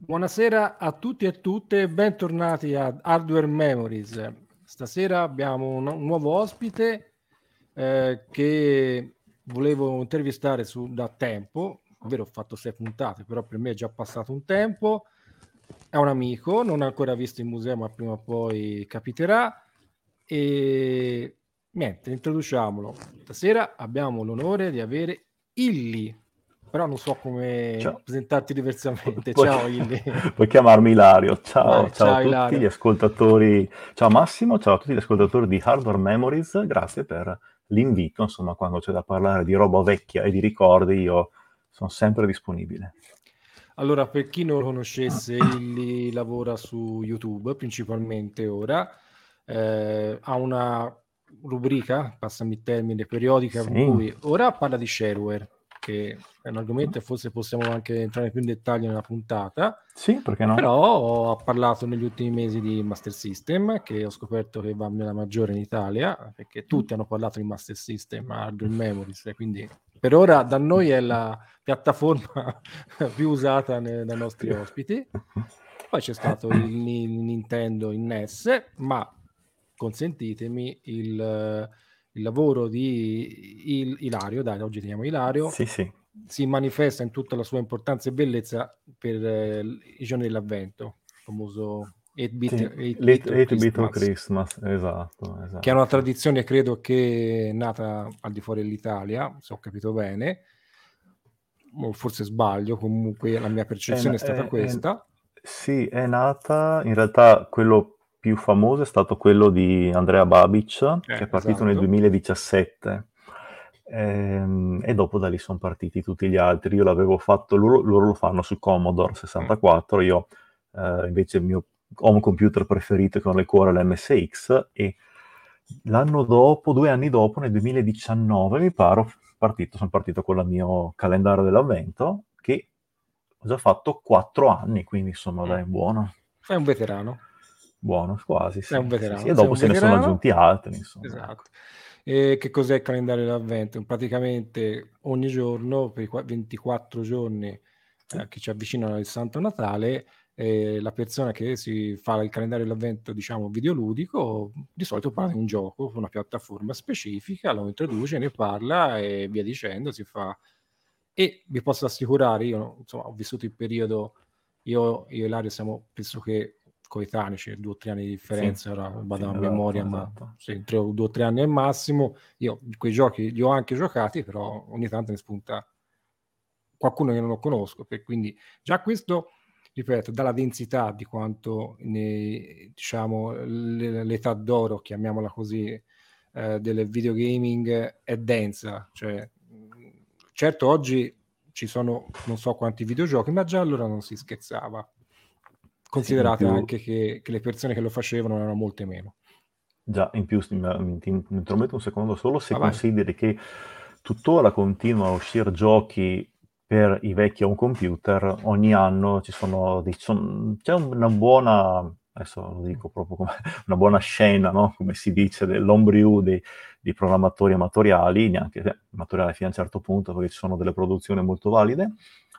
Buonasera a tutti e tutte e bentornati a Hardware Memories. Stasera abbiamo un nuovo ospite che volevo intervistare da tempo, ovvero ho fatto 6 puntate, però per me è già passato un tempo. È un amico, non ho ancora visto in museo, ma prima o poi capiterà. E niente, introduciamolo. Stasera abbiamo l'onore di avere Illy, però non so come Ciao. presentarti diversamente. Puoi, Ciao Illy. puoi chiamarmi Ilario. Ciao, Vai, ciao a ciao tutti gli Ilario. ascoltatori. Ciao Massimo, ciao a tutti gli ascoltatori di Hardware Memories. Grazie per l'invito. Insomma, quando c'è da parlare di roba vecchia e di ricordi, io sono sempre disponibile. Allora, per chi non lo conoscesse, Illy lavora su YouTube principalmente ora. Ha una rubrica, passami il termine, periodica in Sì, cui ora parla di shareware, che è un argomento e forse possiamo anche entrare più in dettaglio nella puntata. sì, perché no? Però ha parlato negli ultimi mesi di Master System, che ho scoperto che va nella maggiore in Italia, perché tutti hanno parlato di Master System, Hardware Memories, quindi per ora da noi è la piattaforma più usata dai nostri ospiti. Poi c'è stato il Nintendo in NES, ma consentitemi il lavoro di Ilario, dai, oggi ti chiamo Ilario, Sì, sì. si manifesta in tutta la sua importanza e bellezza per i giorni dell'Avvento, il famoso 8-bit, Sì, 8-bit of 8-bit of Christmas, Christmas, esatto, che è una esatto. tradizione credo che è nata al di fuori dell'Italia, se ho capito bene, o forse sbaglio, comunque la mia È, percezione è stata questa. sì, è nata, in realtà quello più famoso è stato quello di Andrea Babic, che è partito nel Esatto. 2017. E dopo da lì sono partiti tutti gli altri. Io l'avevo fatto, loro lo fanno su Commodore Mm. 64, io invece il mio home computer preferito con le cuore l'MSX, e l'anno dopo, 2 anni dopo, nel 2019 mi pare, sono partito con il mio calendario dell'avvento, che ho già fatto 4 anni, quindi insomma Mm. dai, buono, Sei un veterano. buono, quasi, Sei un sì, sì, sì. veterano, E sei dopo un se ne sono veterano. aggiunti altri, insomma, ecco. Esatto. E che cos'è il calendario dell'avvento? Praticamente ogni giorno, per i 24 giorni Sì. che ci avvicinano al Santo Natale, la persona che si fa il calendario dell'avvento, diciamo, videoludico, di solito parla di un gioco, una piattaforma specifica, lo introduce, ne parla e via dicendo, si fa. E vi posso assicurare, io insomma, ho vissuto il periodo, io e Ilario siamo pressoché coetanei, c'è 2 o 3 anni di Sì, differenza, ora sì, vado a memoria, esatto, ma esatto. sì, 2 o 3 anni al massimo. Io quei giochi li ho anche giocati, però ogni tanto ne spunta qualcuno che non lo conosco, quindi già questo, ripeto, dalla densità di quanto diciamo l'età d'oro, chiamiamola così, del videogaming è densa, cioè certo oggi ci sono non so quanti videogiochi, ma già allora non si scherzava. Sì, in Considerate più, anche che le persone che lo facevano erano molte meno. già, in più, ti intrometto un secondo solo, se Ma vai. consideri che tuttora continuano a uscire giochi per i vecchi home computer, ogni anno c'è una buona, adesso lo dico proprio come una buona scena, no? Come si dice, dell'ombriù di programmatori amatoriali, neanche amatoriali fino a un certo punto, perché ci sono delle produzioni molto valide,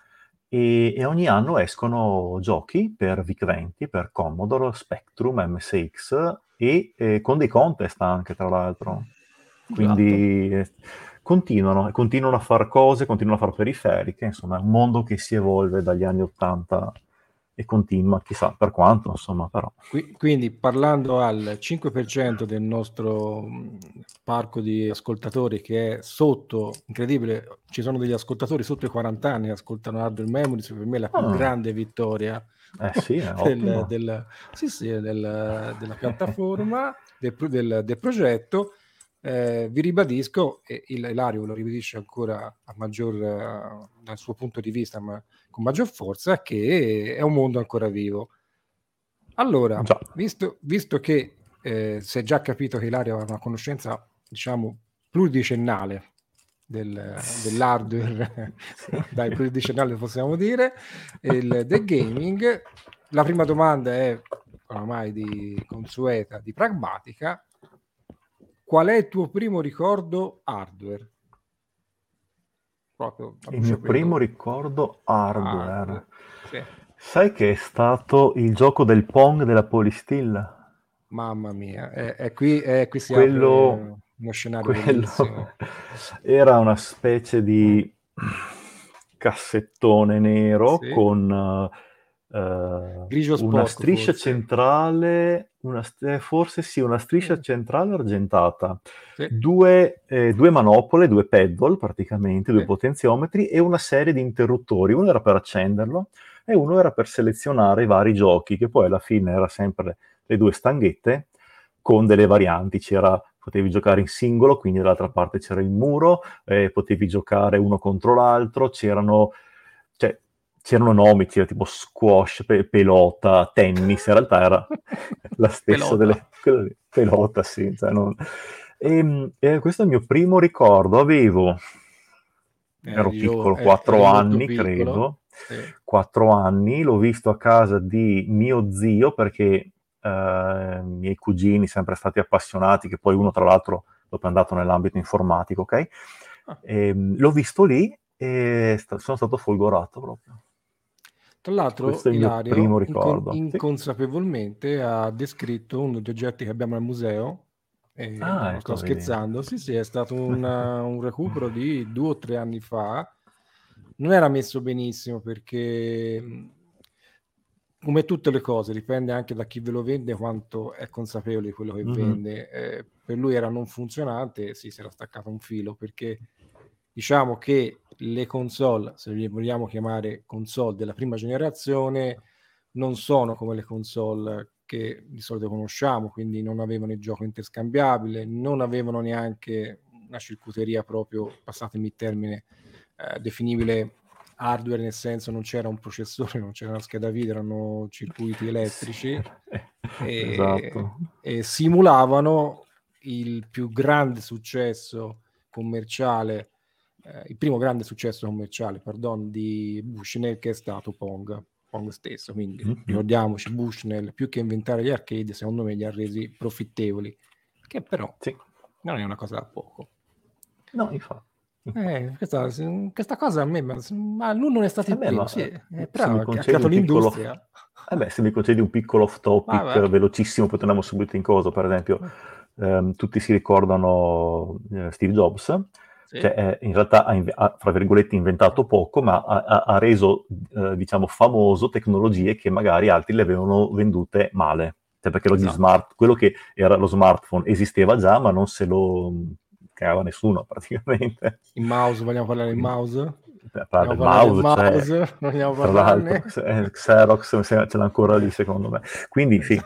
e ogni anno escono giochi per VIC-20, per Commodore, Spectrum, MSX, e con dei contest anche, tra l'altro. Esatto. Quindi continuano a fare cose, continuano a fare periferiche, insomma, è un mondo che si evolve dagli anni '80 e continua, chissà per quanto, insomma, però. Quindi parlando al 5% del nostro parco di ascoltatori che è sotto, incredibile, ci sono degli ascoltatori sotto i 40 anni che ascoltano Hardware Memories, per me è la più Ah, grande vittoria eh sì, è ottimo. sì, sì, della piattaforma, del progetto. Vi ribadisco, e Ilario lo ribadisce ancora a dal suo punto di vista, ma con maggior forza, che è un mondo ancora vivo. Allora, Già. visto che si è già capito che Ilario ha una conoscenza, diciamo, pluridecennale dell'hardware, Sì. dai, pluridecennale possiamo dire, del gaming, la prima domanda è, oramai di consueta, di pragmatica: qual è il tuo primo ricordo hardware? Proprio a Il mio bruciapelo. primo ricordo hardware. Hardware, sì. Sai che è stato il gioco del Pong della Polistil? Mamma mia, qui si Quello, apre uno scenario quello bellissimo. era una specie di cassettone nero Sì, con grigio una sporco striscia forse. centrale, forse sì, una striscia Mm, centrale argentata, sì, due manopole, due pedal praticamente, due sì, potenziometri e una serie di interruttori. Uno era per accenderlo e uno era per selezionare i vari giochi, che poi alla fine era sempre le due stanghette con delle varianti. Potevi giocare in singolo, quindi dall'altra parte c'era il muro, potevi giocare uno contro l'altro, cioè, c'erano nomi, c'era tipo squash, pelota, tennis, in realtà era la stessa pelota. quella lì, pelota, sì. Cioè e questo è il mio primo ricordo, ero piccolo, Eri 4 molto anni piccolo. credo, Sì. 4 anni, l'ho visto a casa di mio zio perché i miei cugini, sempre stati appassionati, che poi uno tra l'altro dopo è andato nell'ambito informatico, ok? Ah. L'ho visto lì e sono stato folgorato proprio. Tra l'altro, Questo è il mio primo Ilario ricordo. Sì. inconsapevolmente ha descritto uno degli oggetti che abbiamo al museo. E Ah, non sto ecco, vedi. scherzando, sì, sì, è stato un recupero di 2 o 3 anni fa. Non era messo benissimo perché, come tutte le cose, dipende anche da chi ve lo vende quanto è consapevole di quello che Mhm. vende. Per lui era non funzionante, sì, si era staccato un filo perché diciamo che le console, se le vogliamo chiamare console della prima generazione, non sono come le console che di solito conosciamo, quindi non avevano il gioco interscambiabile, non avevano neanche una circuiteria proprio, passatemi il termine, definibile hardware, nel senso non c'era un processore, non c'era una scheda video, erano circuiti Sì, elettrici e, esatto. e simulavano il più grande successo commerciale, il primo grande successo commerciale, pardon, di Bushnell, che è stato Pong stesso. Quindi Mhm. ricordiamoci, Bushnell, più che inventare gli arcade, secondo me li ha resi profittevoli, che però Sì. non è una cosa da poco. No, infatti. Questa cosa a me, ma lui non è stato il Beh, primo, ma sì, se però mi ha concedi creato un piccolo... l'industria. se mi concedi un piccolo off topic Vabbè. velocissimo, poi torniamo subito in cosa. Per esempio, tutti si ricordano Steve Jobs, Sì, che in realtà fra virgolette, inventato poco, ma ha reso, diciamo, famoso tecnologie che magari altri le avevano vendute male. Cioè, perché esatto. quello che era lo smartphone esisteva già, ma non se lo creava nessuno praticamente. Il mouse, vogliamo parlare del Quindi, mouse? parla Vogliamo del parlare del mouse, cioè, mouse? Vogliamo tra l'altro, parlarne? Xerox ce l'ha ancora lì, secondo me. Quindi sì,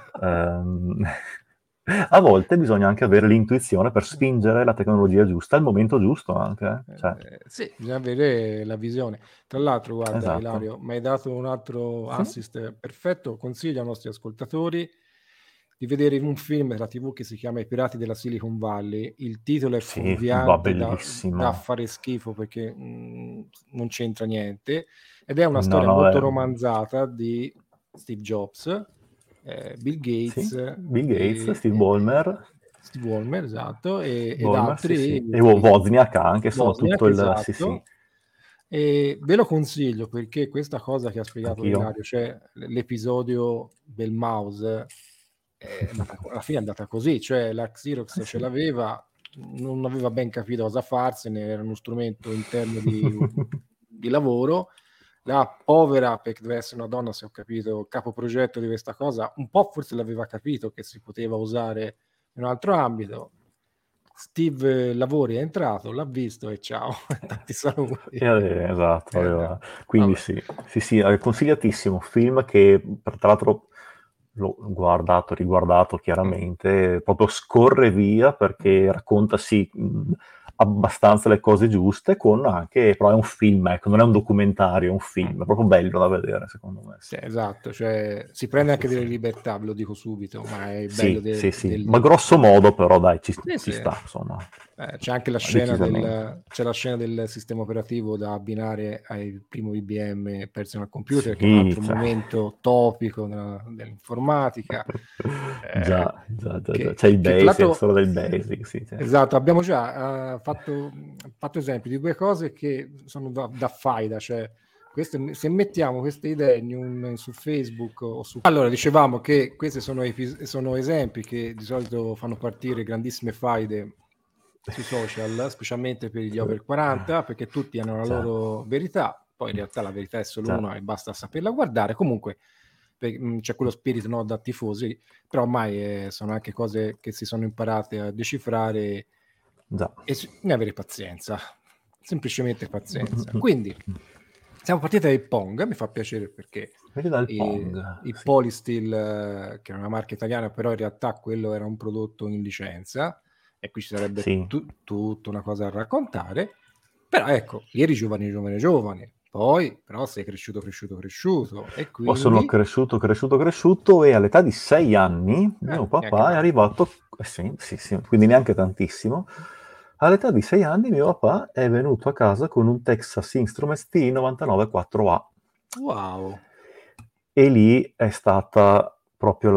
a volte bisogna anche avere l'intuizione per spingere la tecnologia giusta al momento giusto anche, cioè, Sì, bisogna avere la visione. Tra l'altro, guarda, esatto. Ilario, mi hai dato un altro Sì, assist perfetto. Consiglio ai nostri ascoltatori di vedere un film della TV che si chiama I pirati della Silicon Valley. Il titolo è sì, va fuorviante da bellissimo. fare schifo perché non c'entra niente, ed è una No, storia no, molto romanzata di Steve Jobs, Bill sì, Gates Bill Gates, e, Steve Ballmer, Steve Ballmer, esatto, ed Ballmer, sì, sì, altri, e Wozniak anche, sono tutto Wozniak, il... Sì, sì, esatto. E ve lo consiglio perché questa cosa che ha spiegato anch'io. Ilario, cioè l'episodio del mouse, alla fine è andata così, cioè la Xerox ce Sì. l'aveva, non aveva ben capito cosa farsene, era uno strumento interno di lavoro. La povera, perché deve essere una donna, se ho capito, capoprogetto di questa cosa, un po' forse l'aveva capito che si poteva usare in un altro ambito. Steve Lavori è entrato, l'ha visto e ciao, tanti saluti. Esatto, quindi Vabbè. sì, sì, sì, è consigliatissimo, film che tra l'altro l'ho guardato, riguardato chiaramente, proprio scorre via perché racconta sì, abbastanza le cose giuste, con anche, però è un film, ecco, non è un documentario, è un film, è proprio bello da vedere secondo me, sì. Sì, esatto, cioè si prende Sì, anche delle sì. libertà, ve lo dico subito, ma è bello Sì, sì, sì, ma del... grosso modo però dai, Sì, ci sì. sta, insomma, C'è anche decisamente. c'è la scena del sistema operativo da abbinare al primo IBM Personal Computer, che è un Sì, altro cioè... momento topico dell'informatica, Già, già, già, già. C'è il che tra basic, la l'altro, storia del basic, sì, sì. esatto, abbiamo già fatto esempio di due cose che sono da faida, cioè se mettiamo queste idee su Facebook o su... Allora, dicevamo che questi sono esempi che di solito fanno partire grandissime faide sui social, specialmente per gli over 40, perché tutti hanno la loro verità, poi in realtà la verità è solo una e basta saperla guardare. Comunque c'è quello spirito, no, da tifosi, però ormai sono anche cose che si sono imparate a decifrare e ne avere pazienza, semplicemente pazienza. Quindi siamo partiti dal Pong, mi fa piacere perché il Polystil, che è una marca italiana, però in realtà quello era un prodotto in licenza e qui ci sarebbe tutta una cosa da raccontare. Però ecco, ieri giovane, poi però sei cresciuto e quindi... Sono cresciuto e all'età di 6 anni mio papà è arrivato, sì, quindi neanche tantissimo. All'età di 6 anni mio papà è venuto a casa con un Texas Instruments T99 4A. Wow! E lì è stata proprio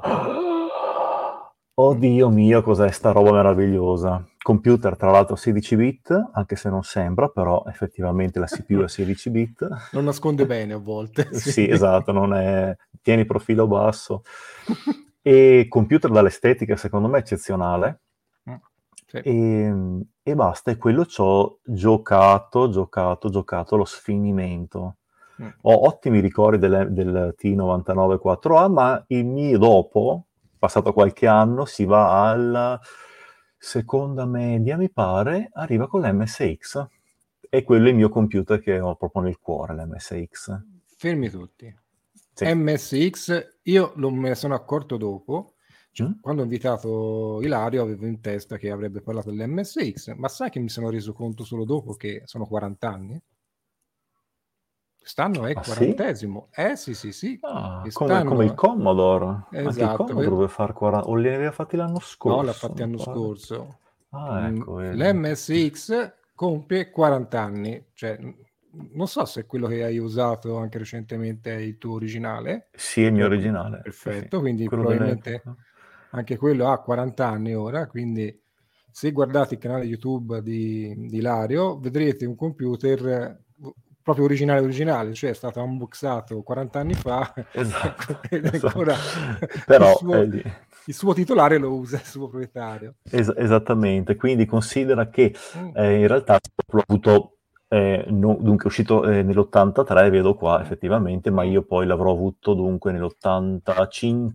Oh Dio mio, cos'è sta roba meravigliosa. Computer, tra l'altro 16 bit, anche se non sembra, però effettivamente la CPU è 16 bit. Non nasconde bene a volte. Sì, esatto, non è... tieni profilo basso. E computer dall'estetica secondo me eccezionale. Sì. E basta, e quello ci ho giocato lo sfinimento. Ho ottimi ricordi del T99 4A, ma il mio dopo, passato qualche anno, si va alla seconda media, mi pare, arriva con l'MSX. E quello è il mio computer che ho proprio nel cuore, l'MSX. Fermi tutti. Sì. MSX, io me ne sono accorto dopo, quando ho invitato Ilario avevo in testa che avrebbe parlato dell'MSX, ma sai che mi sono reso conto solo dopo che sono 40 anni? Quest'anno è 40esimo. Sì. Come il Commodore. Esatto. Anche il Commodore doveva fare 40, o li aveva fatti l'anno scorso? No, l'ha fatti l'anno scorso. Ecco, l'MSX compie 40 anni, cioè non so se quello che hai usato anche recentemente è il tuo originale. Sì, è il mio originale. Perfetto, sì. Quindi quello probabilmente anche quello ha 40 anni ora, quindi se guardate il canale YouTube di Ilario vedrete un computer proprio originale, cioè è stato unboxato 40 anni fa. Esatto. Ancora però il suo titolare lo usa, il suo proprietario. Esattamente, quindi considera che in realtà l'ho avuto, dunque è uscito nell'83, vedo qua effettivamente, ma io poi l'avrò avuto dunque nell'85,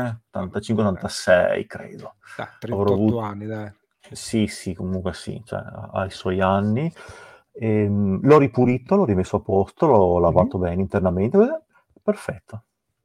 86 credo. 38 anni, dai. Sì, comunque sì, cioè, ha i suoi anni. L'ho ripulito, l'ho rimesso a posto, l'ho lavato bene internamente, perfetto.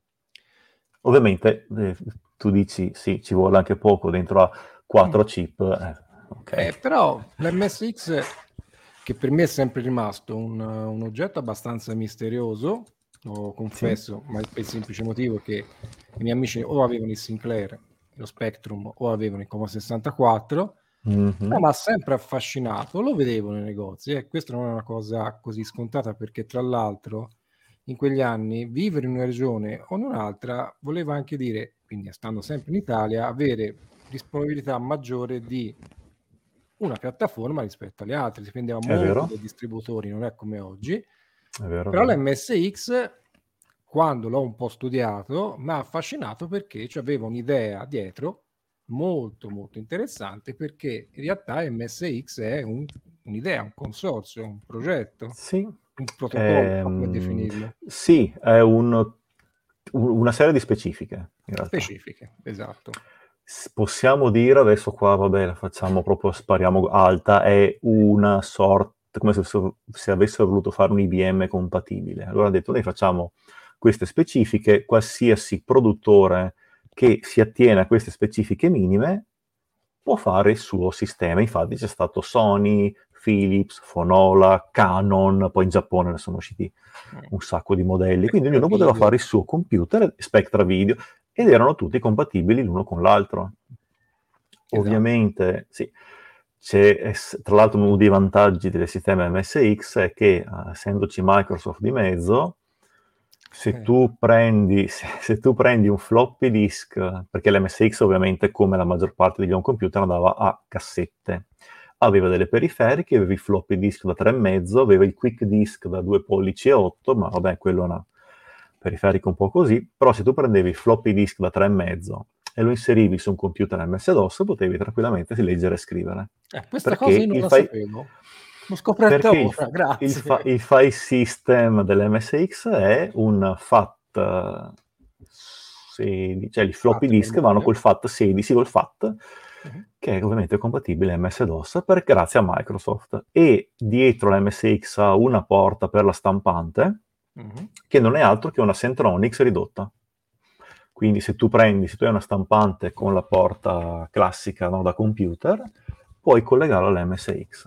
Ovviamente tu dici sì, ci vuole anche poco dentro a 4 chip. Okay. Però l'MSX, che per me è sempre rimasto un oggetto abbastanza misterioso, lo confesso, ma per il semplice motivo che i miei amici o avevano il Sinclair, lo Spectrum, o avevano il Commodore 64, ma mi ha sempre affascinato, lo vedevo nei negozi, e questa non è una cosa così scontata, perché tra l'altro in quegli anni vivere in una regione o in un'altra voleva anche dire, quindi stando sempre in Italia, avere disponibilità maggiore di una piattaforma rispetto alle altre, dipendeva molto dai distributori, non è come oggi. Però l'MSX, quando l'ho un po' studiato, mi ha affascinato perché aveva un'idea dietro molto molto interessante, perché in realtà MSX è un'idea, un consorzio, un progetto, un protocollo, come definirlo? Sì, è una serie di specifiche, in realtà. Specifiche, esatto. Possiamo dire, adesso qua, vabbè, la facciamo proprio, spariamo alta, è una sorta, come se avessero voluto fare un IBM compatibile. Allora hanno detto, noi facciamo queste specifiche, qualsiasi produttore che si attiene a queste specifiche minime può fare il suo sistema. Infatti c'è stato Sony, Philips, Phonola, Canon, poi in Giappone ne sono usciti un sacco di modelli, quindi ognuno poteva fare il suo computer, Spectra Video, ed erano tutti compatibili l'uno con l'altro. Esatto. Ovviamente, sì. C'è, tra l'altro, uno dei vantaggi del sistema MSX è che, essendoci Microsoft di mezzo, se tu prendi un floppy disk, perché l'MSX ovviamente, come la maggior parte degli home computer, andava a cassette. aveva delle periferiche, aveva i floppy disk da 3,5, aveva il quick disk da 2 pollici e 8, ma vabbè, quello è una periferica un po' così, però se tu prendevi il floppy disk da 3,5 e lo inserivi su un computer MS-DOS, potevi tranquillamente leggere e scrivere. Questa cosa io Perché non il la file, sapevo. L'ho scoperta perché ora, grazie. il file system dell'MSX è un FAT 16, cioè i floppy Fatto disk vanno normale. col FAT 16, col FAT, Mhm. che è ovviamente compatibile MS-DOS grazie a Microsoft. E dietro la MSX ha una porta per la stampante, Mhm. che non è altro che una Centronics ridotta. Quindi se tu hai una stampante con la porta classica, no, da computer, puoi collegarla all'MSX.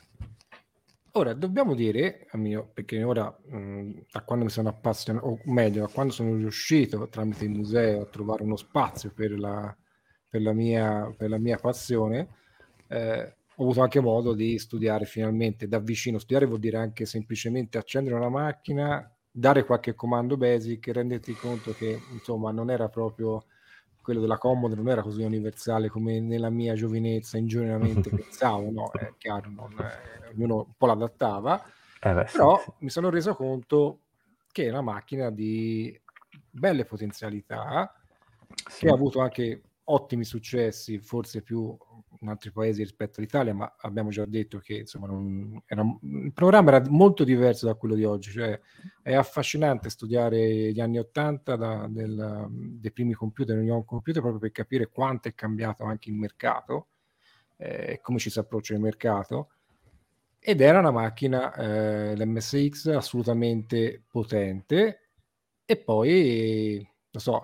Ora, dobbiamo dire, perché ora, da quando mi sono appassionato, o meglio, da quando sono riuscito tramite il museo a trovare uno spazio per la mia passione, ho avuto anche modo di studiare finalmente da vicino. Studiare vuol dire anche semplicemente accendere una macchina, dare qualche comando basic e renderti conto che, insomma, non era proprio quello della Commodore, non era così universale come nella mia giovinezza ingenuamente pensavo, no? È chiaro, ognuno un po' l'adattava, Beh, sì, sì. però mi sono reso conto che è una macchina di belle potenzialità, che Sì. ha avuto anche ottimi successi, forse più in altri paesi rispetto all'Italia, ma abbiamo già detto che insomma il programma era molto diverso da quello di oggi, cioè è affascinante studiare gli anni '80 dei primi computer, degli home computer, proprio per capire quanto è cambiato anche il mercato, come ci si approccia il mercato. Ed era una macchina, l'MSX, assolutamente potente. E poi, non so,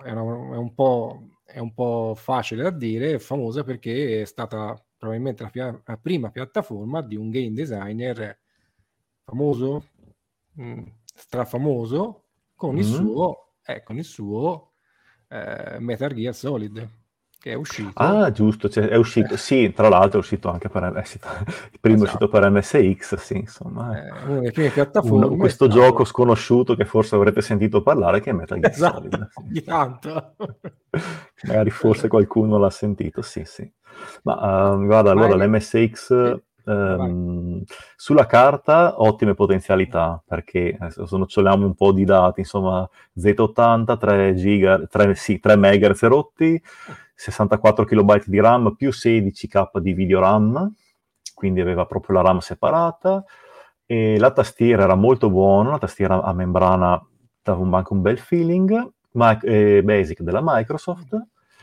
è un po' facile da dire, è famosa perché è stata probabilmente la prima piattaforma di un game designer famoso, strafamoso, Mm. con il suo Metal Gear Solid, che è uscito. Ah, giusto, cioè, è uscito, sì, tra l'altro è uscito anche sì, il primo è uscito per Esatto, MSX, sì, insomma, una delle prime piattaforme è questo gioco stato. sconosciuto che forse avrete sentito parlare, che è Metal Gear Esatto, Solid, sì. ogni tanto. Magari forse qualcuno l'ha sentito, sì, sì. Ma guarda, Ma allora è l'MSX sì, vai. sulla carta ottime potenzialità, perché adesso snoccioliamo un po' di dati, insomma, Z80, 3 giga, 3 MHz rotti, 64 KB di RAM più 16K di video RAM, quindi aveva proprio la RAM separata, e la tastiera era molto buona, la tastiera a membrana dava anche un bel feeling, Basic della Microsoft.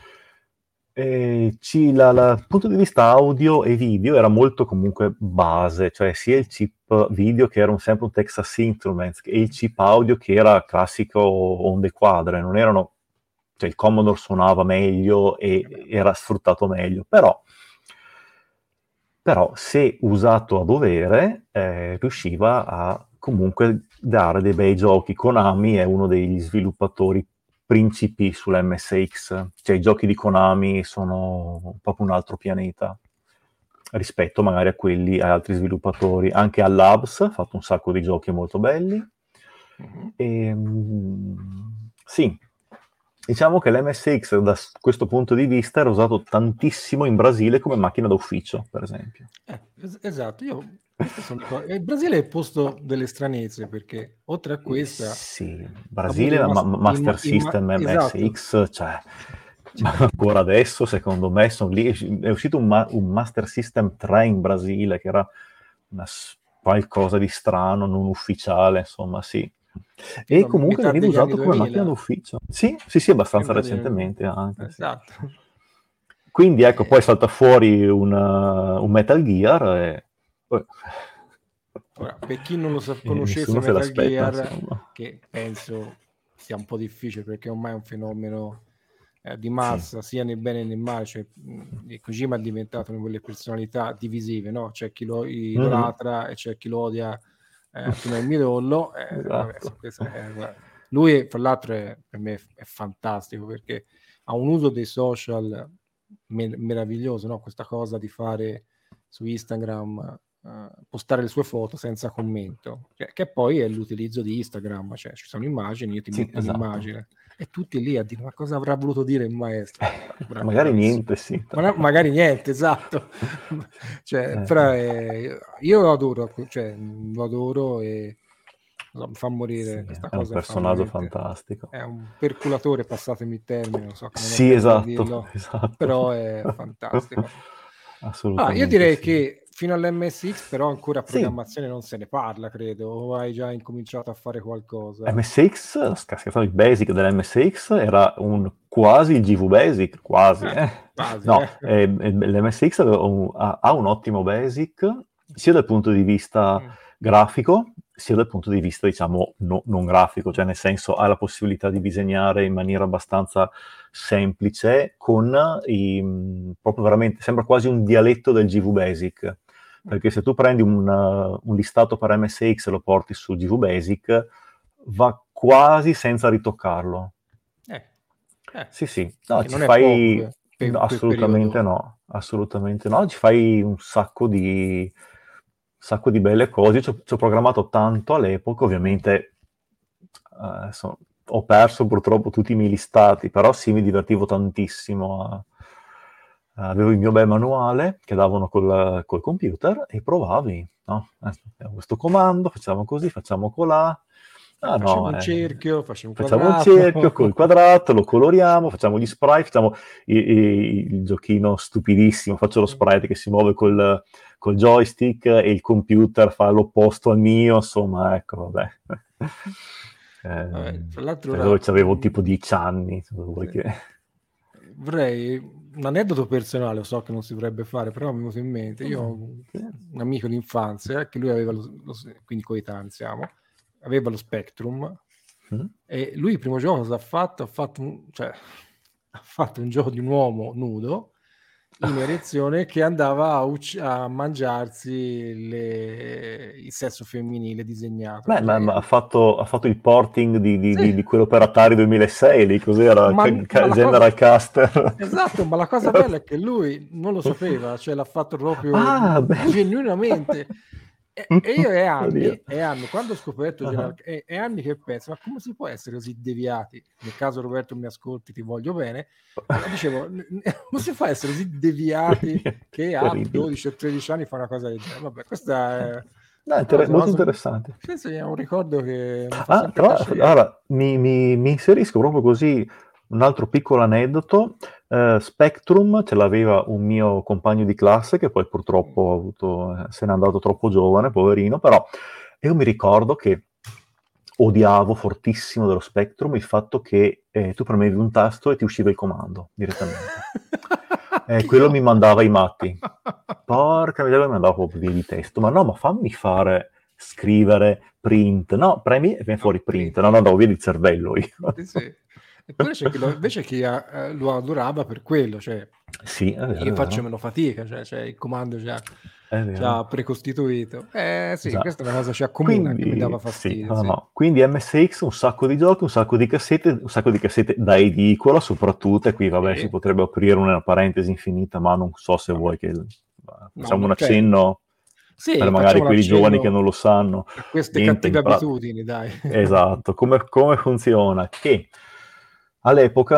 Dal punto di vista audio e video era molto comunque base, cioè sia il chip video che era sempre un Texas Instruments e il chip audio che era classico onde quadre, non erano, cioè il Commodore suonava meglio e era sfruttato meglio, però se usato a dovere riusciva a comunque dare dei bei giochi. Konami è uno degli sviluppatori principi sull'MSX, cioè i giochi di Konami sono proprio un altro pianeta rispetto magari a altri sviluppatori. Anche a Labs ha fatto un sacco di giochi molto belli. Mhm. Sì, diciamo che l'MSX da questo punto di vista era usato tantissimo in Brasile come macchina d'ufficio, per esempio. Esatto, queste sono le cose. Il Brasile è il posto delle stranezze perché oltre a questa Sì, ha avuto Brasile, Master System esatto, MSX, cioè, cioè, ancora adesso secondo me sono lì, è uscito un Master System 3 in Brasile che era qualcosa di strano, non ufficiale, insomma, sì. è E finito a comunque metà veniva degli anni usato come macchina 2000. d'ufficio. Sì, sì, sì, abbastanza Metà degli anni- recentemente anche, sì. Esatto. Quindi ecco, poi Eh, salta fuori un Metal Gear e Ora, per chi non lo e conoscesse nessuno se Metal l'aspetta, Gear, insomma. che penso sia un po' difficile perché ormai è un fenomeno di Sì. massa, sia nel bene che nel male, cioè, Kojima è diventato una di quelle personalità divisive, no? C'è chi lo Mhm. idolatra e c'è chi lo odia fino al midollo. Vabbè, Esatto. guarda. Lui, fra l'altro, per me è fantastico perché ha un uso dei social meraviglioso, no? Questa cosa di fare su Instagram postare le sue foto senza commento, che poi è l'utilizzo di Instagram, cioè ci sono immagini, io ti metto un'immagine e tutti lì a dire ma cosa avrà voluto dire il maestro. Magari niente, sì. Magari niente, esatto. Cioè, però io lo adoro, cioè, lo adoro e mi fa morire, sì, questa è un cosa personaggio fantastico. è un perculatore, passatemi il termine, non so che non è Sì, bello esatto, dirlo, esatto. però è fantastico. Assolutamente Io direi sì. che fino all'MSX però ancora Sì. programmazione non se ne parla, credo, o hai già incominciato a fare qualcosa? MSX, scherzando, il basic dell'MSX era un quasi il GV Basic, quasi. Quasi, No, l'MSX ha un ottimo basic, sia dal punto di vista grafico, sia dal punto di vista, diciamo, non grafico, cioè nel senso ha la possibilità di disegnare in maniera abbastanza semplice, con proprio veramente, sembra quasi un dialetto del GV Basic, perché se tu prendi un listato per MSX e lo porti su GV Basic, va quasi senza ritoccarlo. Sì, sì, no, che ci non è poco fai... per quel assolutamente periodo. no, assolutamente no, ci fai un sacco di belle cose. Ci ho programmato tanto all'epoca, ovviamente ho perso purtroppo tutti i miei listati, però sì, mi divertivo tantissimo. Avevo il mio bel manuale che davano col computer e provavi, no? Questo comando, facciamo così, facciamo colà. Facevo un cerchio, facevo un Facciamo un quadrato. cerchio col quadrato, lo coloriamo, facciamo gli sprite, facciamo il giochino stupidissimo, faccio lo sprite che si muove col joystick e il computer fa l'opposto al mio, insomma, ecco, vabbè. Tra l'altro Dove avevo tipo 10 anni. Vorrei un aneddoto personale, so che non si dovrebbe fare, però mi è venuto in mente. Io ho un amico d'infanzia che lui aveva quindi coetaneo siamo, aveva lo Spectrum e lui il primo gioco cosa ha fatto? Ha fatto un gioco di un uomo nudo in erezione che andava a mangiarsi il sesso femminile disegnato. Beh, ma ha fatto il porting di quello per Atari 2006, lì cos'era? Ma la cosa... General Caster. Esatto, ma la cosa bella è che lui non lo sapeva, cioè l'ha fatto proprio Ah, genuinamente. E io Oddio. è anni, quando ho scoperto è anni che penso, ma come si può essere così deviati? Nel caso Roberto mi ascolti, ti voglio bene. Dicevo, come si fa a essere così deviati che a Terribile. 12 o 13 anni fa una cosa del genere? Vabbè, questa è... No, molto interessante. Penso che è un ricordo che mi fa Ah, sempre piacere. allora, mi inserisco proprio così un altro piccolo aneddoto. Spectrum ce l'aveva un mio compagno di classe che poi purtroppo se n'è andato troppo giovane, poverino, però io mi ricordo che odiavo fortissimo dello Spectrum il fatto che tu premevi un tasto e ti usciva il comando direttamente. Quello mi mandava i matti. Porca miseria, mi mandava proprio via di testo. Ma no, ma fammi fare scrivere, print. No, premi e viene fuori print. No, andavo via di cervello io. Sì. Eppure c'è chi invece chi lo adorava per quello, cioè Sì, è vero, io è faccio vero. meno fatica, cioè il comando già È vero. precostituito. Sì, Già. questa è una cosa ci accomuna che mi dava Quindi, sì, fastidio, no, sì. no. Quindi MSX, un sacco di giochi, un sacco di cassette da edicola soprattutto, e qui vabbè si Sì. potrebbe aprire una parentesi infinita, ma non so se vuoi che facciamo un No, cioè, accenno per sì, magari facciamo quelli giovani che l'accenno non lo sanno. a queste Niente, cattive abitudini, dai. esatto, come funziona? Che all'epoca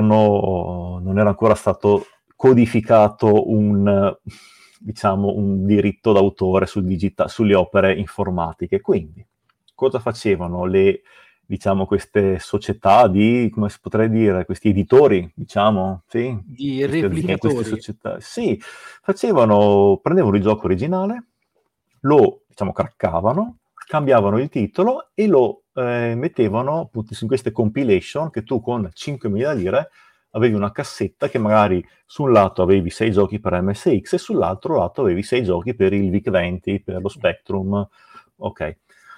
non era ancora stato codificato diciamo, un diritto d'autore sulle opere informatiche. Quindi, cosa facevano diciamo, queste società come si potrebbe dire, questi editori, diciamo, sì? Di Queste replicatori. società, sì, prendevano il gioco originale, lo, diciamo, craccavano, cambiavano il titolo e lo mettevano appunto in queste compilation che tu con 5.000 lire avevi una cassetta che magari su un lato avevi 6 giochi per MSX e sull'altro lato avevi 6 giochi per il VIC-20, per lo Spectrum, ok.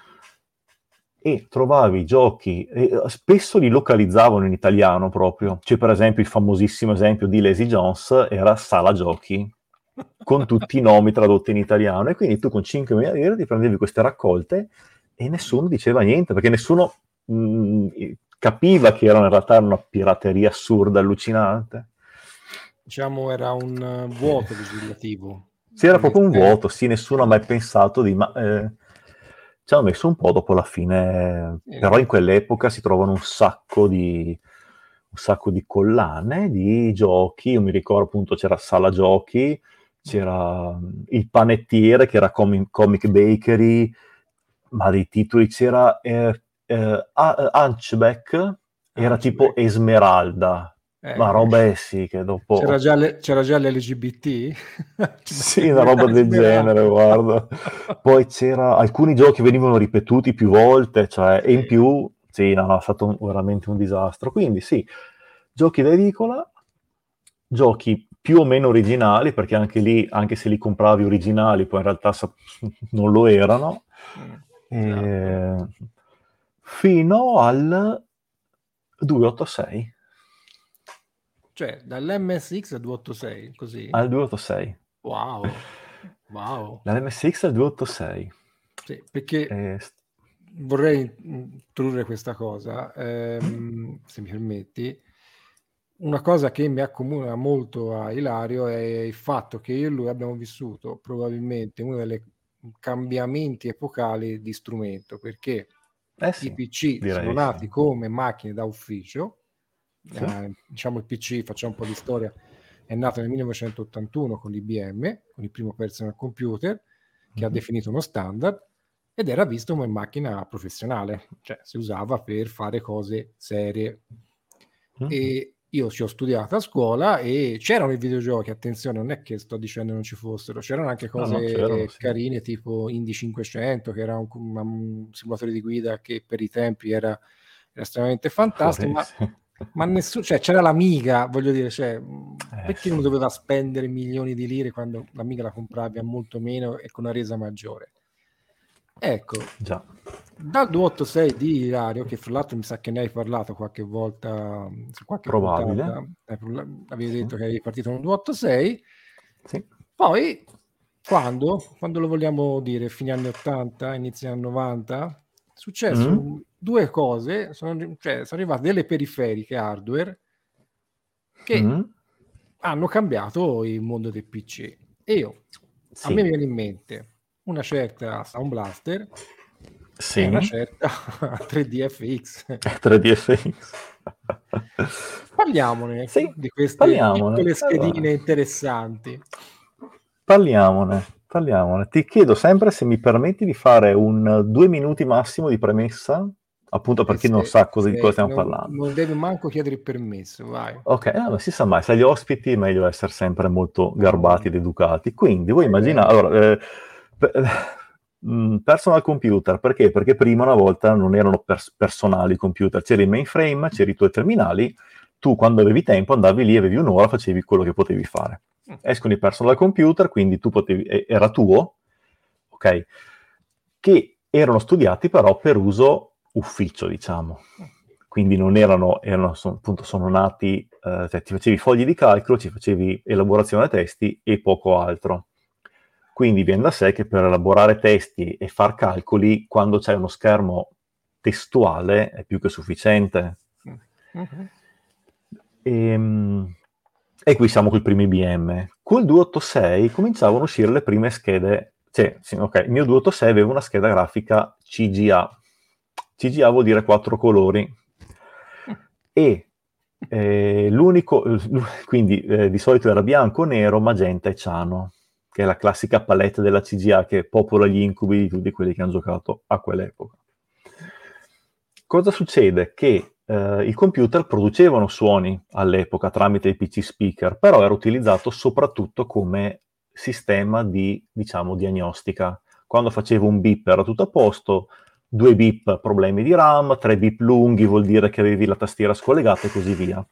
E trovavi giochi, spesso li localizzavano in italiano proprio, cioè per esempio il famosissimo esempio di Lazy Jones era Sala Giochi, con tutti i nomi tradotti in italiano, e quindi tu con 5.000 lire ti prendevi queste raccolte e nessuno diceva niente, perché nessuno capiva che era in realtà una pirateria assurda, allucinante. Diciamo era un vuoto legislativo. C'era proprio un vuoto, sì, nessuno ha mai pensato di... ci hanno messo un po' dopo la fine, però in quell'epoca si trovano un sacco di collane, di giochi. Io mi ricordo appunto c'era Sala Giochi, c'era il panettiere che era Comic Bakery, ma dei titoli c'era Hunchback, era tipo Esmeralda, ma roba sì, che dopo... C'era già l'LGBT? Sì, una roba del genere, guarda. Poi c'era... Alcuni giochi venivano ripetuti più volte, cioè, e in più... Sì, no, è stato veramente un disastro. Quindi sì, giochi da edicola, giochi più o meno originali, perché anche lì, anche se li compravi originali, poi in realtà non lo erano. Esatto. Fino al 286. Cioè, dall'MSX al 286, così? Al 286. Wow. Dall'MSX al 286. Sì, perché vorrei introdurre questa cosa, se mi permetti. Una cosa che mi accomuna molto a Ilario è il fatto che io e lui abbiamo vissuto probabilmente uno dei cambiamenti epocali di strumento, perché sì, i PC sono nati come macchine da ufficio. Sì. Diciamo il PC, facciamo un po' di storia, è nato nel 1981 con l'IBM, con il primo personal computer, che ha definito uno standard, ed era visto come macchina professionale, cioè si usava per fare cose serie. E io ci ho studiato a scuola e c'erano i videogiochi, attenzione, non è che sto dicendo non ci fossero, c'erano anche cose carine tipo Indy 500, che era un simulatore di guida che per i tempi era estremamente fantastico, ma nessuno, cioè c'era l'Amiga, voglio dire, cioè, perché uno doveva spendere milioni di lire quando l'Amiga la compravi a molto meno e con una resa maggiore? Ecco, già. Dal 286 di Ilario, che fra l'altro mi sa che ne hai parlato qualche volta su qualche puntata, avevi detto che eri partito con 286, poi quando lo vogliamo dire, fine anni 80, inizi anni 90, è successo due cose, sono arrivate delle periferiche hardware che hanno cambiato il mondo del PC. E a me viene in mente una certa Sound Blaster e una certa 3DFX. 3DFX. Parliamone di queste piccole schedine interessanti. Parliamone. Ti chiedo sempre se mi permetti di fare un 2 minuti massimo di premessa, appunto per chi non sa di cosa stiamo parlando. Non devi manco chiedere il permesso, vai. Ok, non si sa mai, sai, gli ospiti è meglio essere sempre molto garbati ed educati. Quindi voi immaginate, allora, personal computer, perché? Perché prima una volta non erano personali computer, c'era il mainframe, c'eri i tuoi terminali, tu quando avevi tempo andavi lì, avevi un'ora, facevi quello che potevi fare. Escono i personal computer, quindi tu era tuo, ok? Che erano studiati però per uso ufficio, diciamo. Quindi non appunto, sono nati, cioè ti facevi fogli di calcolo, ci facevi elaborazione testi e poco altro. Quindi viene da sé che per elaborare testi e far calcoli, quando c'è uno schermo testuale, è più che sufficiente. E qui siamo con i primi IBM. Col 286 cominciavano a uscire le prime schede. Il mio 286 aveva una scheda grafica CGA. CGA vuol dire 4 colori. E quindi di solito era bianco, nero, magenta e ciano, che è la classica palette della CGA che popola gli incubi di tutti quelli che hanno giocato a quell'epoca. Cosa succede? Che i computer producevano suoni all'epoca tramite i PC speaker, però era utilizzato soprattutto come sistema di, diciamo, diagnostica. Quando facevo un beep era tutto a posto, 2 beep problemi di RAM, 3 beep lunghi vuol dire che avevi la tastiera scollegata e così via.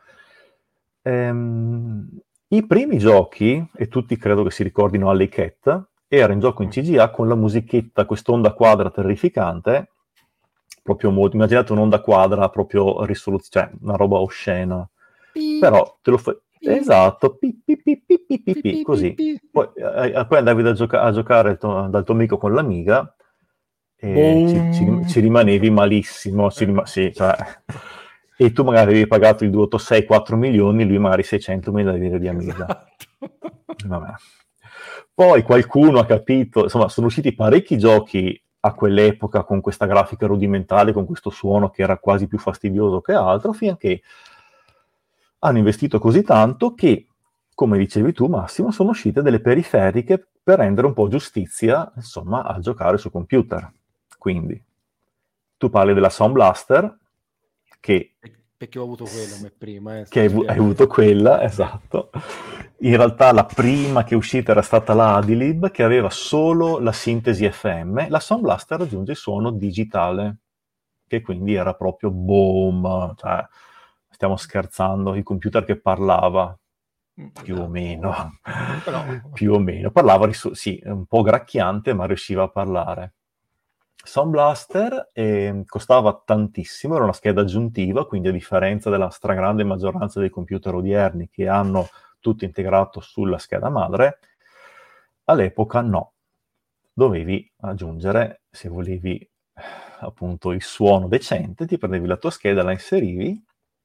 I primi giochi, e tutti credo che si ricordino Alley Cat, era in gioco in CGA con la musichetta, quest'onda quadra terrificante, proprio molto, immaginate un'onda quadra proprio risoluzione, cioè una roba oscena. Però te lo fai... Esatto, così. Poi andavi a giocare dal tuo amico con l'Amiga e ci rimanevi malissimo. Sì, cioè... E tu magari avevi pagato il 286 4 milioni, lui magari 600.000 lire di Amiga. Esatto. Vabbè. Poi qualcuno ha capito, insomma, sono usciti parecchi giochi a quell'epoca con questa grafica rudimentale, con questo suono che era quasi più fastidioso che altro, finché hanno investito così tanto che, come dicevi tu, Massimo, sono uscite delle periferiche per rendere un po' giustizia, insomma, a giocare su computer. Quindi, tu parli della Sound Blaster, che Perché ho avuto quello come prima, che hai avuto quella, esatto. In realtà la prima che è uscita era stata la Adilib, che aveva solo la sintesi FM. La Sound Blaster aggiunge il suono digitale, che quindi era proprio boom, cioè stiamo scherzando, il computer che parlava, più o meno, Però... più o meno, parlava, sì, un po' gracchiante, ma riusciva a parlare. Sound Blaster costava tantissimo, era una scheda aggiuntiva, quindi a differenza della stragrande maggioranza dei computer odierni che hanno tutto integrato sulla scheda madre, all'epoca no. Dovevi aggiungere, se volevi appunto il suono decente, ti prendevi la tua scheda, la inserivi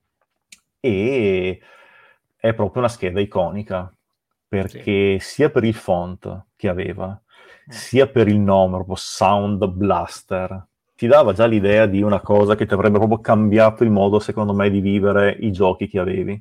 e è proprio una scheda iconica, perché sia per il font che aveva, sia per il nome, proprio Sound Blaster, ti dava già l'idea di una cosa che ti avrebbe proprio cambiato il modo, secondo me, di vivere i giochi che avevi.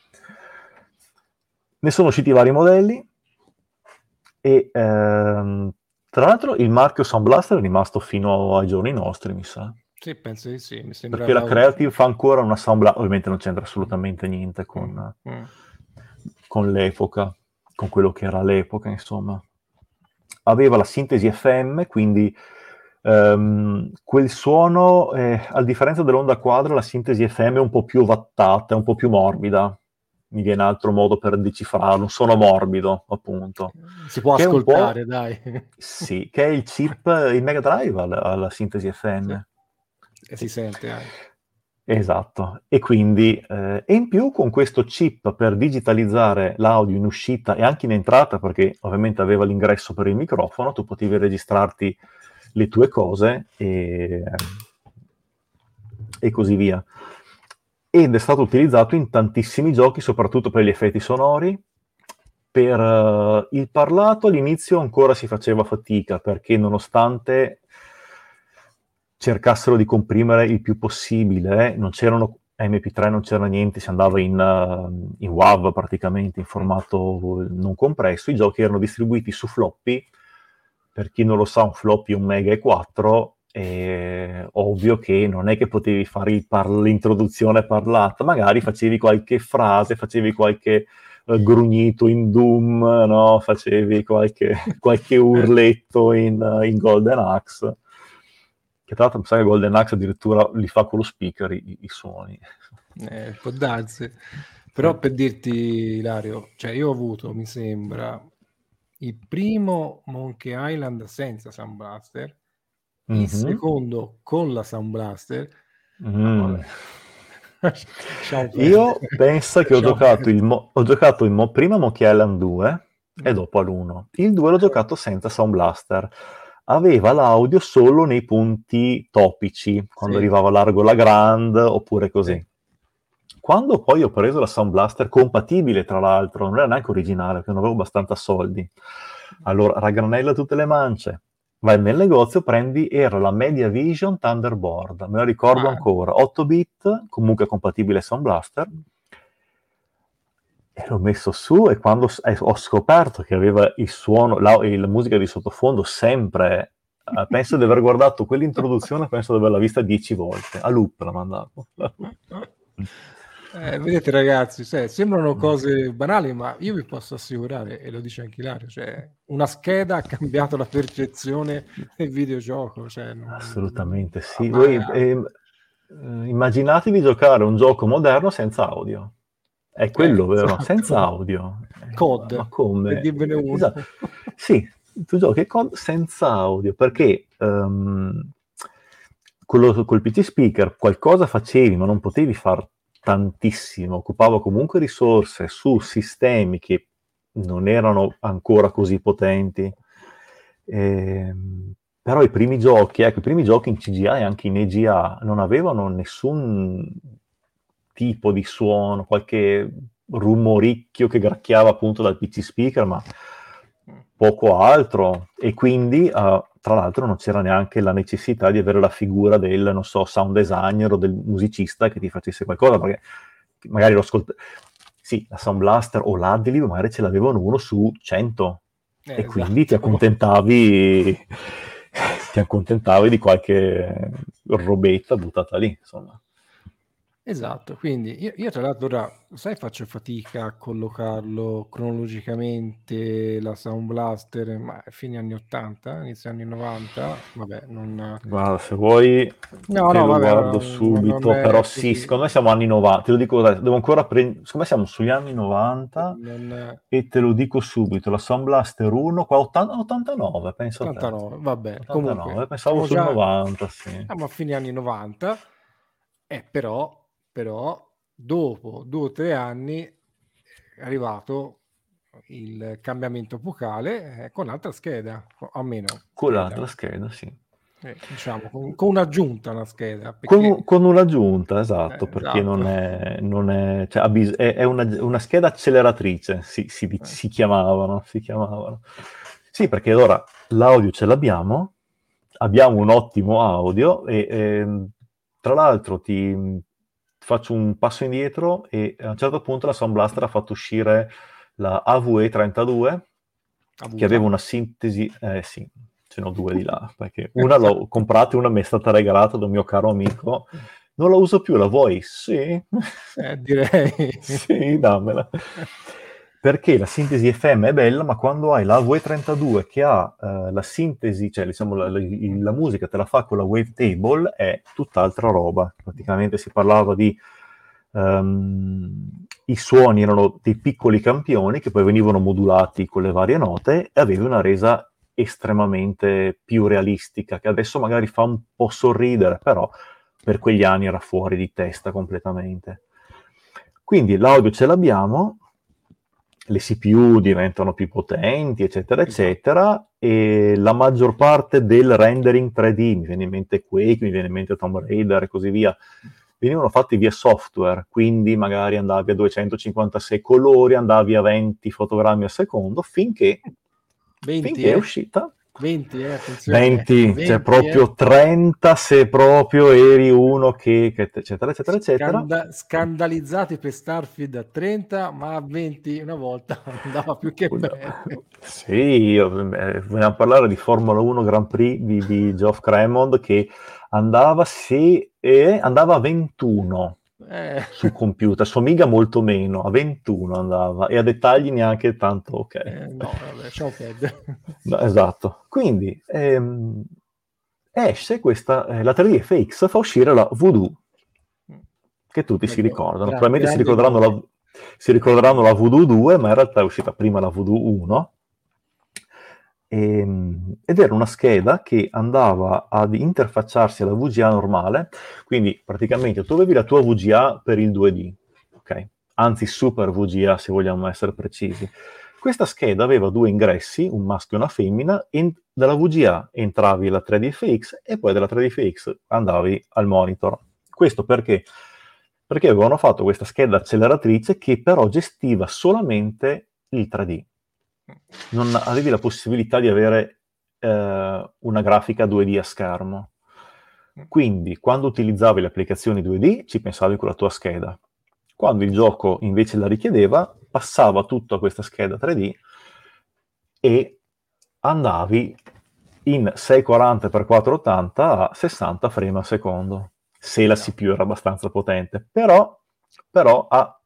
Ne sono usciti vari modelli e tra l'altro il marchio Sound Blaster è rimasto fino ai giorni nostri, mi sa. Sì, penso di sì, mi sembra. Perché la Creative fa ancora una Sound Blaster, ovviamente non c'entra assolutamente niente con l'epoca, con quello che era l'epoca, insomma. Aveva la sintesi FM, quindi quel suono, a differenza dell'onda quadra, la sintesi FM è un po' più ovattata, è un po' più morbida. Mi viene altro modo per decifrarlo, un suono morbido, appunto. Si può che ascoltare, è un po', dai. sì, che è il chip, il Mega Drive alla sintesi FM. E si sente anche. Esatto, e quindi e in più con questo chip per digitalizzare l'audio in uscita e anche in entrata, perché ovviamente aveva l'ingresso per il microfono, tu potevi registrarti le tue cose e così via. Ed è stato utilizzato in tantissimi giochi, soprattutto per gli effetti sonori. Per il parlato all'inizio ancora si faceva fatica, perché nonostante cercassero di comprimere il più possibile, non c'erano MP3, non c'era niente, si andava in WAV praticamente, in formato non compresso, i giochi erano distribuiti su floppy, per chi non lo sa un floppy è 1 mega e 4, è ovvio che non è che potevi fare l'introduzione parlata, magari facevi qualche frase, facevi qualche grugnito in Doom, no? Facevi qualche urletto in Golden Axe, che tra l'altro sai che Golden Axe addirittura li fa con lo speaker i suoni. Può darsi. Però per dirti, Ilario, cioè io ho avuto, mi sembra, il primo Monkey Island senza Sound Blaster, il secondo con la Sound Blaster. Io penso che ho giocato prima Monkey Island 2 e dopo all'1. Il 2 l'ho giocato senza Sound Blaster. Aveva l'audio solo nei punti topici, quando arrivava largo la Grand, oppure così. Quando poi ho preso la Sound Blaster, compatibile tra l'altro, non era neanche originale, perché non avevo abbastanza soldi. Allora, raggranella tutte le mance, vai nel negozio, prendi, era la Mediavision Thunderboard, me la ricordo ancora, 8 bit, comunque compatibile Sound Blaster, e l'ho messo su e quando ho scoperto che aveva il suono, la musica di sottofondo sempre, penso di aver guardato quell'introduzione, penso di averla vista 10 volte, a loop la mandavo. Vedete ragazzi, sembrano cose banali, ma io vi posso assicurare, e lo dice anche Ilario, cioè una scheda ha cambiato la percezione del videogioco. Assolutamente sì. Voi, immaginatevi giocare un gioco moderno senza audio. È quello, vero? Esatto. Senza audio. COD, ma come? per dirvene uno. Esatto. Sì, tu giochi COD senza audio, perché col PC speaker qualcosa facevi, ma non potevi far tantissimo, occupava comunque risorse su sistemi che non erano ancora così potenti. Però i primi giochi in CGI e anche in EGA non avevano nessun tipo di suono, qualche rumoricchio che gracchiava appunto dal PC speaker, ma poco altro, e quindi tra l'altro non c'era neanche la necessità di avere la figura del, non so, sound designer o del musicista che ti facesse qualcosa, perché magari sì, la Sound Blaster o l'Adlib magari ce l'avevano uno su 100, e quindi Esatto. ti accontentavi di qualche robetta buttata lì, insomma. Esatto, quindi io tra l'altro ora, sai, faccio fatica a collocarlo cronologicamente la Sound Blaster, ma fine anni 80, inizio anni 90, vabbè, non... Guarda, se vuoi No, te no, lo vabbè, guardo non subito, però è sì, così, secondo me siamo anni 90, te lo dico, devo ancora secondo me siamo sugli anni 90, non... e te lo dico subito, la Sound Blaster 1, qua 89, penso a te. 89, vabbè, 89, comunque, pensavo sul 90, sì. siamo a fine anni 90, però dopo 2 o 3 anni è arrivato il cambiamento epocale con altra scheda, o almeno Con scheda, l'altra scheda, sì. diciamo, con un'aggiunta alla scheda, perché Con un'aggiunta, esatto, perché esatto, cioè, è una scheda acceleratrice, si chiamavano, si chiamavano. Sì, perché allora l'audio ce l'abbiamo, abbiamo un ottimo audio, e tra l'altro ti faccio un passo indietro, e a un certo punto la Sound Blaster ha fatto uscire la AVE32, che aveva avuta. una sintesi, sì, ce n'ho due di là, perché una l'ho comprata e una mi è stata regalata da un mio caro amico. Non la uso più, la vuoi? Sì. Direi. Sì, dammela. Perché la sintesi FM è bella, ma quando hai la V32 che ha la sintesi, cioè diciamo la musica te la fa con la wavetable, è tutt'altra roba. Praticamente si parlava di i suoni erano dei piccoli campioni che poi venivano modulati con le varie note, e avevi una resa estremamente più realistica, che adesso magari fa un po' sorridere, però per quegli anni era fuori di testa completamente. Quindi l'audio ce l'abbiamo, le CPU diventano più potenti, eccetera, Esatto. eccetera, e la maggior parte del rendering 3D, mi viene in mente Quake, mi viene in mente Tomb Raider e così via, venivano fatti via software, quindi magari andavi a 256 colori, andavi a 20 fotogrammi al secondo, finché 20, è uscita 20, attenzione, 20, cioè 20, proprio 30 se proprio eri uno che eccetera, eccetera, eccetera. Scandalizzati per Starfield a 30, ma a 20 una volta andava più che bene. Sì, vogliamo parlare di Formula 1 Grand Prix di Geoff Cremond, che andava a 21 Eh, su computer, su Amiga molto meno, a 21 andava, e a dettagli neanche tanto ok. no, vabbè, lasciamo perdere. No, esatto. Quindi esce questa, la 3DFX fa uscire la Voodoo, che tutti si ricordano. Probabilmente Grande nome. si ricorderanno la Voodoo 2, ma in realtà è uscita prima la Voodoo 1. Ed era una scheda che andava ad interfacciarsi alla VGA normale, quindi praticamente tu avevi la tua VGA per il 2D, ok? Anzi Super VGA se vogliamo essere precisi. Questa scheda aveva due ingressi, un maschio e una femmina, e dalla VGA entravi alla 3DFX e poi dalla 3DFX andavi al monitor. Questo perché? Perché avevano fatto questa scheda acceleratrice che però gestiva solamente il 3D. Non avevi la possibilità di avere una grafica 2D a schermo. Quindi, quando utilizzavi le applicazioni 2D, ci pensavi con la tua scheda. Quando il gioco invece la richiedeva, passava tutto a questa scheda 3D e andavi in 640x480 a 60 frame al secondo, se la CPU era abbastanza potente. Però a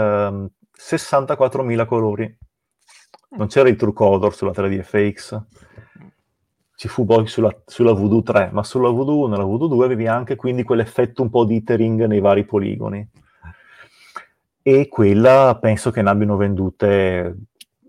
64.000 colori. Non c'era il True Color sulla 3DFX. Ci fu poi sulla Voodoo 3, ma sulla Voodoo 1 e la Voodoo 2 avevi anche quindi quell'effetto un po' di ithering nei vari poligoni. E quella penso che ne abbiano vendute,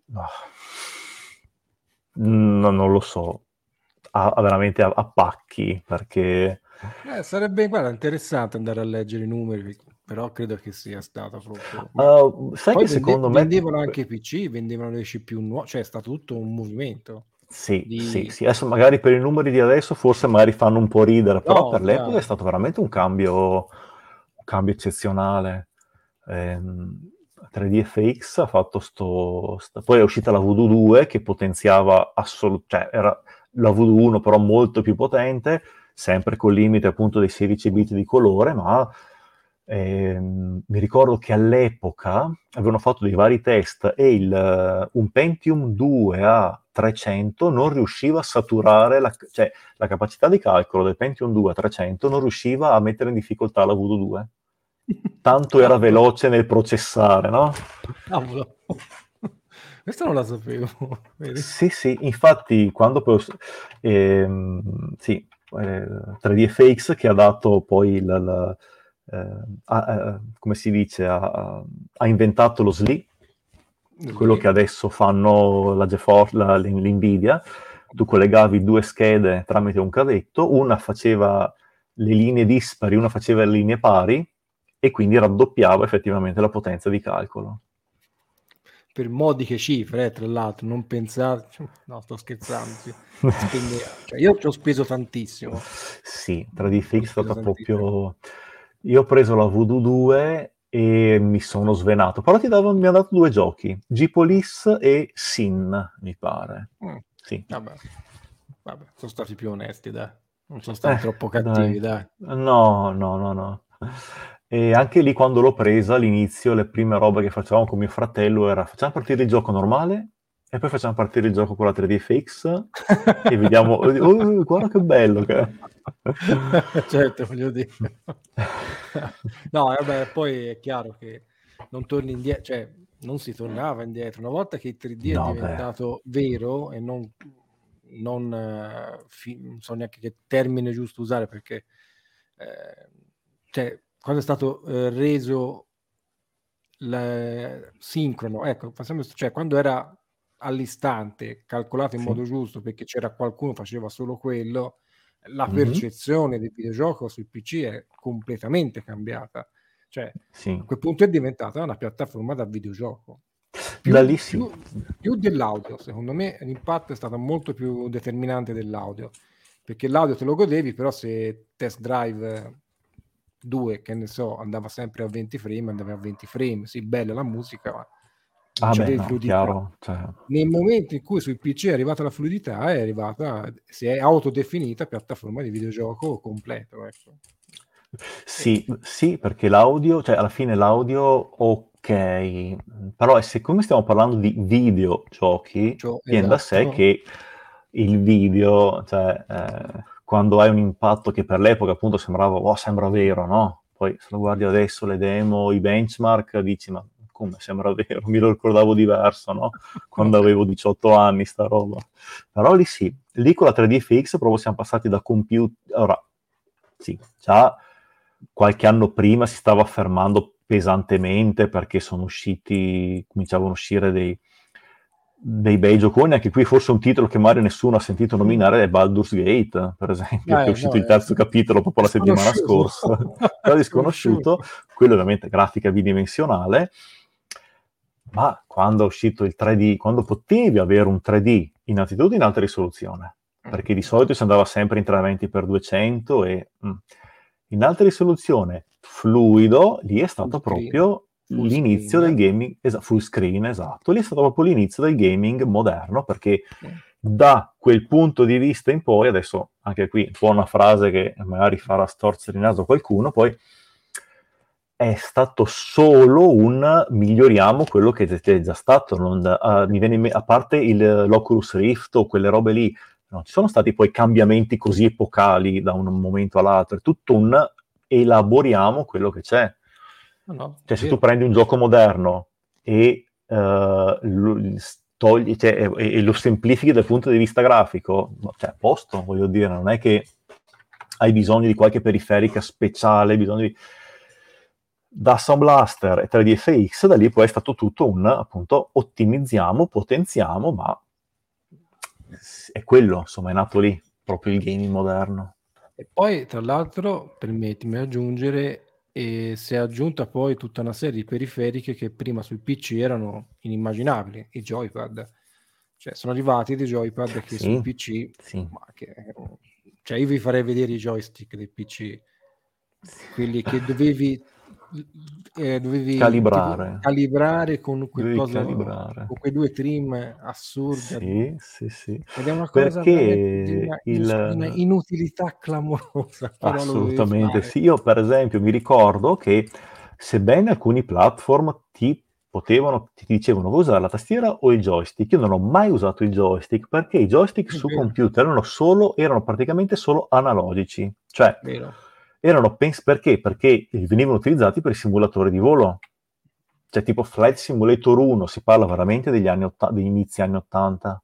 non lo so, veramente a pacchi, perché... Sarebbe, guarda, interessante andare a leggere i numeri, però credo che sia stata proprio... Ma sai poi che secondo me... vendevano anche i PC, vendevano le CPU nuove, cioè è stato tutto un movimento Sì, sì, di... sì. Adesso magari per i numeri di adesso forse magari fanno un po' ridere, però No, per l'epoca è chiaro. stato veramente un cambio eccezionale. Ehm, 3DFX ha fatto poi è uscita la Voodoo 2 che potenziava cioè era la Voodoo 1 però molto più potente, sempre col limite appunto dei 16 bit di colore, ma mi ricordo che all'epoca avevano fatto dei vari test e un Pentium 2 a 300 non riusciva a saturare cioè la capacità di calcolo del Pentium 2 a 300 non riusciva a mettere in difficoltà la Voodoo 2. Tanto era Cavolo. veloce nel processare, no? Cavolo. Questa non la sapevo, vedi? Sì, infatti quando poi, sì, 3DFX che ha dato poi come si dice, ha inventato lo SLI, quello Sì. che adesso fanno la GeForce, l'Nvidia. Tu collegavi due schede tramite un cavetto, una faceva le linee dispari, una faceva le linee pari, e quindi raddoppiava effettivamente la potenza di calcolo. Per modiche cifre, tra l'altro, non pensate... No, sto scherzando, sì. Cioè, io ci ho speso tantissimo. Sì, Ci ho 3DFX è speso stata tantissimo. proprio... Io ho preso la Voodoo 2 e mi sono svenato. Però mi ha dato due giochi, G-Police e Sin, mi pare. Sì. Vabbè, sono stati più onesti, dai. Non sono stati troppo cattivi, Dai. dai. No. E anche lì quando l'ho presa all'inizio, le prime robe che facevamo con mio fratello era facciamo partire il gioco normale e poi facciamo partire il gioco con la 3DFX e vediamo, oh, guarda che bello che è. Certo, voglio dire. No, vabbè, poi è chiaro che non torni indietro, cioè non si tornava indietro. Una volta che il 3D è No, beh. diventato vero e non so neanche che termine giusto usare, perché cioè, quando è stato reso sincrono, ecco, cioè quando era all'istante, calcolato in Sì. modo giusto perché c'era qualcuno che faceva solo quello, la Mhm. percezione del videogioco sul PC è completamente cambiata. Cioè, Sì. a quel punto è diventata una piattaforma da videogioco. Da Più, lì sì. più dell'audio, secondo me l'impatto è stato molto più determinante dell'audio, perché l'audio te lo godevi, però se Test Drive 2, che ne so, andava sempre a 20 frame, andava a 20 frame, sì, bella la musica, ma non Ah beh, c'avevi no, fluidità. chiaro. Cioè, Nel momento in cui sul PC è arrivata la fluidità, si è autodefinita piattaforma di videogioco completo, ecco. sì, perché l'audio, cioè alla fine l'audio, ok, però siccome stiamo parlando di videogiochi, viene da sé Esatto. che il video, cioè, quando hai un impatto che per l'epoca appunto sembrava, oh, sembra vero, no? Poi se lo guardi adesso, le demo, i benchmark, dici, ma come sembra vero? Mi lo ricordavo diverso, no? Quando avevo 18 anni, sta roba. Però lì sì, lì con la 3DFX proprio siamo passati da computer, ora, sì, già qualche anno prima si stava affermando pesantemente perché cominciavano a uscire dei bei gioconi, anche qui forse un titolo che magari nessuno ha sentito nominare è Baldur's Gate, per esempio, che è uscito No, il terzo capitolo proprio è la settimana sconosciuto. scorsa, È quasi sconosciuto, sconosciuto. quello ovviamente grafica bidimensionale, ma quando è uscito il 3D, quando potevi avere un 3D, innanzitutto in alta risoluzione, perché di solito si andava sempre in 320x200 e in alta risoluzione, fluido, lì è Full stato screen. proprio Full l'inizio del screen. gaming, full screen, esatto, lì è stato proprio l'inizio del gaming moderno, perché Mm. da quel punto di vista in poi, adesso anche qui un po' una frase che magari farà storzare il naso a qualcuno, poi è stato solo un miglioriamo quello che è già stato, mi viene a parte l'Oculus Rift o quelle robe lì, non ci sono stati poi cambiamenti così epocali da un momento all'altro, è tutto un elaboriamo quello che c'è. No, Cioè, se tu vero. prendi un gioco moderno e togli, cioè, e lo semplifichi dal punto di vista grafico, cioè, a posto, voglio dire, non è che hai bisogno di qualche periferica speciale, da Sound Blaster e 3DFX, da lì poi è stato tutto appunto, ottimizziamo, potenziamo, ma è quello, insomma, è nato lì, proprio il gaming moderno. E poi, tra l'altro, permettimi di aggiungere, si è aggiunta poi tutta una serie di periferiche che prima sul PC erano inimmaginabili, i joypad. Cioè, sono arrivati dei joypad che sul Sì, PC, sì. ma cioè io vi farei vedere i joystick del PC, quelli che dovevi dovevi tipo Calibrare. calibrare con quel Dovevi coso, calibrare. con quei due trim assurda, Sì, sì, sì. ed è una cosa veramente Perché di una il inutilità clamorosa, però lo dovevi assolutamente fare. sì. Io per esempio mi ricordo che sebbene alcuni platform ti dicevano vuoi usare la tastiera o il joystick, io non ho mai usato il joystick perché i joystick È su vero, computer erano praticamente solo analogici, cioè vero. perché? Perché venivano utilizzati per i simulatori di volo, cioè tipo Flight Simulator 1, si parla veramente degli inizi anni 80.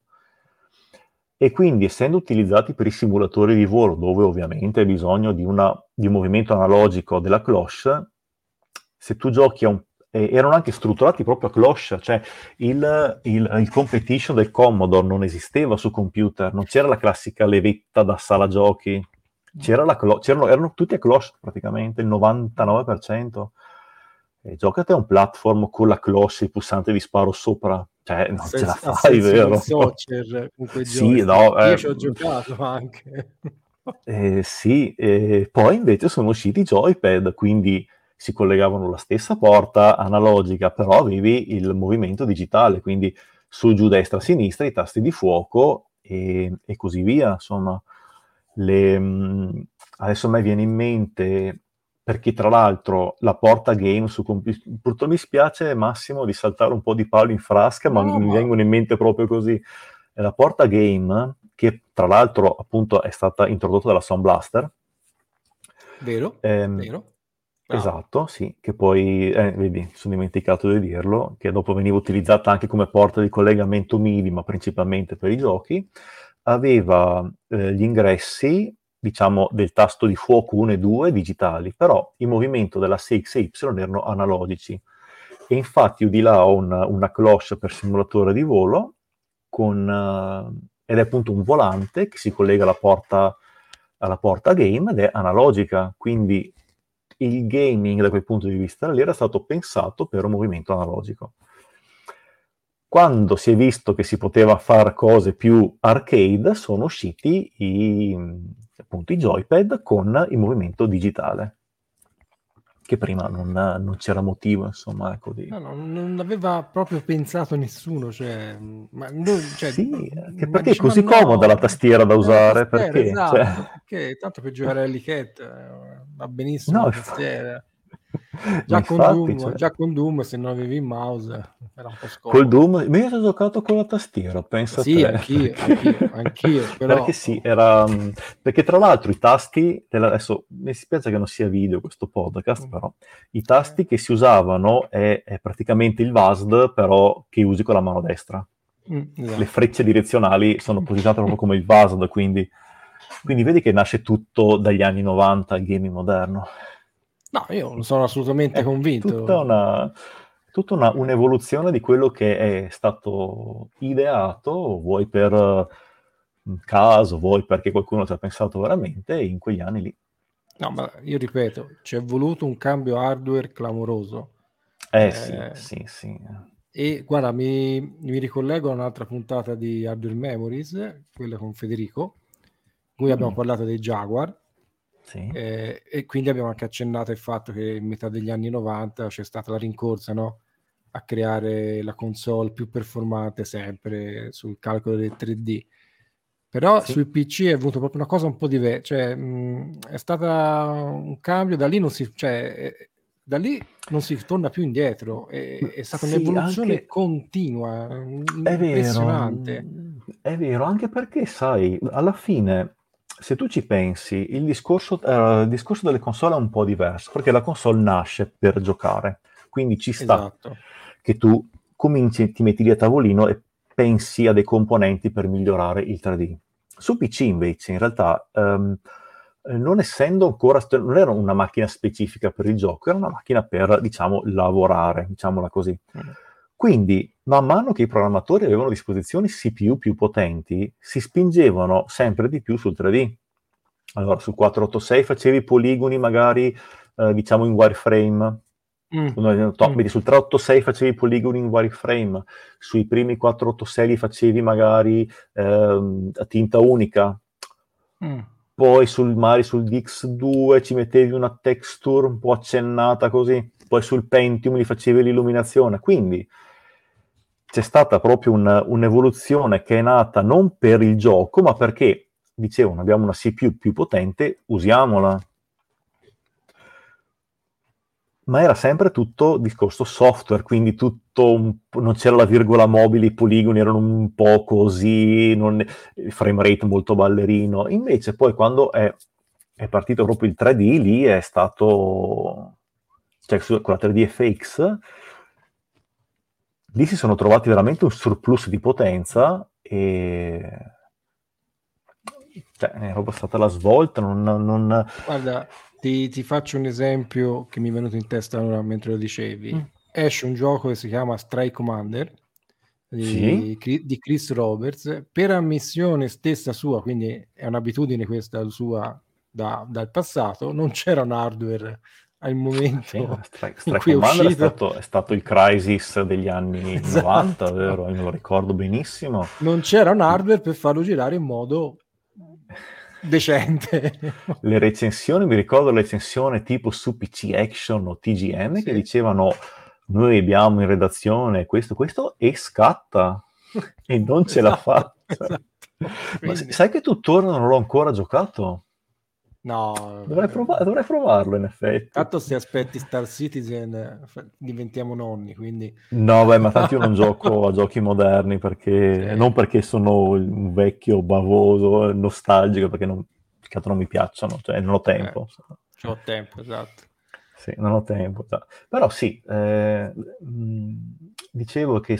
E quindi, essendo utilizzati per i simulatori di volo, dove ovviamente hai bisogno di un movimento analogico della cloche, se tu giochi erano anche strutturati proprio a cloche, cioè il competition del Commodore non esisteva su computer, non c'era la classica levetta da sala giochi, erano tutti a cloche praticamente, il 99%. E giocate a un platform con la cloche e il pulsante di sparo sopra, cioè non ce la A fai, sensi di vero? soccer con quei Sì, joystick. no, Io ci ho giocato anche. sì, poi invece sono usciti i joypad, quindi si collegavano alla stessa porta analogica, però avevi il movimento digitale, quindi su, giù, destra, sinistra, i tasti di fuoco e così via. Insomma, adesso a me viene in mente, perché tra l'altro la porta game su computer, purtroppo mi spiace Massimo di saltare un po' di palo in frasca, ma No, mi ma vengono in mente proprio così. È la porta game, che tra l'altro appunto è stata introdotta dalla Sound Blaster. vero, Ehm, vero, bravo. esatto, sì, che poi, vedi, mi sono dimenticato di dirlo, che dopo veniva utilizzata anche come porta di collegamento MIDI, ma principalmente per i giochi. Aveva gli ingressi, diciamo, del tasto di fuoco 1 e 2 digitali, però il movimento della 6X e Y erano analogici. E infatti io di là ho una cloche per simulatore di volo, ed è appunto un volante che si collega alla porta game ed è analogica, quindi il gaming da quel punto di vista lì era stato pensato per un movimento analogico. Quando si è visto che si poteva fare cose più arcade, sono usciti appunto, i joypad con il movimento digitale, che prima non c'era motivo, insomma, ecco, No, no, non aveva proprio pensato nessuno, cioè, Sì, anche ma perché è dici, ma così comoda la no, tastiera da è la usare, tastiera, perché? Cioè, esatto, perché tanto per giocare a Lichette va benissimo no, la tastiera. ma infatti, cioè, Già con Doom, se non avevi il mouse, era un po' col scomodo. Doom, ma io ho giocato con la tastiera, pensa a Sì, te, anch'io, anch'io, anch'io, perché però sì, perché tra l'altro i tasti, adesso mi spiace che non sia video questo podcast, però i eh, tasti che si usavano è praticamente il VASD, però che usi con la mano destra. Le esatto. frecce direzionali sono positate proprio come il VASD, quindi vedi che nasce tutto dagli anni 90 il gaming moderno. No, io sono assolutamente È convinto. un'evoluzione di quello che è stato ideato, vuoi per caso, vuoi perché qualcuno ci ha pensato veramente in quegli anni lì. No, ma io ripeto, ci è voluto un cambio hardware clamoroso. Eh sì, Eh, sì, sì. e guarda, mi ricollego a un'altra puntata di Hardware Memories, quella con Federico, in cui abbiamo Mm, parlato dei Jaguar, sì, e quindi abbiamo anche accennato il fatto che in metà degli anni 90 c'è stata la rincorsa, no? A creare la console più performante sempre sul calcolo del 3D. Però sì. sui PC è avuto proprio una cosa un po' diversa, cioè è stata un cambio, da lì non si torna più indietro, è stata Sì, un'evoluzione anche continua, è vero, impressionante. è vero, anche perché, sai, alla fine, se tu ci pensi, il discorso delle console è un po' diverso, perché la console nasce per giocare, quindi ci sta Esatto, che tu cominci, ti metti lì a tavolino e pensi a dei componenti per migliorare il 3D. Su PC invece, in realtà, non essendo ancora, non era una macchina specifica per il gioco, era una macchina per, diciamo, lavorare, diciamola così. mm, Quindi, man mano che i programmatori avevano a disposizione CPU più potenti, si spingevano sempre di più sul 3D. Allora, sul 486 facevi poligoni magari, diciamo, in wireframe. mm, Vedi, mm, sul 386 facevi poligoni in wireframe, sui primi 486 li facevi magari a tinta unica. mm. Poi sul DX2 ci mettevi una texture un po' accennata così. poi sul Pentium gli facevi l'illuminazione, quindi c'è stata proprio un'evoluzione che è nata non per il gioco, ma perché dicevano abbiamo una CPU più potente, usiamola. Ma era sempre tutto discorso software, quindi non c'era la virgola mobile, i poligoni erano un po' così, il frame rate molto ballerino. Invece poi quando è partito proprio il 3D, lì è stato, cioè con la 3D FX, lì si sono trovati veramente un surplus di potenza e cioè, è proprio stata la svolta, Guarda, ti faccio un esempio che mi è venuto in testa ora mentre lo dicevi. Esce un gioco che si chiama Strike Commander Sì? di Chris Roberts, per ammissione stessa sua, quindi è un'abitudine questa sua dal passato, non c'era un hardware al Sì, momento in Strike cui è Commander uscito. è stato il Crysis degli anni 90, Esatto. vero? Io me lo ricordo benissimo. Non c'era un hardware per farlo girare in modo decente. Le recensioni, mi ricordo le recensioni tipo su PC Action o TGM che Sì. dicevano noi abbiamo in redazione questo, e scatta e non ce l'ha Esatto, fatta. esatto. Ma Quindi, sai che tuttora non l'ho ancora giocato? no, Dovrei provarlo in effetti. tanto se aspetti Star Citizen diventiamo nonni, quindi No, beh, ma tanto io non gioco a giochi moderni perché sì, non perché sono un vecchio bavoso, nostalgico, perché più che altro non mi piacciono, cioè non ho tempo. c'ho tempo, esatto. Sì, non ho tempo. Cioè. Però sì, dicevo che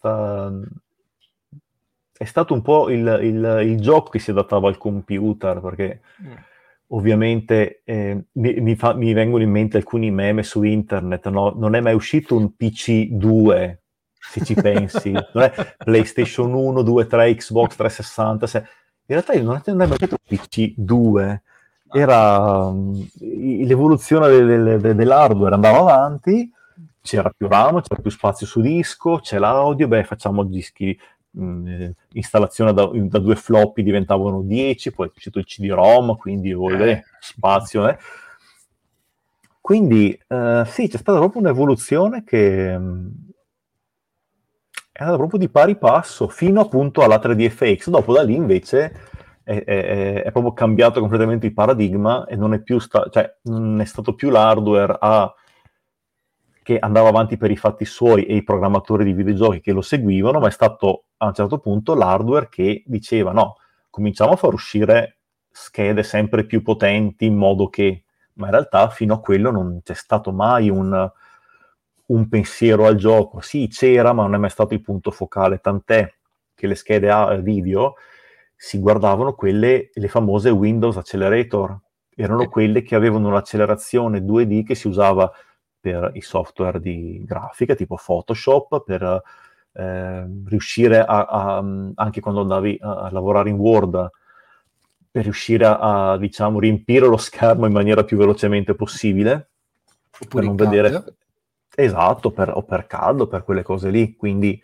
è stato un po' il gioco che si adattava al computer, perché Mm. ovviamente mi vengono in mente alcuni meme su internet, no? Non è mai uscito un PC2, se ci pensi, non è PlayStation 1, 2, 3, Xbox 360, in realtà non è mai uscito un PC2, era l'evoluzione dell'hardware andava avanti, c'era più RAM, c'era più spazio su disco, c'è l'audio, beh facciamo dischi, installazione da 2 floppy diventavano 10, poi è uscito il CD-ROM, quindi spazio. Quindi sì, c'è stata proprio un'evoluzione che è andata proprio di pari passo fino appunto alla 3DFX. Dopo da lì invece è proprio cambiato completamente il paradigma e non è più cioè, non è stato più l'hardware che andava avanti per i fatti suoi e i programmatori di videogiochi che lo seguivano, ma è stato a un certo punto l'hardware che diceva no, cominciamo a far uscire schede sempre più potenti in modo che, ma in realtà fino a quello non c'è stato mai un pensiero al gioco. Sì, c'era, ma non è mai stato il punto focale, tant'è che le schede video si guardavano le famose Windows Accelerator, erano quelle che avevano l'accelerazione 2D che si usava per i software di grafica, tipo Photoshop, per riuscire anche quando andavi a lavorare in Word, per riuscire diciamo, riempire lo schermo in maniera più velocemente possibile, per Oppure non in vedere... CAD. Esatto, o per caldo, per quelle cose lì, quindi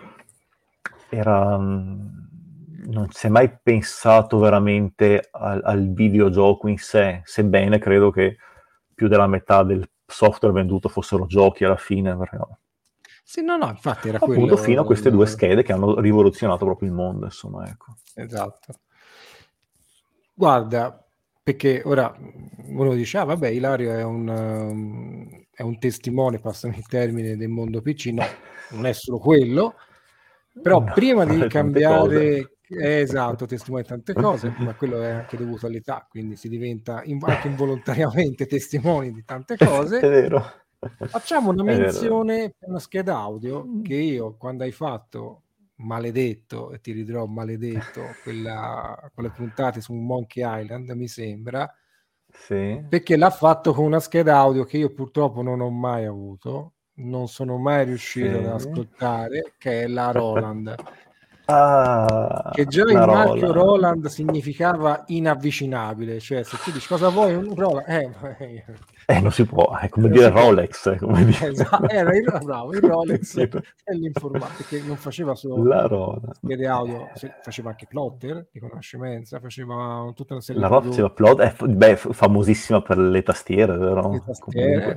non si è mai pensato veramente al videogioco in sé, sebbene credo che più della metà del software venduto fossero giochi alla fine, perché, Sì, no, infatti era appunto quello. fino a queste due schede che hanno rivoluzionato proprio il mondo, insomma, ecco. Esatto. Guarda, perché ora uno dice, ah vabbè, Ilario è un testimone, passami il termine, del mondo PC. No, non è solo quello, però No, prima di tante cose. cambiare, esatto, testimone di tante cose, ma quello è anche dovuto all'età, quindi si diventa anche involontariamente testimoni di tante È cose. vero. Facciamo una È vero. menzione per una scheda audio che io, quando hai fatto maledetto, e ti ridirò maledetto, quelle puntate su Monkey Island, mi sembra, Sì. perché l'ha fatto con una scheda audio che io purtroppo non ho mai avuto, non sono mai riuscito ad Sì. ascoltare, che è la Roland. Che già il La marchio Roland. Roland significava inavvicinabile, cioè se tu dici cosa vuoi un Roland, Non si può, è come non dire si può. Rolex, è come dire... Era bravo, il Rolex Dire è l'informatica, perché non faceva solo la Roland. schede audio, faceva anche plotter di conoscenza, faceva tutta una serie di La Roland faceva prodotti, Plot, famosissima per le tastiere, le vero? tastiere, Comunque.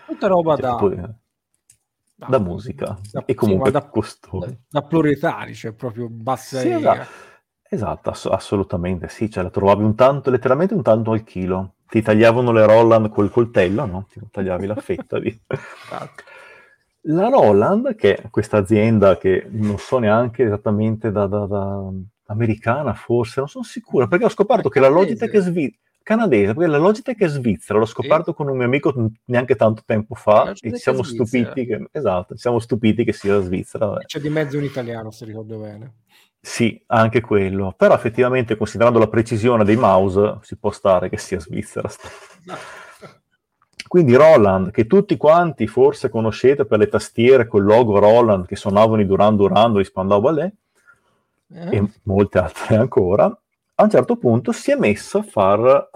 Tutta roba Cioè, da musica e sì, ma comunque costosa. da proletari, cioè proprio bassa Sì, e... esatto, assolutamente sì, cioè la trovavi letteralmente un tanto al chilo. Ti tagliavano le Roland col coltello, no? Ti tagliavi la fetta di... Esatto. La Roland, che è questa azienda che non so neanche esattamente americana, forse, non sono sicuro, perché ho scoperto che la Logitech è canadese, perché la Logitech è svizzera, l'ho Sì, scoperto con un mio amico neanche tanto tempo la fa e ci Logitech è siamo svizzera. stupiti che, esatto, ci siamo stupiti che sia svizzera. Vabbè. C'è di mezzo un italiano, se ricordo bene. Sì, anche quello, però effettivamente considerando la precisione dei mouse si può stare che sia svizzera. Quindi Roland, che tutti quanti forse conoscete per le tastiere col logo Roland che suonavano i Duran Duran o i Spandau Ballet, e molte altre ancora, a un certo punto si è messo a fare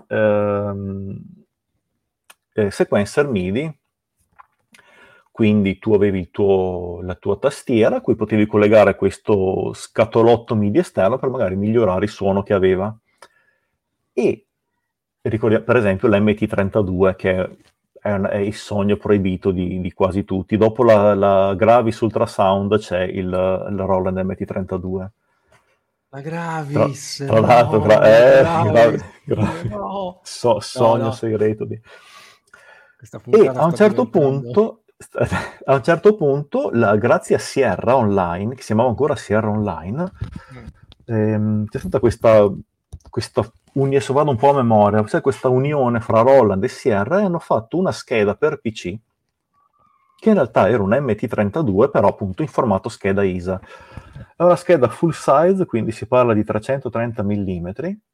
sequencer MIDI, quindi tu avevi la tua tastiera a cui potevi collegare questo scatolotto MIDI esterno per magari migliorare il suono che aveva. E ricordiamo per esempio l'MT32 che è il sogno proibito di quasi tutti. Dopo la Gravis Ultrasound c'è il Roland MT32. La Tra, Gravis, tra l'altro, no, la Gravis, Dio, no. No, sogno no, segreto di... questa E puntata sta diventando... a un certo punto grazie a Sierra Online, che si chiamava ancora Sierra Online, c'è stata se vado un po' a memoria, c'è questa unione fra Roland e Sierra e hanno fatto una scheda per PC che in realtà era un MT32, però appunto in formato scheda ISA. È una scheda full size, quindi si parla di 330 mm,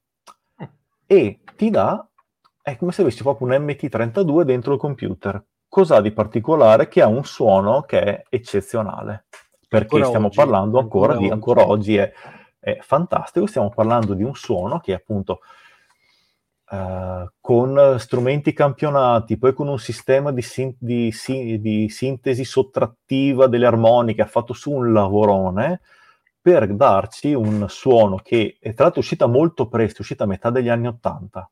e ti dà, è come se avessi proprio un MT32 dentro il computer. Cos'ha di particolare? Che ha un suono che è eccezionale, perché stiamo parlando ancora oggi è fantastico, stiamo parlando di un suono che appunto con strumenti campionati, poi con un sistema di sintesi sottrattiva delle armoniche, ha fatto su un lavorone per darci un suono che è tra l'altro uscita molto presto, è uscita a metà degli anni '80.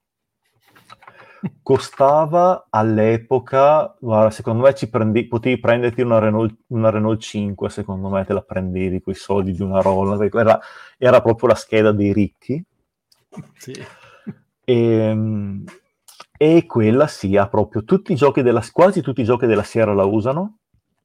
Costava all'epoca, guarda, secondo me potevi prenderti una Renault 5, secondo me te la prendevi con i soldi di una Roland, era proprio la scheda dei ricchi. Sì. E quella sì, ha proprio quasi tutti i giochi della Sierra la usano.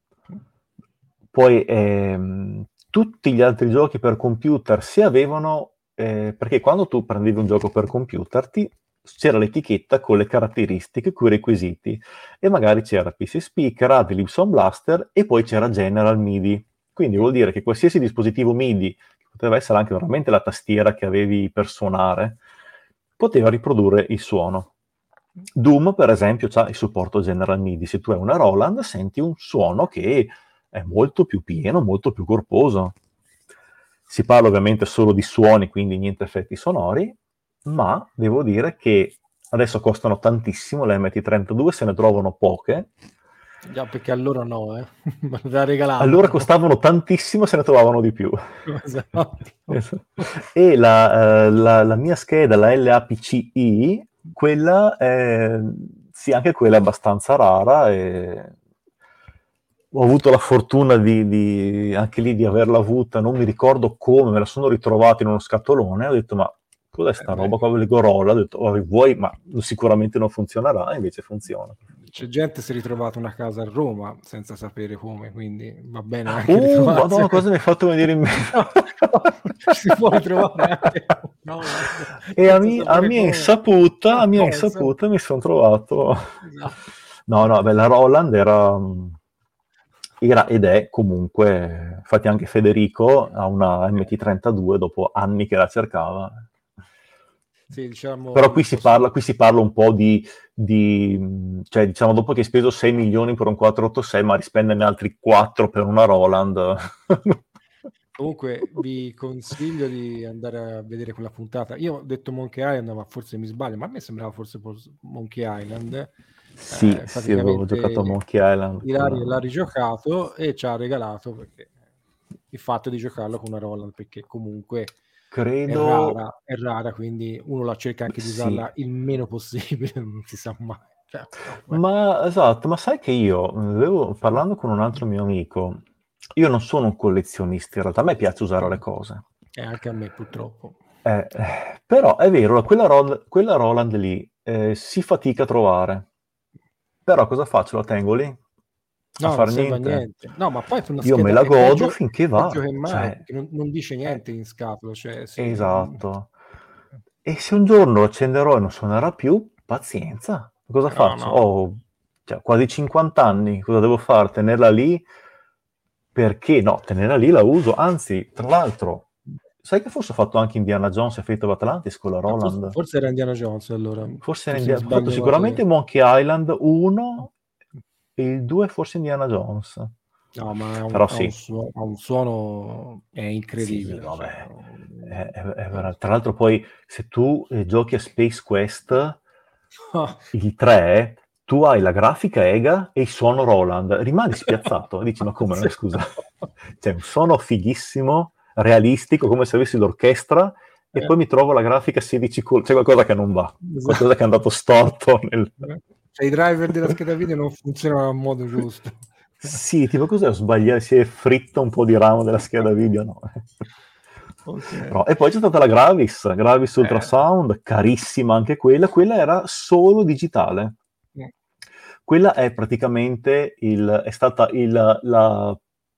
Poi tutti gli altri giochi per computer si avevano, perché quando tu prendevi un gioco per computer c'era l'etichetta con le caratteristiche, con i requisiti, e magari c'era PC Speaker, Adlib Sound Blaster e poi c'era General MIDI. Quindi vuol dire che qualsiasi dispositivo MIDI, che poteva essere anche veramente la tastiera che avevi per suonare, poteva riprodurre il suono. Doom, per esempio, ha il supporto General MIDI. Se tu hai una Roland, senti un suono che è molto più pieno, molto più corposo. Si parla ovviamente solo di suoni, quindi niente effetti sonori, ma devo dire che adesso costano tantissimo, le MT32 se ne trovano poche. Già, perché allora no, me la regalavano. Allora costavano tantissimo, se ne trovavano di più. Esatto. E la mia scheda, la LAPCI, quella sì, anche quella è abbastanza rara e ho avuto la fortuna anche lì di averla avuta, non mi ricordo come, me la sono ritrovata in uno scatolone, ho detto ma cos'è sta roba qua, le Gorolla, ho detto vuoi, ma sicuramente non funzionerà, invece funziona. C'è gente che si è ritrovata una casa a Roma senza sapere come, quindi va bene anche ritrovarsi. Madonna, cosa mi hai fatto venire in mente? No, si può ritrovare anche no, E senza sapere come. a mia Insomma, insaputa mi sono trovato... esatto. No, beh, la Roland era ed è comunque, infatti anche Federico ha una MT32 dopo anni che la cercava. Sì, diciamo Però il posto. qui si parla un po' cioè diciamo dopo che hai speso 6 milioni per un 486, ma rispenderne altri 4 per una Roland. Comunque vi consiglio di andare a vedere quella puntata. Io ho detto Monkey Island, ma forse mi sbaglio, ma a me sembrava forse Monkey Island. Sì, avevo giocato a Praticamente Monkey Island Ilaria l'ha rigiocato e ci ha regalato perché il fatto di giocarlo con una Roland, perché comunque credo... è rara, quindi uno la cerca anche di Sì, usarla il meno possibile, non si sa mai. Ma esatto, ma sai che io parlando con un altro mio amico, io non sono un collezionista in realtà, a me piace usare le cose. E anche a me purtroppo. Però è vero, quella Roland lì si fatica a trovare. Però cosa faccio? La tengo lì a No, non far serve a niente. niente. No, ma poi una Io me scheda la è godo peggio, finché peggio va. che mai, Cioè, perché non dice eh, niente in scatola. Cioè, esatto. E se un giorno accenderò e non suonerà più, pazienza. Cosa no, faccio? no. Ho quasi 50 anni, cosa devo fare? Tenerla lì? Perché no, tenerla lì la uso. Anzi, tra l'altro, sai che forse ho fatto anche Indiana Jones e Fate of Atlantis con la Ah, forse, Roland? forse era Indiana Jones allora, Forse, forse mi ho fatto sbaglio sicuramente completamente. Monkey Island 1 e il 2 forse Indiana Jones. No, ma Però sì, ha un suono è sì, incredibile. Cioè, vabbè. Tra l'altro poi se tu giochi a Space Quest, il 3, tu hai la grafica EGA e il suono Roland. Rimani spiazzato. Dici, ma come? Sì. Scusa. C'è un suono fighissimo, realistico, come se avessi l'orchestra, e poi mi trovo la grafica 16 c'è qualcosa che non va, qualcosa che è andato storto nel... Cioè, i driver della scheda video non funzionano al modo giusto. Sì, tipo cos'è? Ho sbagliato, si è fritta un po' di ramo della scheda video, no? Ok. Però, e poi c'è stata la Gravis Ultrasound, carissima anche quella era solo digitale. Quella è praticamente è stata la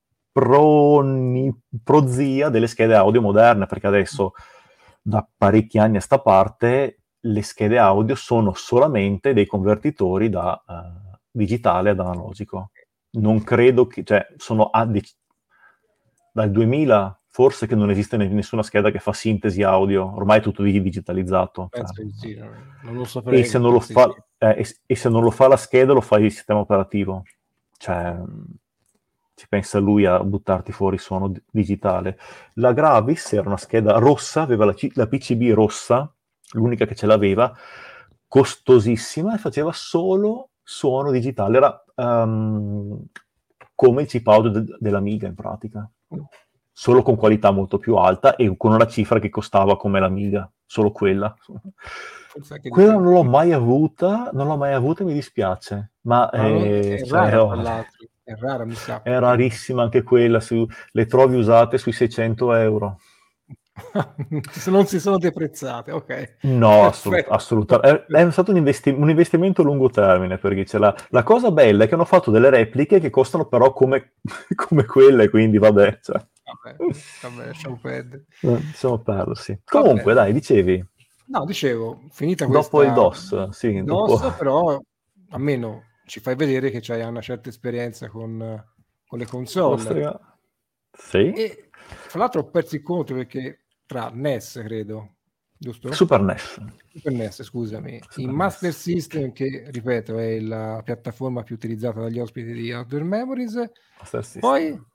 prozia delle schede audio moderne, perché adesso da parecchi anni a sta parte le schede audio sono solamente dei convertitori da digitale ad analogico. Non credo che, cioè, sono dal 2000 forse che non esiste nessuna scheda che fa sintesi audio, ormai è tutto digitalizzato. Cioè, Penso di sì, non lo e saprei, se ma non lo penso di sì. fa, e se non lo fa la scheda, lo fa il sistema operativo. Cioè, ci pensa lui a buttarti fuori suono digitale. La Gravis era una scheda rossa, aveva la PCB rossa, l'unica che ce l'aveva, costosissima, e faceva solo suono digitale. Era come il chip audio dell'Amiga in pratica, solo con qualità molto più alta e con una cifra che costava come l'Amiga, solo quella. Forse anche di Quella più. non l'ho mai avuta, e mi dispiace, ma Ma è cioè, rara, tra l'altro, è rara, mi sa, è perché rarissima anche quella, le trovi usate sui 600 euro. non si sono deprezzate. Ok, No, perfetto. assolutamente. È stato un investimento a lungo termine, perché c'è la cosa bella è che hanno fatto delle repliche che costano però come, come quelle, quindi vabbè. Cioè. Vabbè, lasciamo perdere. Lasciamo perdere, sì. Vabbè, Comunque, dai, dicevi, no, dicevo, finita dopo il questa DOS, sì, dopo... DOS, però almeno ci fai vedere che c'hai una certa esperienza con le console. Sì? E fra l'altro ho perso il conto perché tra NES, credo, giusto? Super NES. Super NES, scusami, in Super Master NES. System, che ripeto è la piattaforma più utilizzata dagli ospiti di Hardware Memories, Master poi System.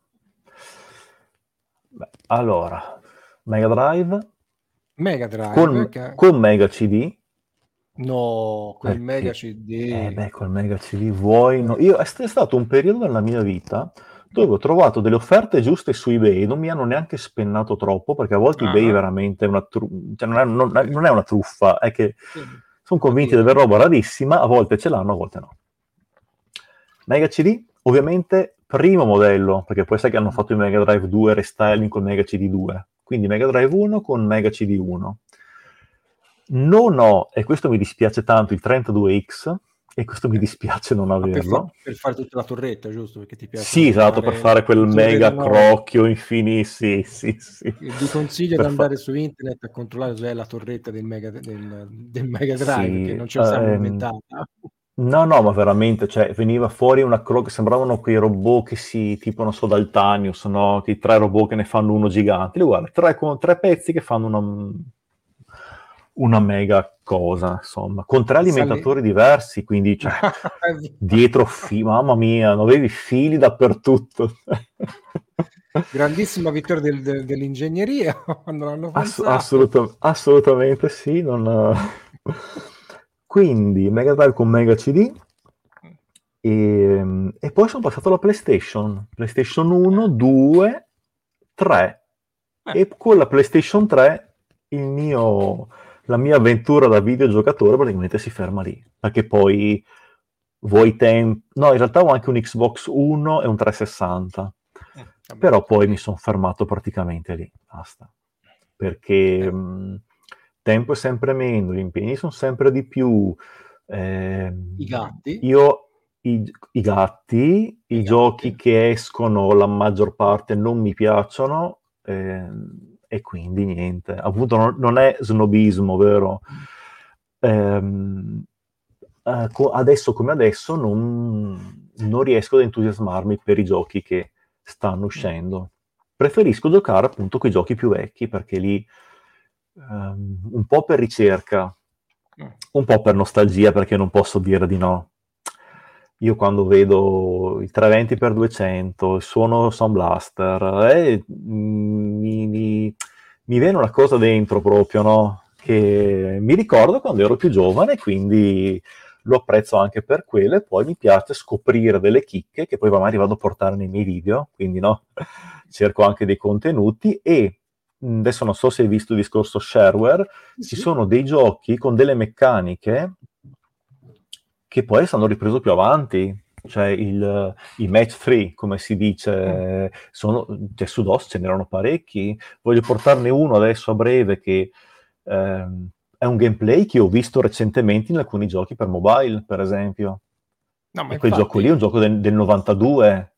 Beh, allora, Mega Drive Mega Drive, che con Mega CD, no, col Mega perché, CD. col Mega CD vuoi... No. Io, è stato un periodo nella mia vita dove ho trovato delle offerte giuste su eBay, non mi hanno neanche spennato troppo, perché a volte eBay è Ah, veramente cioè non è una truffa, è che sì, sono va convinti di dire. avere roba rarissima, a volte ce l'hanno, a volte no. Mega CD, ovviamente primo modello, perché poi sai che hanno fatto il Mega Drive 2 restyling con Mega CD 2, quindi Mega Drive 1 con Mega CD 1. Non ho, e questo mi dispiace tanto, il 32X, e questo mi dispiace non Ma averlo. per fare tutta la torretta, giusto? Perché ti piace Sì, esatto, per continuare fare quel il giro mega dell'enorme. crocchio infinito, sì, sì, sì. Vi consiglio di Per andare su internet a controllare cos'è la torretta del Mega Drive, che sì, non ce la siamo inventata. no, no, ma veramente, cioè, veniva fuori una che sembravano quei robot che tipo, non so, dal Tanius, no? Quei 3 robot che ne fanno uno gigante. Guarda, 3 pezzi che fanno una mega cosa, insomma, con 3 Sale... alimentatori diversi, quindi, cioè, dietro, mamma mia, avevi fili dappertutto. Grandissima vittoria dell'ingegneria quando l'hanno pensato. Assolutamente sì. Quindi Mega Drive con Mega CD e poi sono passato alla PlayStation 1, 2, 3 e con la PlayStation 3 la mia avventura da videogiocatore praticamente si ferma lì, perché poi No, in realtà ho anche un Xbox One e un 360, però poi mi sono fermato praticamente lì, basta. Perché tempo è sempre meno, gli impegni sono sempre di più. I gatti? Io i gatti, i giochi che escono, la maggior parte non mi piacciono, e quindi niente. Appunto, non è snobismo, vero? Adesso come adesso non riesco ad entusiasmarmi per i giochi che stanno uscendo. Preferisco giocare appunto con i giochi più vecchi, perché lì un po' per ricerca, un po' per nostalgia, perché non posso dire di no. Io quando vedo il 320x200, il suono Sound Blaster, mi viene una cosa dentro proprio, no? Che mi ricordo quando ero più giovane, quindi lo apprezzo anche per quello, e poi mi piace scoprire delle chicche che poi magari vado a portare nei miei video, quindi no, cerco anche dei contenuti. E adesso non so se hai visto il discorso shareware, ci sono dei giochi con delle meccaniche che poi è stato ripreso più avanti, cioè i match 3, come si dice, cioè su DOS ce n'erano parecchi. Voglio portarne uno adesso a breve che è un gameplay che ho visto recentemente in alcuni giochi per mobile, per esempio. No, ma e quel gioco lì è un gioco del 92,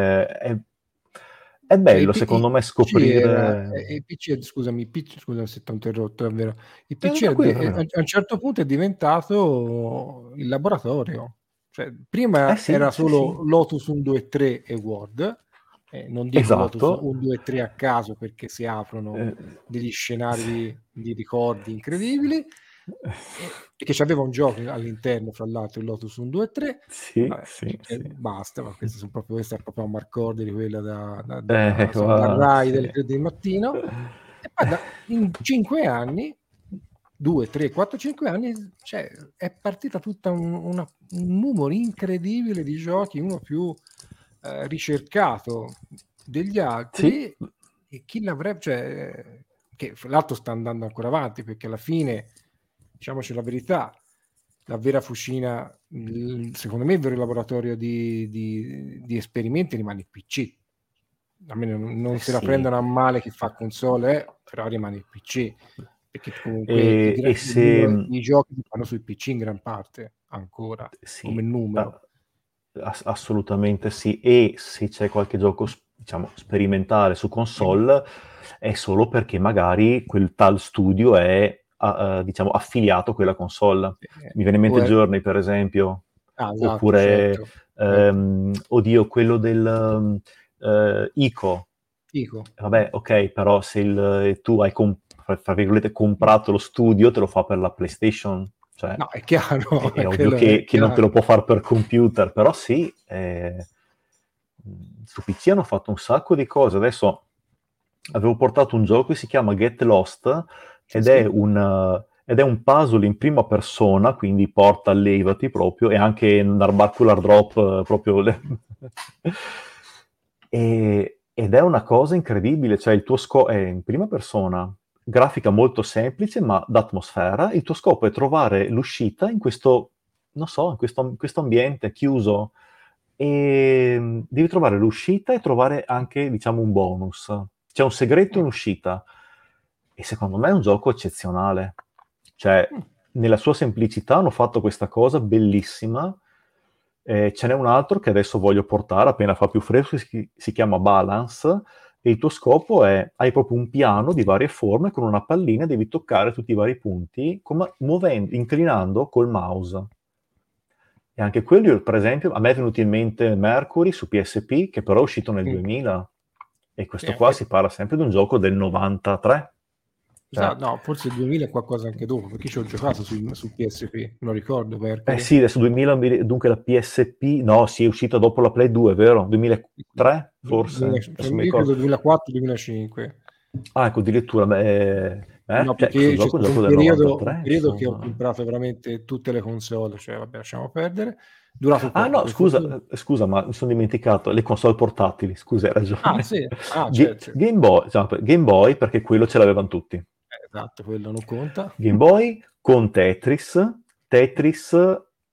è bello secondo me scoprire... Il PC, scusami, scusa se ti ho interrotto, davvero. Il PC tranquillo. a un certo punto è diventato il laboratorio. Cioè, prima Sì, era sì, solo sì. Lotus 1, 2, 3 e Word. Non dico Lotus Esatto. 1, 2, 3 a caso, perché si aprono degli scenari di ricordi incredibili. Perché c'aveva un gioco all'interno, fra l'altro, il Lotus 1, 2, 3. Sì, Vabbè, sì, sì. basta, ma questa è proprio un marcorde di quella da Sì. Rai delle 3 del mattino. E poi in 5 anni, 2, 3, 4, 5 anni, cioè, è partita tutta un numero incredibile di giochi, uno più ricercato degli altri, Sì. e chi l'avrebbe, cioè, che fra l'altro sta andando ancora avanti, perché alla fine, diciamoci la verità, la vera fucina, secondo me il vero laboratorio di esperimenti rimane il PC. A me non se la Sì. prendono a male chi fa console, però rimane il PC, perché comunque E se... i giochi si fanno sui PC in gran parte ancora, Sì, come numero. assolutamente sì. E se c'è qualche gioco, diciamo, sperimentale su console, è solo perché magari quel tal studio è, diciamo, affiliato a quella console. Mi viene in mente Journey, per esempio. Esatto, Oppure, certo. oddio, quello del ICO. Dico. Vabbè, ok, però se tu hai, fra virgolette, comprato lo studio, te lo fa per la PlayStation. Cioè, No, è chiaro, è ovvio quello è che non te lo chiaro. può fare per computer, però sì, su PC hanno fatto un sacco di cose. Adesso avevo portato un gioco che si chiama Get Lost, ed è un puzzle in prima persona, quindi porta, levati proprio, e anche un arbacular drop proprio... ed è una cosa incredibile, cioè il tuo scopo è in prima persona, grafica molto semplice ma d'atmosfera. Il tuo scopo è trovare l'uscita in questo, non so, in questo ambiente chiuso, e devi trovare l'uscita e trovare anche, diciamo, un bonus. C'è un segreto in uscita, e secondo me è un gioco eccezionale. Cioè, nella sua semplicità hanno fatto questa cosa bellissima. Ce n'è un altro che adesso voglio portare appena fa più fresco, si chiama Balance, e il tuo scopo è, hai proprio un piano di varie forme con una pallina, devi toccare tutti i vari punti, inclinando col mouse. E anche quello, per esempio, a me è venuto in mente Mercury su PSP, che però è uscito nel 2000, e questo qua si parla sempre di un gioco del 93. Cioè, No, forse il 2000 è qualcosa anche dopo, perché ci ho giocato su PSP, non lo ricordo, Mercury. sì, adesso 2000, dunque la PSP, no, sì, è uscita dopo la Play 2, vero? 2003, forse? Adesso mi Io credo ricordo. 2004-2005. Ah, ecco, addirittura, No, cioè, questo perché c'è gioco è un stato gioco del un 93, periodo che ho insomma. comprato veramente tutte le console, cioè vabbè, lasciamo perdere. Durato Ah, poco, no, per fortuna. scusa, ma mi sono dimenticato, le console portatili, scusa, hai Ah, ragione. sì, certo. Game Boy, Game Boy, perché quello ce l'avevano tutti. Esatto, quello non conta. Game Boy con Tetris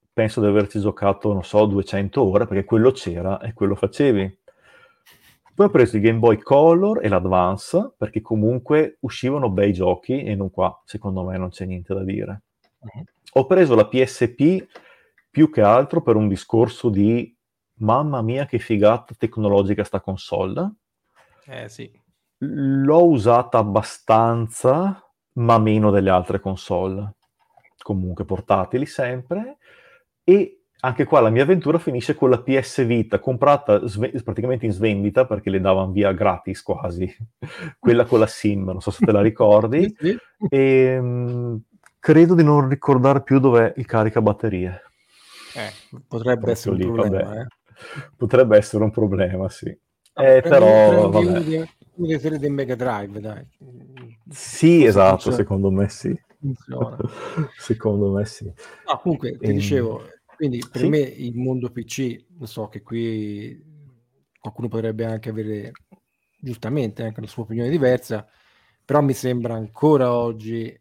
penso di averci giocato, non so, 200 ore, perché quello c'era e quello facevi. Poi ho preso il Game Boy Color e l'Advance, perché comunque uscivano bei giochi, e non qua, secondo me, non c'è niente da dire. Mhm. Ho preso la PSP più che altro per un discorso di mamma mia che figata tecnologica sta console. Sì. L'ho usata abbastanza, ma meno delle altre console, comunque portatili sempre, e anche qua la mia avventura finisce con la PS Vita, comprata praticamente in svendita, perché le davano via gratis quasi, quella con la SIM, non so se te la Sì, ricordi, sì. e credo di non ricordare più dov'è il caricabatterie. Potrebbe essere Proprio un lì, vabbè. problema, eh. Potrebbe essere un problema, sì. Vabbè, Però, prendi vabbè. uno dei tre dei Mega Drive, dai. Sì, Forse esatto, funziona. secondo me sì. Funziona. Secondo me sì. No, comunque ti dicevo, quindi per me Sì? il mondo PC, lo so che qui qualcuno potrebbe anche avere giustamente anche la sua opinione diversa, però mi sembra ancora oggi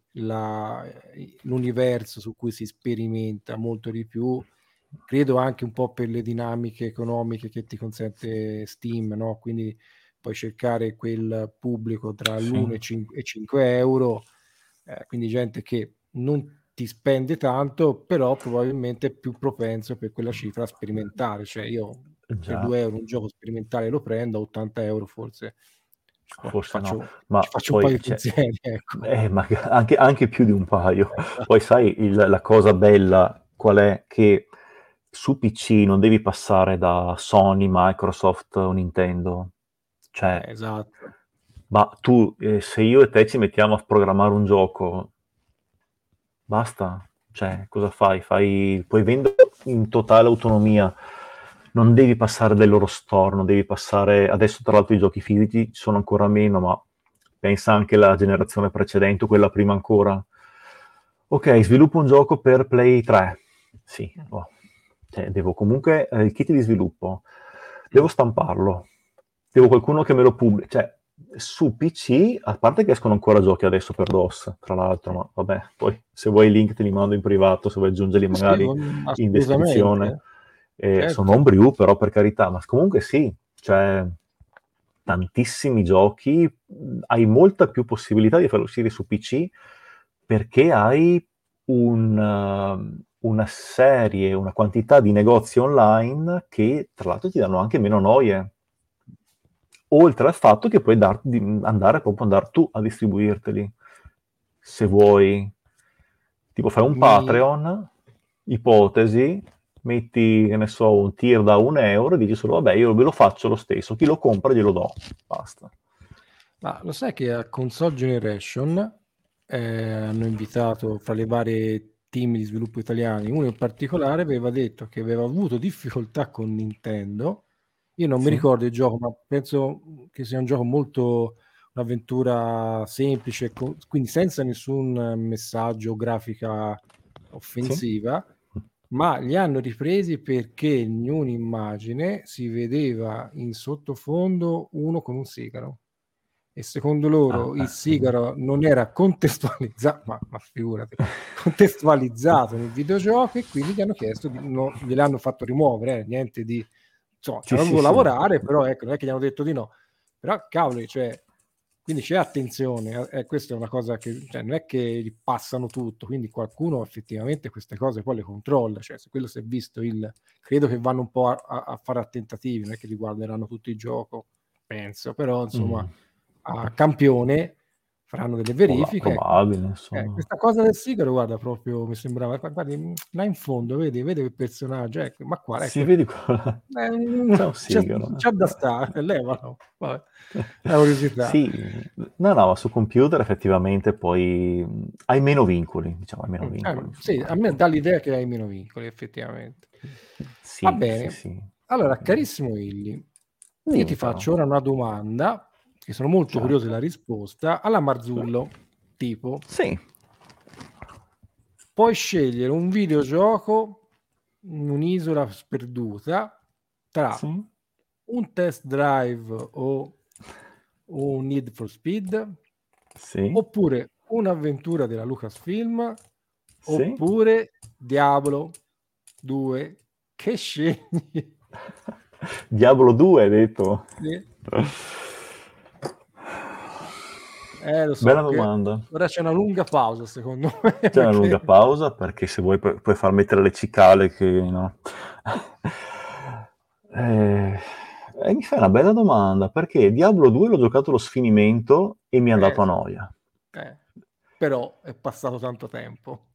l'universo su cui si sperimenta molto di più, credo anche un po' per le dinamiche economiche che ti consente Steam, no? Quindi puoi cercare quel pubblico tra Sì. l'1 e 5 euro, quindi gente che non ti spende tanto, però probabilmente è più propenso per quella cifra a sperimentare. Cioè io per Già, 2 euro un gioco sperimentale lo prendo, a 80 euro forse forse no. ci Ma faccio un poi paio di c'è... pensieri, ecco. Ma anche più di un paio. Esatto. Poi sai, la cosa bella qual è? Che su PC non devi passare da Sony, Microsoft o Nintendo. Cioè, Esatto. ma tu, se io e te ci mettiamo a programmare un gioco, basta. Cioè, cosa fai? Puoi vendere in totale autonomia. Non devi passare dai loro store, non devi passare... Adesso, tra l'altro, i giochi fisici ci sono ancora meno, ma pensa anche alla generazione precedente, o quella prima ancora. Ok, sviluppo un gioco per Play 3. Sì, cioè, devo comunque il kit di sviluppo, devo stamparlo, devo qualcuno che me lo pubblica. Cioè, su PC, a parte che escono ancora giochi adesso per DOS, tra l'altro, ma vabbè, poi se vuoi i link te li mando in privato, se vuoi aggiungerli Sì, sì, magari in descrizione. assolutamente, Sono certo. homebrew, però per carità, ma comunque sì, cioè tantissimi giochi, hai molta più possibilità di farlo uscire su PC perché hai una serie, una quantità di negozi online che tra l'altro ti danno anche meno noie. Oltre al fatto che puoi andare tu a distribuirteli, se vuoi. Tipo fai un Mi, Patreon, ipotesi, metti, che ne so, un tier da 1 euro e dici solo, vabbè, io ve lo faccio lo stesso, chi lo compra glielo do, basta. Ma lo sai che a Console Generation hanno invitato fra le varie team di sviluppo italiani, uno in particolare aveva detto che aveva avuto difficoltà con Nintendo. Io non mi Sì? ricordo il gioco, ma penso che sia un gioco molto, un'avventura semplice, quindi senza nessun messaggio o grafica Sì? offensiva, ma li hanno ripresi perché in un'immagine si vedeva in sottofondo uno con un sigaro e secondo loro il Vedi. sigaro non era contestualizzato, ma figurati, contestualizzato nel videogioco e quindi gli hanno chiesto, gliel'hanno fatto rimuovere, niente di... Insomma, ci Sì, hanno sì, dovuto sì. lavorare, però ecco, non è che gli hanno detto di no. Però cavoli, cioè, quindi c'è attenzione, questa è una cosa che, cioè, non è che gli passano tutto, quindi qualcuno effettivamente queste cose poi le controlla, cioè, se quello si è visto credo che vanno un po' a fare a tentativi, non è che riguarderanno tutto il gioco, penso, però insomma Mm. a campione faranno delle verifiche. Ecco. Probabile, insomma. Questa cosa del sigaro, guarda, proprio mi sembrava, guardi, là in fondo, vedi il personaggio, ecco, ma qua, Si ecco, vedi qua. C'è un sigaro. c'è da stare, levalo, vabbè, è una curiosità. Sì, no, no, ma su computer effettivamente poi hai meno vincoli, diciamo, hai meno vincoli, Sì, insomma, a me ecco. dà l'idea che hai meno vincoli, effettivamente. Va Sì, sì, bene, sì. allora, carissimo Illy, io ti Dimmi faccio però. ora una domanda, che sono molto curioso Certo. della risposta, alla Marzullo, tipo, Sì. puoi scegliere un videogioco in un'isola sperduta tra Sì. un test drive o un Need for Speed, Sì. oppure un'avventura della Lucasfilm, Sì. oppure Diablo. 2, che scegli? Diablo 2 hai detto? Sì. Lo Bella so, che domanda. ora c'è una lunga pausa secondo me, C'è una lunga perché pausa perché se vuoi puoi far mettere le cicale che no. Mi fai una bella domanda perché Diablo 2 l'ho giocato allo sfinimento e mi è andato a sì, noia. però è passato tanto tempo.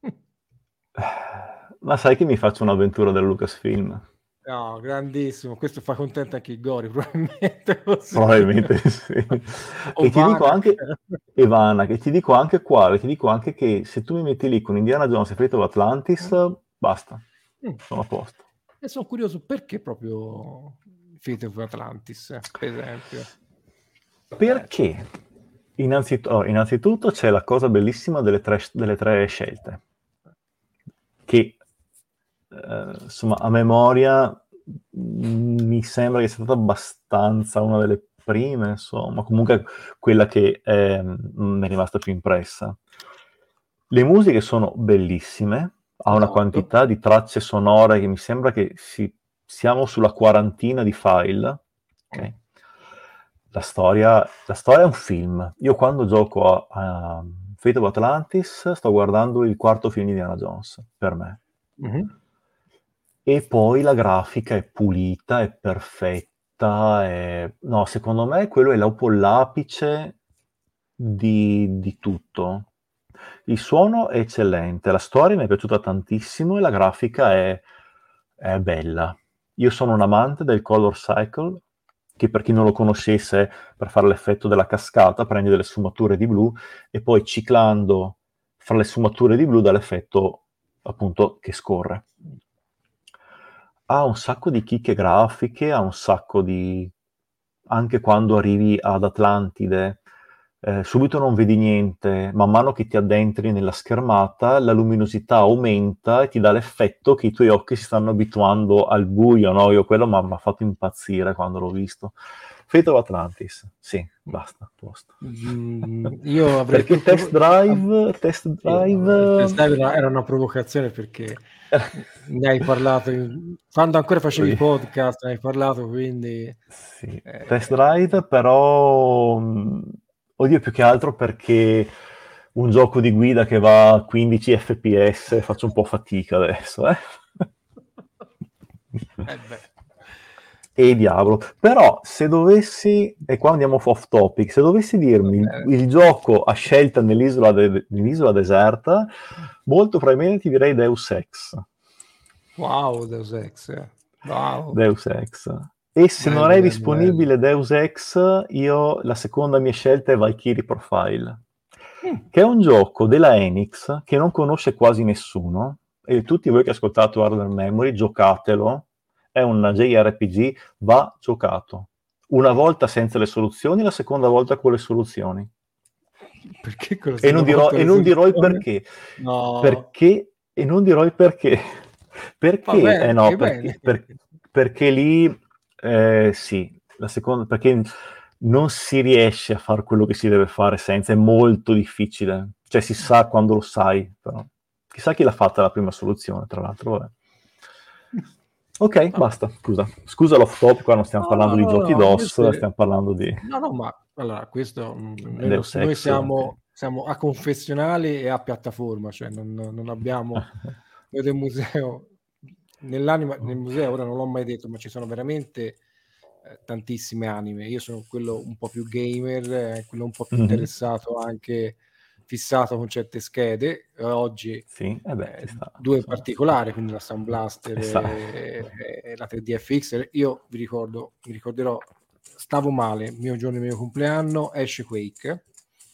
Ma sai che mi faccio un'avventura del Lucasfilm? No, grandissimo, questo fa contento anche i Gori, probabilmente così. Probabilmente sì. O E ti dico Vanac. anche, Ivana, che ti dico anche quale, ti dico anche che se tu mi metti lì con Indiana Jones e Fate of Atlantis, basta, Mm. sono a posto. E sono curioso perché proprio Fate of Atlantis, per esempio. Perché? Innanzitutto c'è la cosa bellissima delle tre scelte, che insomma a memoria mi sembra che sia stata abbastanza una delle prime, insomma, comunque quella che mi è rimasta più impressa. Le musiche sono bellissime, ha una Esatto. quantità di tracce sonore che mi sembra che siamo sulla quarantina di file. Ok? La storia è un film. Io quando gioco a Fate of Atlantis sto guardando il quarto film di Indiana Jones, per me. Mhm. E poi la grafica è pulita, è perfetta, no, secondo me quello è proprio l'apice di tutto. Il suono è eccellente, la storia mi è piaciuta tantissimo e la grafica è bella. Io sono un amante del color cycle, che per chi non lo conoscesse, per fare l'effetto della cascata, prendi delle sfumature di blu e poi ciclando fra le sfumature di blu dà l'effetto appunto che scorre. Ha un sacco di chicche grafiche, ha un sacco di... anche quando arrivi ad Atlantide, subito non vedi niente, man mano che ti addentri nella schermata, la luminosità aumenta e ti dà l'effetto che i tuoi occhi si stanno abituando al buio, no? Io quello mi ha fatto impazzire quando l'ho visto. Fate of Atlantis, sì, basta, a posto. Io avrei Perché più Test Drive, Test sì, no, il Drive... test drive era una provocazione perché ne hai parlato quando ancora facevi i Sì. podcast, ne hai parlato, quindi Sì, Test eh, Drive però, oddio, più che altro perché un gioco di guida che va a 15 fps faccio un po' fatica adesso, eh. beh. E diavolo. Però se dovessi, e qua andiamo off topic, se dovessi dirmi Vabbè. il gioco a scelta nell'isola deserta, molto probabilmente ti direi Deus Ex. Wow, Deus Ex, wow, Deus Ex. E se non bello, è bello, bello. disponibile Deus Ex, io la seconda mia scelta è Valkyrie Profile, Mm. che è un gioco della Enix che non conosce quasi nessuno, e tutti voi che ascoltate Hardware Memory, giocatelo, è un JRPG, va giocato. Una volta senza le soluzioni, la seconda volta con le soluzioni. Perché con la E non seconda dirò, volta e le non dirò il soluzioni? perché. No, Perché, e non dirò il perché. va Perché? bene, No, fai bene. perché lì, sì, la seconda, perché non si riesce a fare quello che si deve fare senza, è molto difficile. Cioè si sa quando lo sai, però. Chissà chi l'ha fatta la prima soluzione, tra l'altro, vabbè. Ok, Vabbè. basta, scusa. Scusa l'off topic, qua non stiamo No, no, parlando di no, giochi no, DOS, invece, stiamo parlando di no, no, ma allora questo Deus noi Ex. siamo a confessionali e a piattaforma, cioè non abbiamo noi del museo nell'anima nel museo ora non l'ho mai detto, ma ci sono veramente tantissime anime. Io sono quello un po' più gamer, quello un po' più Mhm. interessato anche fissato con certe schede. Oggi Sì, e beh, ci sta. 2 in Insomma. particolare, quindi la Sound Blaster E sta. e la 3DFX. Io mi ricorderò, stavo male, il mio giorno, il mio compleanno, esce Quake,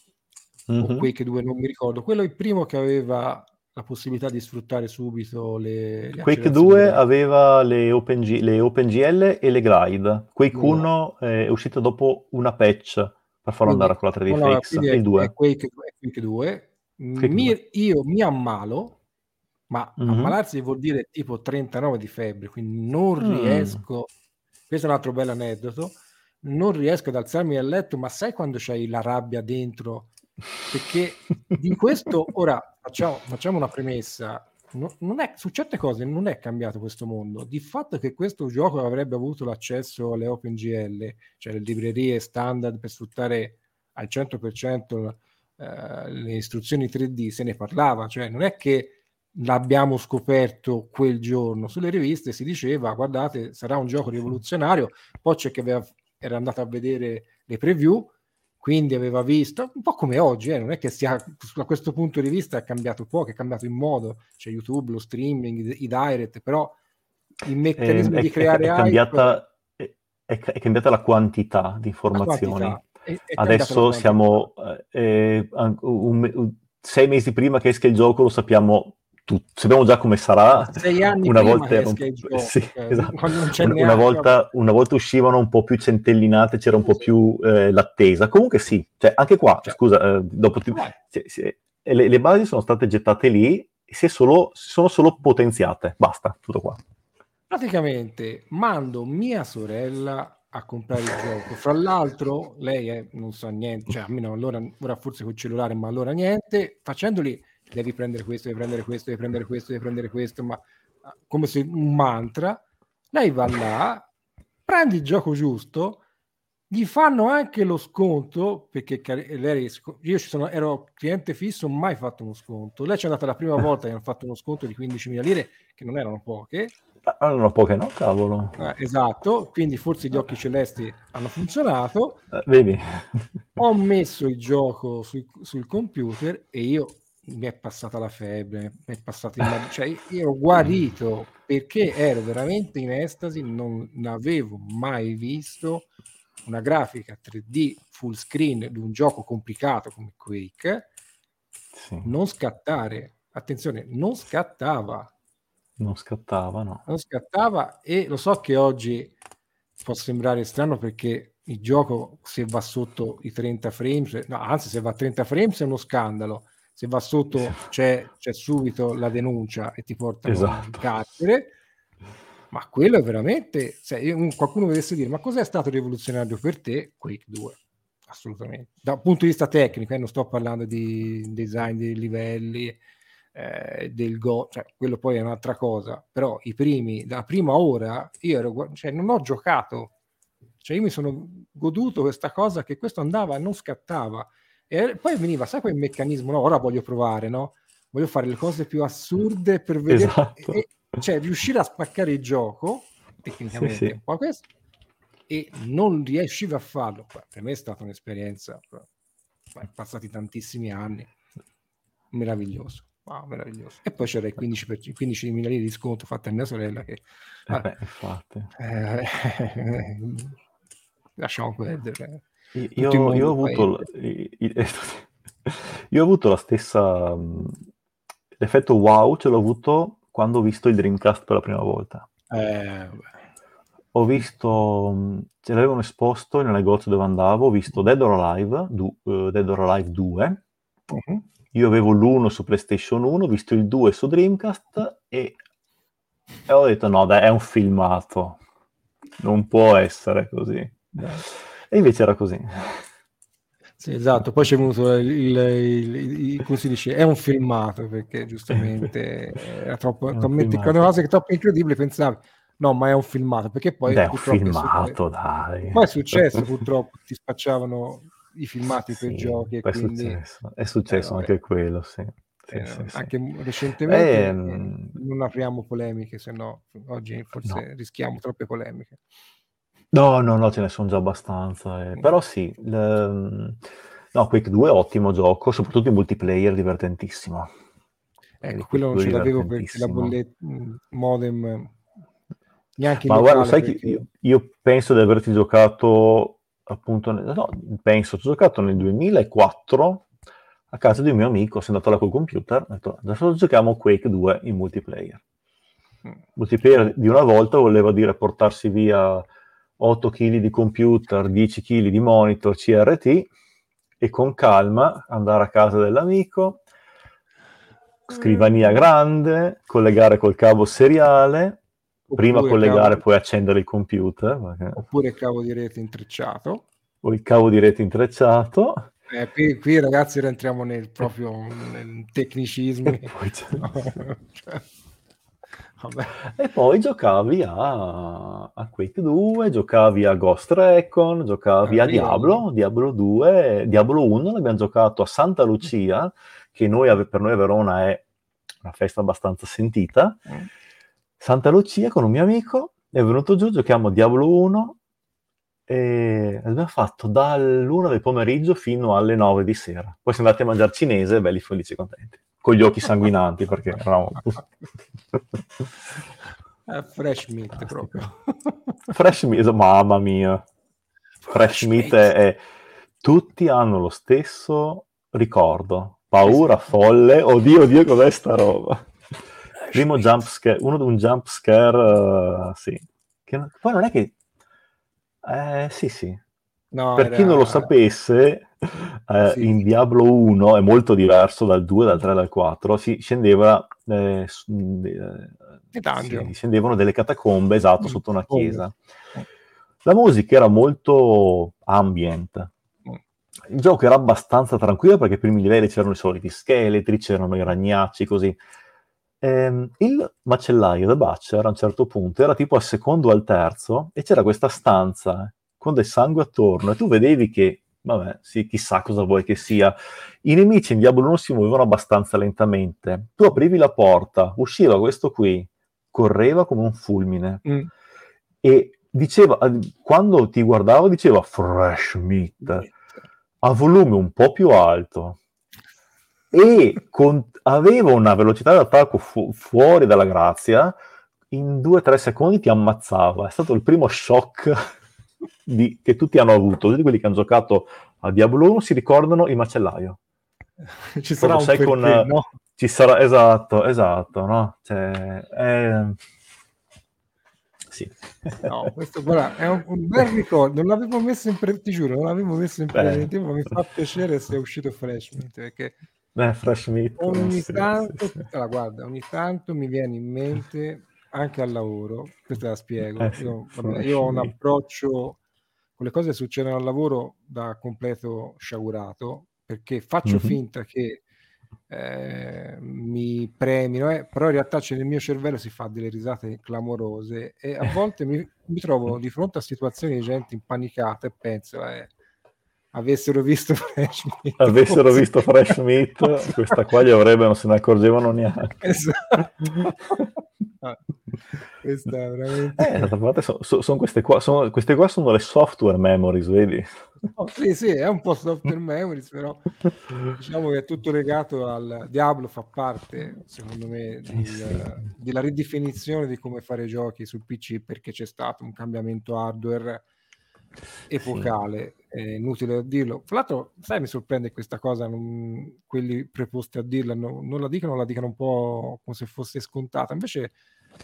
o Mhm. Quake 2, non mi ricordo. Quello è il primo che aveva la possibilità di sfruttare subito le Quake accelerazioni 2 grafiche. aveva le OpenGL e le Glide. Quake No. 1 è uscito dopo una patch per farlo Quindi, andare con la no, no, 3DFX. quindi Il è 2. Quake 2. Quake 2. Io mi ammalo, ma Mhm. ammalarsi vuol dire tipo 39 di febbre, quindi non Mm. riesco. Questo è un altro bello aneddoto. Non riesco ad alzarmi dal letto, ma sai quando c'hai la rabbia dentro? Perché di questo ora facciamo una premessa. non è, su certe cose non è cambiato questo mondo. Di fatto che questo gioco avrebbe avuto l'accesso alle OpenGL, cioè le librerie standard per sfruttare al 100% le istruzioni 3D, se ne parlava, cioè non è che l'abbiamo scoperto quel giorno. Sulle riviste si diceva, guardate, sarà un gioco rivoluzionario. Poi c'è che era andato a vedere le preview, quindi aveva visto, un po' come oggi, non è che sia, da questo punto di vista è cambiato poco, è cambiato in modo, c'è YouTube, lo streaming, i direct, però il meccanismo di creare È hype, cambiata, è cambiata la quantità di la informazioni. quantità, è cambiata la Adesso quantità. siamo 6 mesi prima che esca il gioco, lo sappiamo tutto. Sappiamo già come sarà. 6 anni Una prima volta che era esca il gioco, sì, cioè, esatto. quando non c'è Una neanche, vabbè. una volta uscivano un po' più centellinate, c'era un po' Sì, più l'attesa. Comunque sì, cioè, anche qua, cioè, scusa, vai. le basi sono state gettate lì, sono solo potenziate. Basta, tutto qua. Praticamente mando mia sorella a comprare il gioco. Fra l'altro, lei non sa niente, cioè almeno allora, ora forse col cellulare, ma allora niente. Facendoli, devi prendere questo, devi prendere questo, devi prendere questo, devi prendere questo, ma come se un mantra. Lei va là, prende il gioco giusto, gli fanno anche lo sconto perché lei, io ero cliente fisso, mai fatto uno sconto. Lei c'è andata la prima volta e hanno fatto uno sconto di 15.000 lire, che non erano poche. Allora, poche no, cavolo. Esatto, quindi forse gli occhi celesti hanno funzionato. Vedi? Ho messo il gioco sul computer e io mi è passata la febbre, mi è passata cioè io ero guarito perché ero veramente in estasi, non avevo mai visto una grafica 3D full screen di un gioco complicato come Quake Sì. non scattare. Attenzione, non scattava. Non scattava, no. Non scattava e lo so che oggi può sembrare strano perché il gioco se va sotto i 30 frames, no, anzi se va a 30 frames è uno scandalo, se va sotto c'è subito la denuncia e ti portano in Esatto. carcere, ma quello è veramente, qualcuno dovesse dire ma cos'è stato rivoluzionario per te? Quake 2, assolutamente. Dal punto di vista tecnico, non sto parlando di design dei livelli, del Go, cioè quello poi è un'altra cosa, però la prima ora io non ho giocato, cioè io mi sono goduto questa cosa che questo andava e non scattava e poi veniva, sai quel meccanismo, no? Ora voglio provare, no? Voglio fare le cose più assurde per vedere, Esatto. cioè riuscire a spaccare il gioco tecnicamente Sì, sì. un po' questo e non riusciva a farlo. Per me è stata un'esperienza, passati tantissimi anni, meraviglioso. Wow, meraviglioso. E poi c'era il 15.000 lire di sconto fatto a mia sorella che Infatti. lasciamo perdere. Tutto il Io ho mondo avuto paese. io ho avuto la stessa l'effetto wow ce l'ho avuto quando ho visto il Dreamcast per la prima volta. Ho visto, ce l'avevano esposto nel negozio dove andavo, ho visto Dead or Alive 2. Uh-huh. Io avevo l'1 su PlayStation 1, ho visto il 2 su Dreamcast e ho detto no dai, è un filmato, non può essere così. E invece era così. Sì, esatto, poi c'è venuto come si dice, è un filmato perché giustamente era talmente una cosa che troppo incredibile, pensavi no, ma è un filmato, perché poi È un purtroppo filmato, dai. poi è successo, purtroppo ti spacciavano i filmati per Sì, giochi e è quindi successo, è successo vabbè, anche quello, sì. Sì, sì, sì. anche recentemente Ehm, non apriamo polemiche, se no oggi no. forse rischiamo troppe polemiche. No, ce ne sono già abbastanza. Però sì, no, Quake 2 è ottimo gioco, soprattutto in multiplayer, divertentissimo. Ecco, Quake quello non 2 è ce l'avevo perché la divertentissimo. bolletta modem neanche in Ma guarda, locale sai che perché io penso di averci giocato appunto, no, penso, ci ho giocato nel 2004 a casa di un mio amico, sono andato là col computer, ho detto adesso giochiamo Quake 2 in multiplayer. Multiplayer di una volta voleva dire portarsi via 8 kg di computer, 10 kg di monitor CRT e con calma andare a casa dell'amico, scrivania grande, collegare col cavo seriale, prima oppure collegare poi accendere il computer, oppure cavo di rete intrecciato. o il cavo di rete intrecciato, Qui ragazzi rientriamo nel tecnicismi. E poi giocavi a Quake 2, giocavi a Ghost Recon, giocavi a Diablo 2, Diablo 1 l'abbiamo giocato a Santa Lucia, che per noi a Verona è una festa abbastanza sentita. Santa Lucia con un mio amico è venuto giù, giochiamo Diablo 1 e abbiamo fatto dall'1 del pomeriggio fino alle 9 di sera. Poi siamo andati a mangiare cinese, belli felici e contenti, con gli occhi sanguinanti perché eravamo... fresh meat proprio. Fresh meat, mamma mia. Fresh meat è... Tutti hanno lo stesso ricordo. Paura folle. Oddio, cos'è sta roba? Primo jump scare, un jump scare, sì. Poi non è che... sì. No, per chi non lo sapesse, in Diablo 1 è molto diverso dal 2, dal 3, dal 4. Si scendeva... scendevano delle catacombe, esatto, sotto una chiesa. La musica era molto ambient. Il gioco era abbastanza tranquillo perché ai primi livelli c'erano i soliti scheletri, c'erano i ragnacci, così. Il macellaio da Butcher a un certo punto era tipo al secondo o al terzo e c'era questa stanza con del sangue attorno e tu vedevi che, vabbè, sì, chissà cosa vuoi che sia. I nemici in Diablo 1 si muovevano abbastanza lentamente. Tu aprivi la porta, usciva questo qui, correva come un fulmine e diceva, quando ti guardavo diceva fresh meat a volume un po' più alto e aveva una velocità d'attacco fuori dalla grazia, in 2-3 secondi ti ammazzava. È stato il primo shock che tutti hanno avuto. Tutti quelli che hanno giocato a Diablo 1 si ricordano il macellaio. Ci sarà un perché, no? Ci sarà, esatto, no? Cioè, sì. No, questo guarda, è un bel ricordo, non l'avevo messo in ti giuro, non l'avevo messo in preventivo, ma mi fa piacere se è uscito Fresh Meat, perché Fresh Meat, ogni tanto, guarda, ogni tanto mi viene in mente anche al lavoro, questa la spiego, io ho un approccio con le cose che succedono al lavoro da completo sciagurato, perché faccio finta che mi premino, però in realtà nel mio cervello si fa delle risate clamorose e a volte mi trovo di fronte a situazioni di gente impanicata e penso avessero visto Fresh Meat, questa qua gli avrebbe, non se ne accorgevano neanche. Esatto. Questa è veramente... queste qua sono le software memories, vedi? Sì, è un po' software memories, però diciamo che è tutto legato al Diablo, fa parte, secondo me, della ridefinizione di come fare giochi sul PC, perché c'è stato un cambiamento hardware epocale, è inutile dirlo. Tra l'altro, sai, mi sorprende questa cosa, quelli preposti a dirla non la dicono un po' come se fosse scontata, invece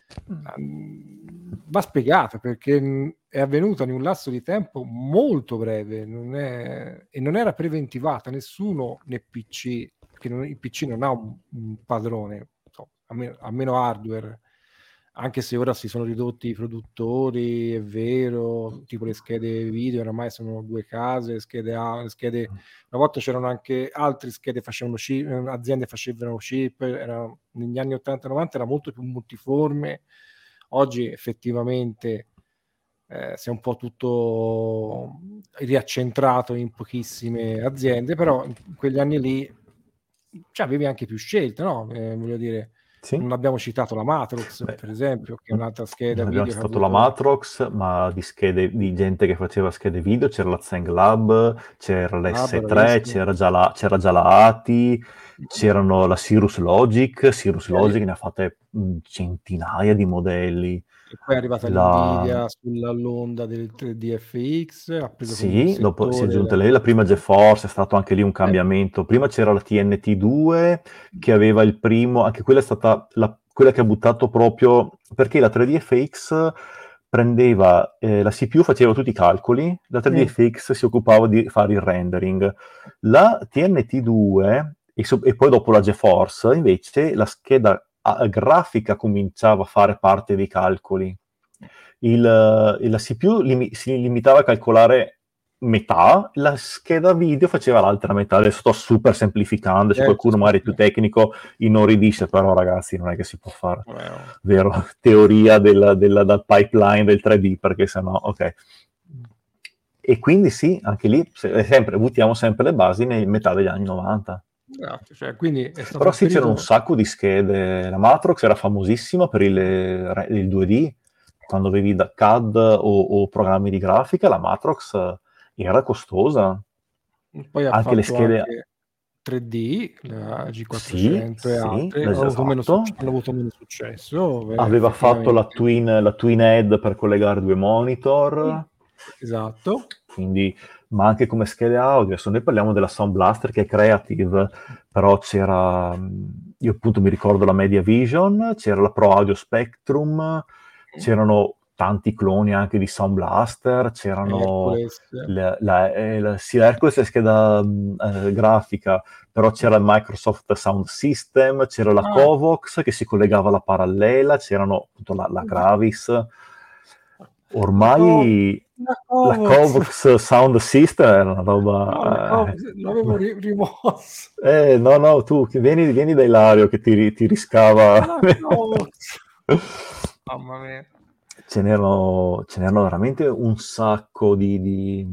va spiegata perché è avvenuta in un lasso di tempo molto breve, e non era preventivata. Nessuno né PC, perché il PC non ha un padrone, almeno hardware, anche se ora si sono ridotti i produttori, è vero, tipo le schede video oramai sono due case, una volta c'erano anche altre schede, aziende facevano chip, negli anni 80-90 era molto più multiforme. Oggi effettivamente si è un po' tutto riaccentrato in pochissime aziende, però in quegli anni lì avevi anche più scelte, no? Voglio dire, non abbiamo citato la Matrox, per esempio, che è un'altra scheda video. Abbiamo citato la Matrox, ma di gente che faceva schede video c'era la Zeng Lab, c'era l'S3, c'era già la ATI, c'erano la Cirrus Logic ne ha fatte centinaia di modelli. E poi è arrivata l'Nvidia sull'onda del 3DFX, ha preso dopo si è aggiunta lei, la prima GeForce, è stato anche lì un cambiamento. Prima c'era la TNT2 che aveva il primo, anche quella è stata quella che ha buttato proprio, perché la 3DFX prendeva, la CPU faceva tutti i calcoli, la 3DFX si occupava di fare il rendering. La TNT2 e poi dopo la GeForce, invece, la scheda grafica cominciava a fare parte dei calcoli. La CPU si limitava a calcolare metà, la scheda video faceva l'altra metà. Adesso sto super semplificando, se qualcuno magari è più tecnico inorridisce, però ragazzi non è che si può fare, vero? Teoria dal pipeline del 3D, perché sennò, ok. E quindi sì, anche lì buttiamo sempre le basi nel metà degli anni 90. Cioè, quindi è stato però sì, c'erano un sacco di schede. La Matrox era famosissima per il 2D, quando avevi da CAD o programmi di grafica, la Matrox era costosa. Poi ha anche fatto le schede anche 3D, la sì, G400 e altre, esatto. hanno avuto meno successo. Aveva fatto la Twin Head per collegare due monitor. Esatto. Quindi, ma anche come schede audio. Adesso noi parliamo della Sound Blaster che è Creative, però c'era, io appunto mi ricordo la Media Vision, c'era la Pro Audio Spectrum, c'erano tanti cloni anche di Sound Blaster, c'erano sì, Hercules è scheda grafica, però c'era il Microsoft Sound System, c'era la Covox che si collegava alla parallela, c'erano appunto la Gravis. Ormai la Covox Sound System era una roba... l'avevo rimosso. No, tu vieni da Ilario che ti riscava. Mamma mia. Ce n'erano veramente un sacco di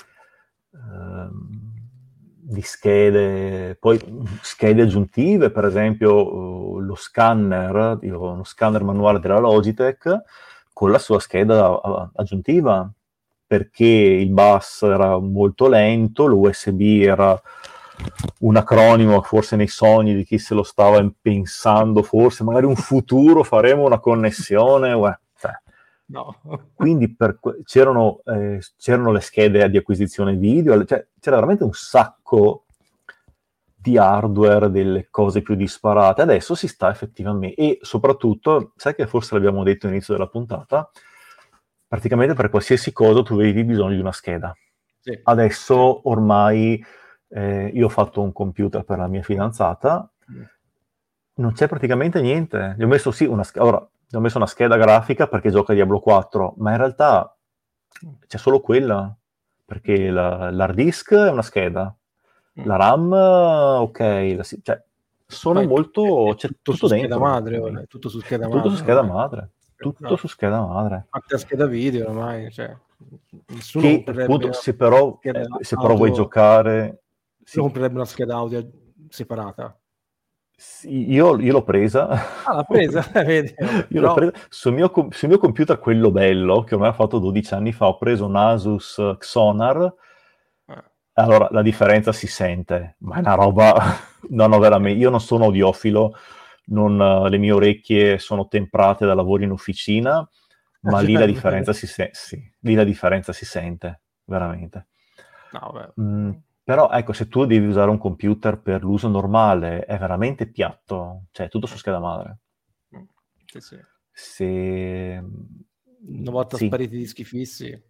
schede, poi schede aggiuntive, per esempio lo scanner, uno scanner manuale della Logitech con la sua scheda aggiuntiva, perché il bus era molto lento, l'USB era un acronimo forse nei sogni di chi se lo stava pensando, forse magari un futuro faremo una connessione, no. Quindi c'erano le schede di acquisizione video, cioè, c'era veramente un sacco di hardware, delle cose più disparate. Adesso si sta effettivamente, e soprattutto, sai che forse l'abbiamo detto all'inizio della puntata, praticamente per qualsiasi cosa tu avevi bisogno di una scheda. Sì. Adesso ormai io ho fatto un computer per la mia fidanzata, non c'è praticamente niente. Gli ho messo gli ho messo una scheda grafica perché gioca Diablo 4, ma in realtà c'è solo quella, perché l'hard disk è una scheda, la RAM, ok, cioè, sono poi molto... c'è tutto su dentro. Scheda madre ora, è tutto su scheda tutto madre. Su scheda madre. Tutto su scheda madre. Anche la scheda video ormai, cioè, nessuno Che comprerebbe appunto, se però vuoi giocare... Sì. Comprerebbe una scheda audio separata. Sì, io l'ho presa. L'ha presa? Vedi, io l'ho presa sul mio computer, quello bello, che ormai ho fatto 12 anni fa, ho preso un Asus Xonar. Allora, la differenza si sente, ma è una roba... no, veramente, io non sono audiofilo, le mie orecchie sono temprate da lavori in officina, ma lì la differenza lì la differenza si sente, veramente. Però ecco, se tu devi usare un computer per l'uso normale, è veramente piatto, cioè tutto su scheda madre. Sì. Se... Una volta spariti i dischi fissi...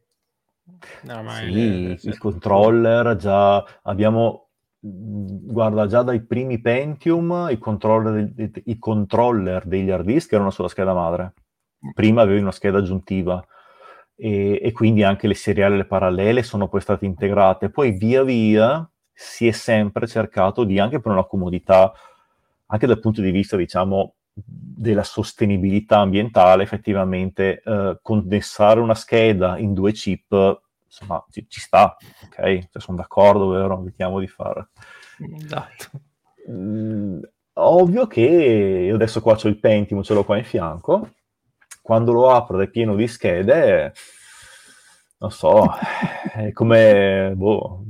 il controller già abbiamo, guarda, già dai primi Pentium i controller degli hard disk erano sulla scheda madre, prima avevi una scheda aggiuntiva e quindi anche le seriali e le parallele sono poi state integrate, poi via via si è sempre cercato anche per una comodità, anche dal punto di vista, diciamo, della sostenibilità ambientale, effettivamente condensare una scheda in 2 chip, insomma, ci sta, ok? Cioè, sono d'accordo, vero? Evitiamo di fare. Esatto. Ovvio che io adesso qua c'ho il Pentium, ce l'ho qua in fianco, quando lo apro è pieno di schede, non so, è come... boh...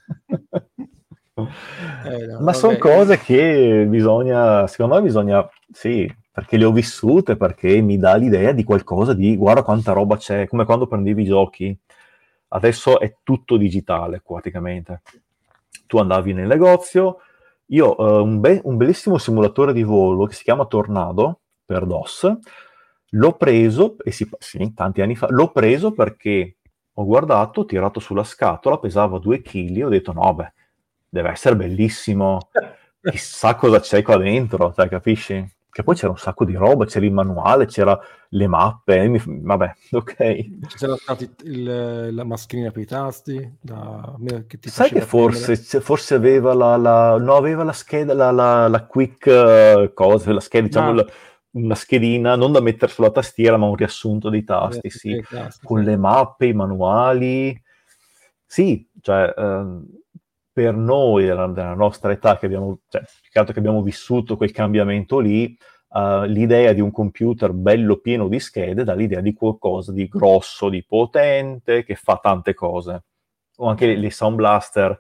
Ma sono cose che secondo me bisogna, sì, perché le ho vissute, perché mi dà l'idea di qualcosa di, guarda quanta roba c'è, come quando prendevi i giochi. Adesso è tutto digitale, praticamente. Tu andavi nel negozio, io ho un bellissimo simulatore di volo che si chiama Tornado, per DOS, l'ho preso, sì, tanti anni fa, l'ho preso perché ho guardato, ho tirato sulla scatola, pesava 2 kg, ho detto no, beh, deve essere bellissimo, chissà cosa c'è qua dentro, cioè, capisci? Che poi c'era un sacco di roba, c'era il manuale, c'era le mappe, vabbè, ok. C'era stata la mascherina per i tasti che ti Sai che faceva premere. forse aveva no, aveva la scheda, la quick cosa, la scheda, diciamo, Ah, una schedina, non da mettere sulla tastiera, ma un riassunto dei tasti, sì, i tasti, con sì. le mappe, i manuali. Sì, cioè, per noi della nostra età, che abbiamo, cioè, più che altro che abbiamo vissuto quel cambiamento lì, l'idea di un computer bello pieno di schede dà l'idea di qualcosa di grosso, di potente, che fa tante cose. O anche le Sound Blaster,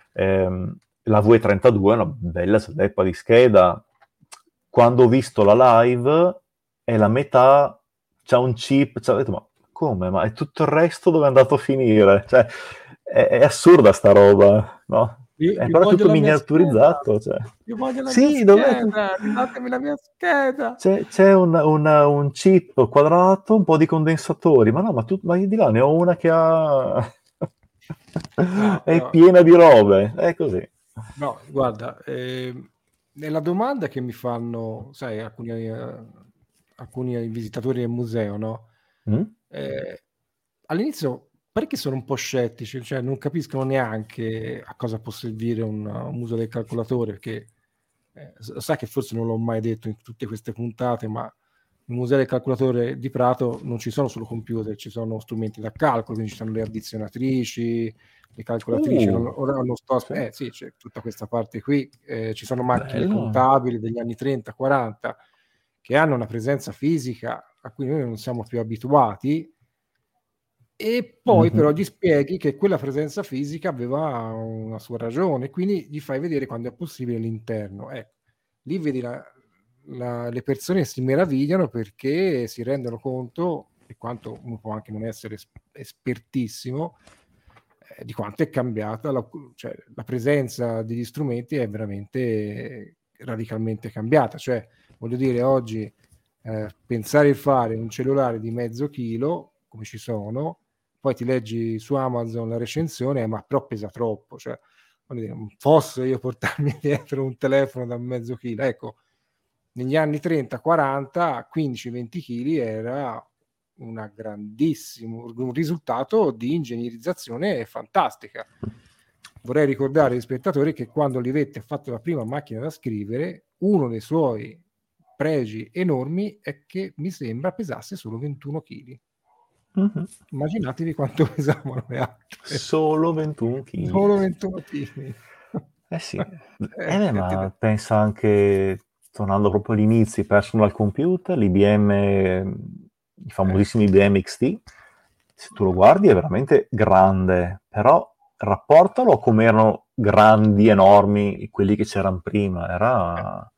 la V32 è una bella zeppa di scheda. Quando ho visto la live, è la metà, c'ha un chip, ho detto, ma come? Ma è tutto il resto dove è andato a finire? Cioè, è assurda sta roba, no? È Io ancora voglio tutto la mia scheda, miniaturizzato, cioè. io voglio la mia Sì, dov'è? scheda, ridatemi la mia scheda. C'è un chip quadrato, un po' di condensatori, ma no, ma io di là ne ho una che ha... No, è però, piena di robe, è così. no, guarda, nella domanda che mi fanno, sai, alcuni visitatori del museo, no? Mm? All'inizio, perché sono un po' scettici, cioè non capiscono neanche a cosa può servire un uso del calcolatore, perché sai che forse non l'ho mai detto in tutte queste puntate, ma il museo del calcolatore di Prato non ci sono solo computer, ci sono strumenti da calcolo, quindi ci sono le addizionatrici, le calcolatrici, ora non sto, Sì, sì, c'è tutta questa parte qui, ci sono macchine bello. contabili degli anni 30-40 che hanno una presenza fisica a cui noi non siamo più abituati, e poi però Mhm. gli spieghi che quella presenza fisica aveva una sua ragione, quindi gli fai vedere quando è possibile l'interno. Ecco, lì vedi le persone si meravigliano perché si rendono conto, e quanto uno può anche non essere espertissimo, di quanto è cambiata cioè, la presenza degli strumenti è veramente radicalmente cambiata. Cioè, voglio dire, oggi pensare di fare un cellulare di mezzo chilo, come ci sono, poi ti leggi su Amazon la recensione, ma però pesa troppo. Cioè, voglio dire, non posso io portarmi dietro un telefono da mezzo chilo. Ecco, negli anni 30-40, 15-20 kg era un risultato di ingegnerizzazione fantastica. Vorrei ricordare agli spettatori che quando Olivetti ha fatto la prima macchina da scrivere, uno dei suoi pregi enormi è che mi sembra pesasse solo 21 kg. Mhm. Immaginatevi quanto pesavano le altre. Solo 21 kg. Solo 21 kg. Eh sì, Senti, ma pensa anche, tornando proprio agli inizi, personal computer, l'IBM, i famosissimi IBM XT, se tu lo guardi è veramente grande, però rapportalo a come erano grandi, enormi quelli che c'erano prima, era...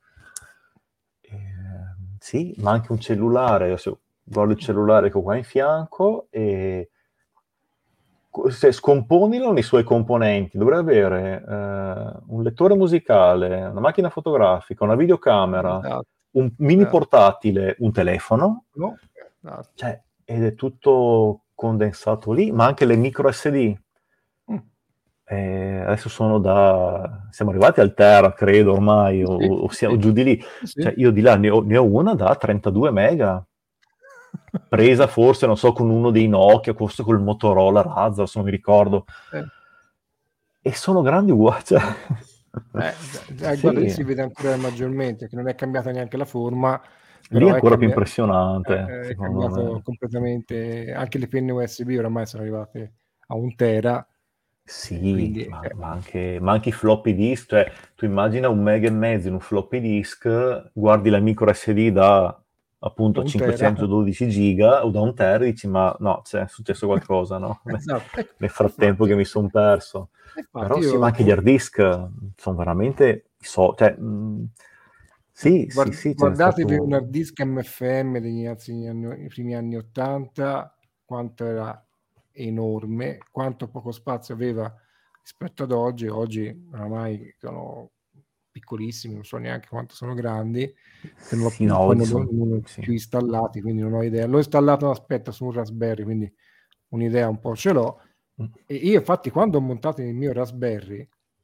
sì, ma anche un cellulare, adesso guardo il cellulare che ho qua in fianco e se scomponilo nei suoi componenti, dovrebbe avere un lettore musicale, una macchina fotografica, una videocamera, esatto, un mini esatto. portatile, un telefono, No? Esatto. cioè, ed è tutto condensato lì, ma anche le micro SD. Mm. Adesso siamo arrivati al tera, credo ormai, Sì, o sì, siamo sì, giù di lì. sì, sì. Cioè, io di là ne ho una da 32 mega, presa forse, non so, con uno dei Nokia, forse col Motorola Razr, se non mi ricordo. Eh, E sono grandi uguali, cioè. guarda, lì Sì, si vede ancora maggiormente che non è cambiata neanche la forma, lì è però ancora più impressionante, è secondo cambiato me. completamente. Anche le penne USB oramai sono arrivate a 1 tera, Sì, quindi ma anche i floppy disk, cioè tu immagina 1,5 MB in un floppy disk, guardi la micro SD da appunto 1 tera. 512 giga o da 1 tera e dici ma no, c'è successo qualcosa, no? Esatto, ecco, Nel frattempo che mi sono perso. infatti Però sì, ma io anche gli hard disk sono veramente, cioè, sì, sì, sì, c'è guardatevi un hard stato... disk MFM i primi anni 80, quanto era enorme, quanto poco spazio aveva rispetto ad oggi. Oggi oramai sono piccolissimi, non so neanche quanto sono grandi, che Sì, no, poi oggi non ho sì. più installati, quindi non ho idea. L'ho installato, aspetta, su un Raspberry, quindi un'idea un po' ce l'ho. E io infatti quando ho montato il mio Raspberry,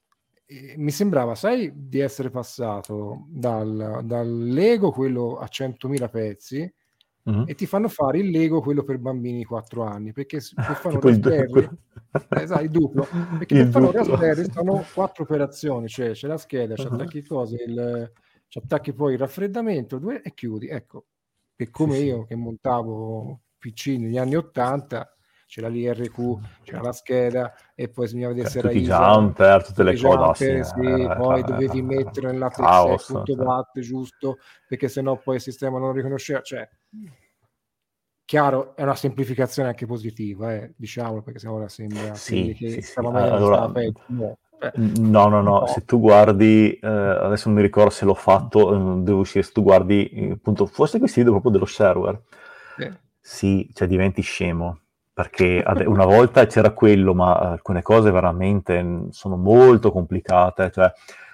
mi sembrava, sai, di essere passato dal Lego, quello a 100.000 pezzi, e ti fanno fare il Lego, quello per bambini di 4 anni, perché per fare un Tipo Raspberry, esatto, il duplo, perché per il fare un duplo. Raspberry sono 4 operazioni, cioè c'è la scheda, c'è attacchi cose, c'è attacchi poi il raffreddamento, e chiudi, ecco. E come io che montavo PC negli anni 80, c'era l'IRQ, c'era la scheda, e poi bisognava vedere se era tutti i ISA, jumper, tutte le i cose, jumper, sì, poi dovevi mettere nella caos, punto cioè. watt giusto, perché sennò poi il sistema non riconosceva, cioè chiaro, è una semplificazione anche positiva, diciamolo, perché se ora sembra quindi che stava meglio, non Allora, stava peggio, no. no, se tu guardi, adesso non mi ricordo se l'ho fatto, devo uscire, se tu guardi, appunto, forse questi video proprio dello shareware, sì, cioè diventi scemo, perché una volta c'era quello, ma alcune cose veramente sono molto complicate, cioè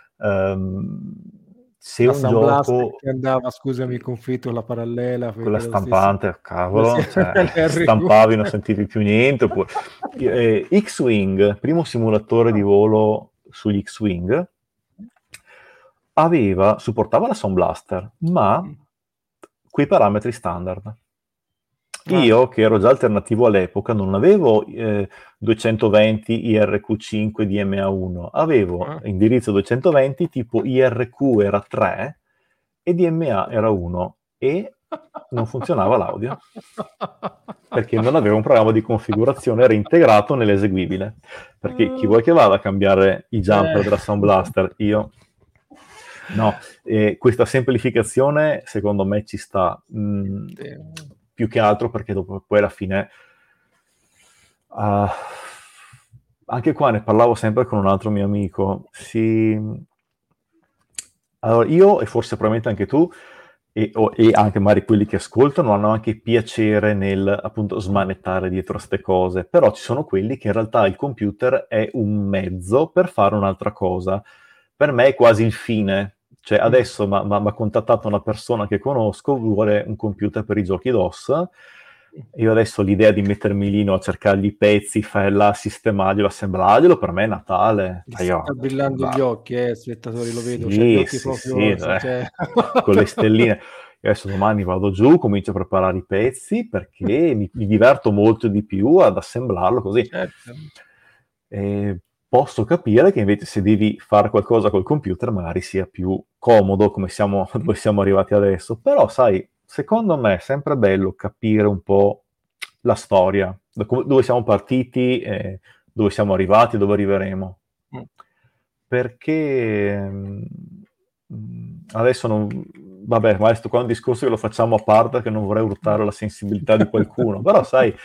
se La un Sun Blast gioco che andava, scusami, conflitto la parallela, quella perché era lo stesso, stampante, cavolo, cioè, l'RQ. stampavi, non sentivi più niente. Oppure, X-Wing, primo simulatore di volo sugli X-Wing, supportava la Sound Blaster, ma quei parametri standard. Io, che ero già alternativo all'epoca, non avevo 220 IRQ5 DMA1, avevo indirizzo 220 tipo IRQ era 3 e DMA era 1 e non funzionava l'audio perché non avevo un programma di configurazione reintegrato nell'eseguibile, perché chi vuoi che vada a cambiare i jumper della Sound Blaster? Io no, questa semplificazione secondo me ci sta più che altro perché dopo poi alla fine anche qua ne parlavo sempre con un altro mio amico, allora io e forse probabilmente anche tu e anche magari quelli che ascoltano hanno anche piacere nel appunto smanettare dietro a ste cose, però ci sono quelli che in realtà il computer è un mezzo per fare un'altra cosa. Per me è quasi il fine, cioè adesso mi ha contattato una persona che conosco, vuole un computer per i giochi DOS. Io adesso l'idea di mettermi lì a cercargli i pezzi, farla, sistemarglielo, assemblarglielo, per me è Natale. Sta brillando gli occhi, spettatori, lo vedo, cioè gli Sì, occhi proprio... Cioè... con le stelline. Io adesso domani vado giù, comincio a preparare i pezzi perché mi diverto molto di più ad assemblarlo così. Certo. Posso capire che invece se devi fare qualcosa col computer magari sia più comodo come dove siamo arrivati adesso, però sai, secondo me è sempre bello capire un po' la storia, dove siamo partiti, dove siamo arrivati, dove arriveremo. Perché adesso non... Vabbè, ma questo qua è un discorso che lo facciamo a parte perché non vorrei urtare la sensibilità di qualcuno, però sai,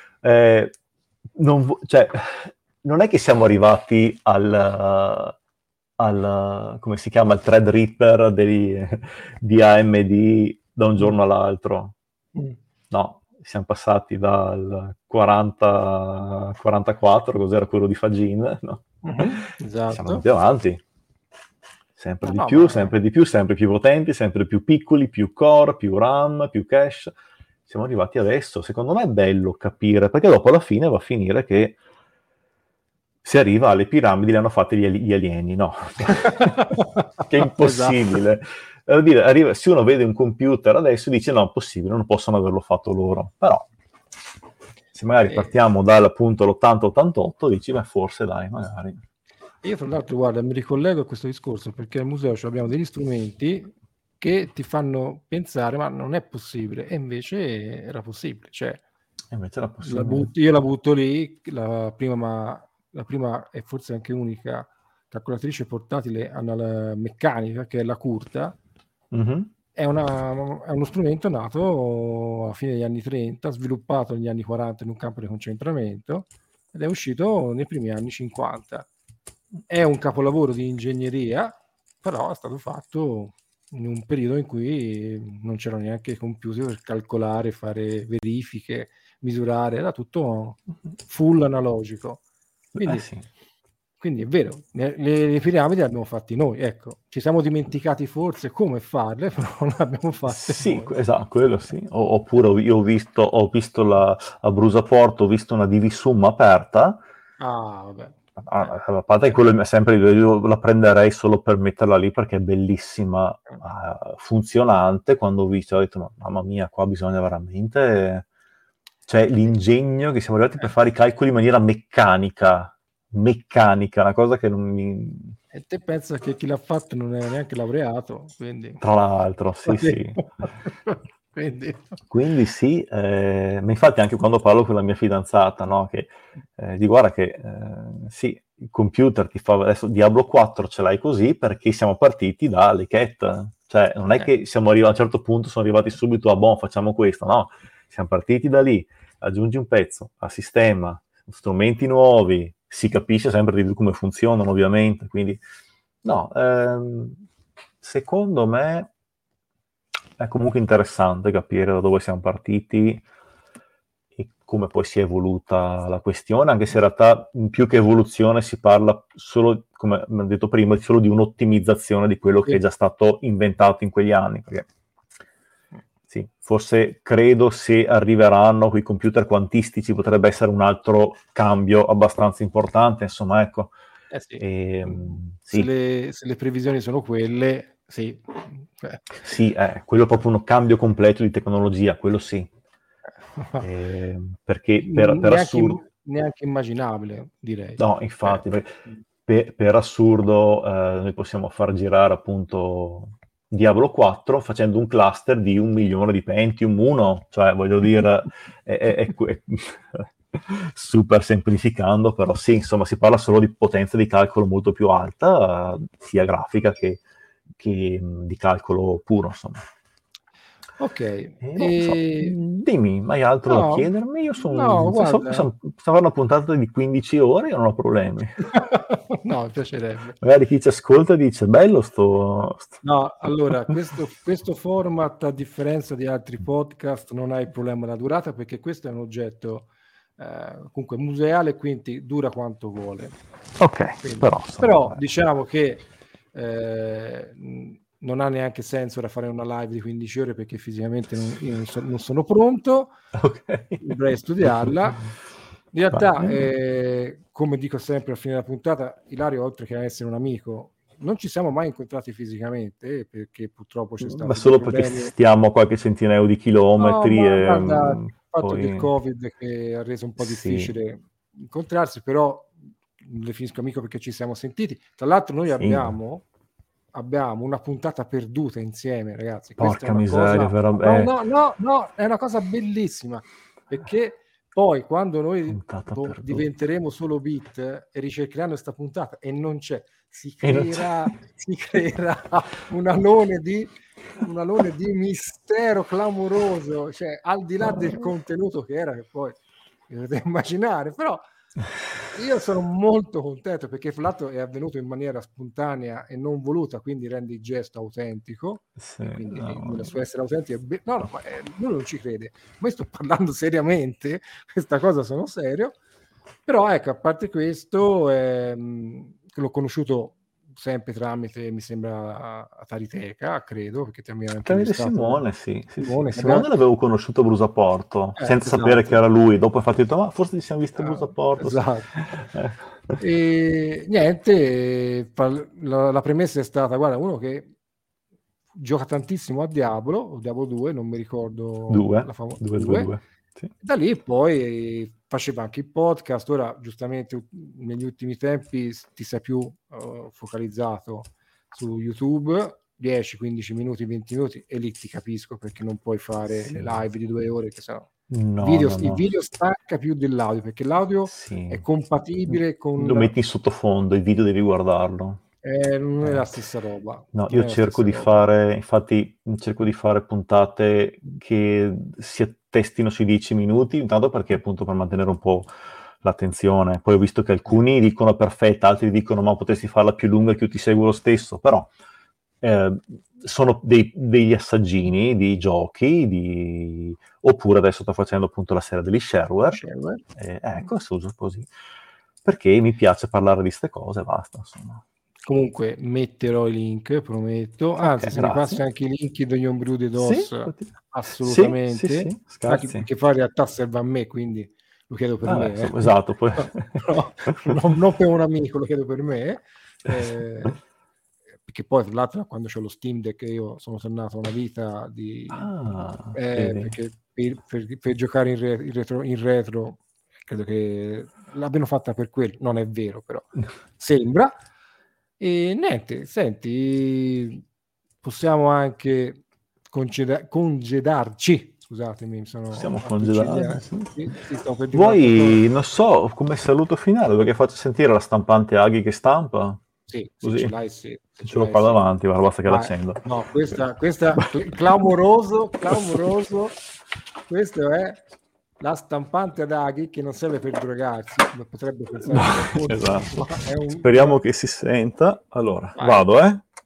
non è che siamo arrivati al come si chiama, il Threadripper di AMD da un giorno all'altro. No, siamo passati dal 44, cos'era quello di Fagin, no? Esatto. Siamo andati avanti. Sempre di più, sempre di più, sempre più potenti, sempre più piccoli, più core, più RAM, più cache. Siamo arrivati adesso. Secondo me è bello capire, perché dopo alla fine va a finire che si arriva alle piramidi, le hanno fatte gli alieni, no? Che è impossibile. Esatto. Se uno vede un computer adesso dice no, è impossibile, non possono averlo fatto loro. Però se magari partiamo dall'appunto l'80-88, dici, beh, forse dai, magari. Io fra l'altro, guarda, mi ricollego a questo discorso perché al museo abbiamo degli strumenti che ti fanno pensare, ma non è possibile, e invece era possibile. Cioè, invece era possibile. io la butto lì, la prima e forse anche unica calcolatrice portatile meccanica, che è la Curta. È uno strumento nato alla fine degli anni 30, sviluppato negli anni 40 in un campo di concentramento ed è uscito nei primi anni 50. È un capolavoro di ingegneria, però è stato fatto in un periodo in cui non c'erano neanche i computer per calcolare, fare verifiche, misurare, era tutto full analogico. Quindi è vero, le piramidi le abbiamo fatte noi, ecco, ci siamo dimenticati forse come farle, però le abbiamo fatte noi. Esatto, quello sì. Oppure io ho visto a Brusaporto, ho visto una Divisum aperta, Vabbè. A parte quello è sempre, io la prenderei solo per metterla lì perché è bellissima, funzionante. Quando ho visto ho detto no, mamma mia, qua bisogna veramente, cioè l'ingegno che siamo arrivati per fare i calcoli in maniera meccanica, una cosa che non mi... E te pensa che chi l'ha fatto non è neanche laureato, quindi... Tra l'altro, sì. Quindi sì, ma infatti anche quando parlo con la mia fidanzata, no, che di guarda che sì, il computer ti fa adesso Diablo 4 ce l'hai così perché siamo partiti dalle cat, cioè non è che siamo arrivati a un certo punto, sono arrivati subito a boh, facciamo questo, no, siamo partiti da lì, aggiungi un pezzo a sistema, strumenti nuovi, si capisce sempre di più come funzionano ovviamente, quindi no, secondo me è comunque interessante capire da dove siamo partiti e come poi si è evoluta la questione, anche se in realtà più che evoluzione si parla solo, come ho detto prima, solo di un'ottimizzazione di quello che è già stato inventato in quegli anni. Perché, sì, forse credo se arriveranno quei computer quantistici potrebbe essere un altro cambio abbastanza importante, insomma, ecco. Sì. Sì. Se le previsioni sono quelle, sì. Sì, quello è proprio un cambio completo di tecnologia, quello sì. Perché per assurdo... Neanche immaginabile, direi. No, infatti, per assurdo noi possiamo far girare appunto Diablo 4 facendo un cluster di 1 milione di Pentium 1, cioè voglio dire, è super semplificando, però sì, insomma, si parla solo di potenza di calcolo molto più alta, sia grafica che di calcolo puro, insomma. Ok. Non so. Dimmi, hai altro da chiedermi? Io guarda. Stavo una puntata di 15 ore, io non ho problemi. No, mi piacerebbe. Magari chi ci ascolta dice, bello No, allora, questo format, a differenza di altri podcast, non ha il problema della durata, perché questo è un oggetto comunque museale, quindi dura quanto vuole. Ok, quindi, però diciamo che non ha neanche senso ora fare una live di 15 ore perché fisicamente io non sono pronto, dovrei studiarla. In realtà, come dico sempre a fine della puntata, Ilario, oltre che essere un amico, non ci siamo mai incontrati fisicamente perché purtroppo c'è stato ma solo perché stiamo a qualche centinaio di chilometri. Guarda, il fatto del Covid che ha reso un po' difficile incontrarsi, però le finisco amico perché ci siamo sentiti. Tra l'altro noi abbiamo una puntata perduta insieme, ragazzi. Porca miseria, no, è una cosa bellissima, perché poi quando noi diventeremo solo bit e ricercheranno questa puntata e non c'è, si creerà un alone di mistero clamoroso, cioè al di là del contenuto che era, che poi potete immaginare, però io sono molto contento perché fra l'altro è avvenuto in maniera spontanea e non voluta, quindi rende il gesto autentico, quindi nel suo essere autentico ma lui non ci crede, ma io sto parlando seriamente, questa cosa sono serio, però ecco, a parte questo l'ho conosciuto sempre tramite, mi sembra, Atariteca, credo, perché ti aveva intervistato Simone, Simone l'avevo conosciuto a Brusaporto, senza sapere che era lui. Dopo infatti ho detto, ma forse ci siamo visti a Brusaporto. Esatto. E niente, la premessa è stata, guarda, uno che gioca tantissimo a Diablo, o Diablo 2, non mi ricordo. 2. Sì. Da lì poi faceva anche il podcast. Ora giustamente negli ultimi tempi ti sei più focalizzato su YouTube, 10, 15 minuti, 20 minuti, e lì ti capisco perché non puoi fare le live di 2 ore, che sennò il video stacca più dell'audio, perché l'audio è compatibile con... Lo metti in sottofondo, il video devi guardarlo. Non è la stessa roba. No, io cerco di fare puntate che si attestino sui 10 minuti, intanto perché appunto per mantenere un po' l'attenzione. Poi ho visto che alcuni dicono perfetta, altri dicono ma potresti farla più lunga che io ti seguo lo stesso, però sono degli assaggini di giochi, oppure adesso sto facendo appunto la serie degli shareware. Ecco, uso così, perché mi piace parlare di queste cose, basta, insomma. Comunque metterò i link, prometto. Anzi, se mi passi anche i link degli Homebrew di DOS, assolutamente. Sì, anche perché poi in realtà serve a me, quindi lo chiedo per me. Esatto, poi... Però, non per un amico, lo chiedo per me. Perché poi, tra l'altro, quando c'ho lo Steam Deck, io sono tornato a una vita di... perché per giocare in retro, credo che l'abbiano fatta per quello, non è vero, però sembra. E niente, senti, possiamo anche congedarci. Scusatemi, possiamo congedare. Sì, stavo per dire Vuoi, non so, come saluto finale, perché faccio sentire la stampante Aghi che stampa? Sì, così. se ce l'hai, sì. Se ce l'ho qua davanti, basta che l'accendo. No, questa clamoroso. Questo è la stampante ad aghi che non serve per drogarsi, come potrebbe pensare qualcuno. Esatto. Speriamo che si senta. Allora, Vai. vado,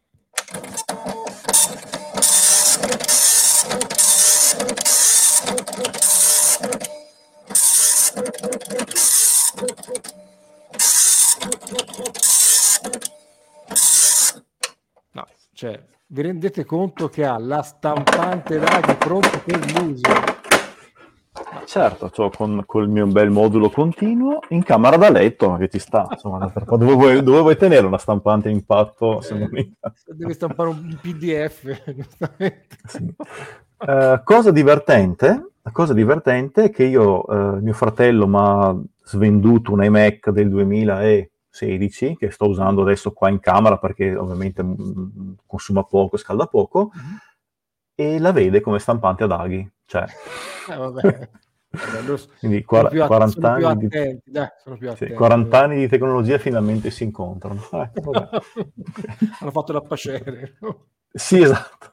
No, cioè, vi rendete conto che ha la stampante d'aghi pronto per l'uso? Certo, col mio bel modulo continuo in camera da letto, che ci sta. Insomma, dove vuoi tenere una stampante a impatto? Devi stampare un PDF, giustamente. Sì. Cosa divertente è che mio fratello mi ha svenduto un iMac del 2016 che sto usando adesso qua in camera perché ovviamente consuma poco, scalda poco, e la vede come stampante ad aghi. Cioè, vabbè. Quindi sono 40 più anni attenti, dai, sono più attenti. 40 anni di tecnologia finalmente si incontrano. Hanno fatto da pacere. Sì, esatto.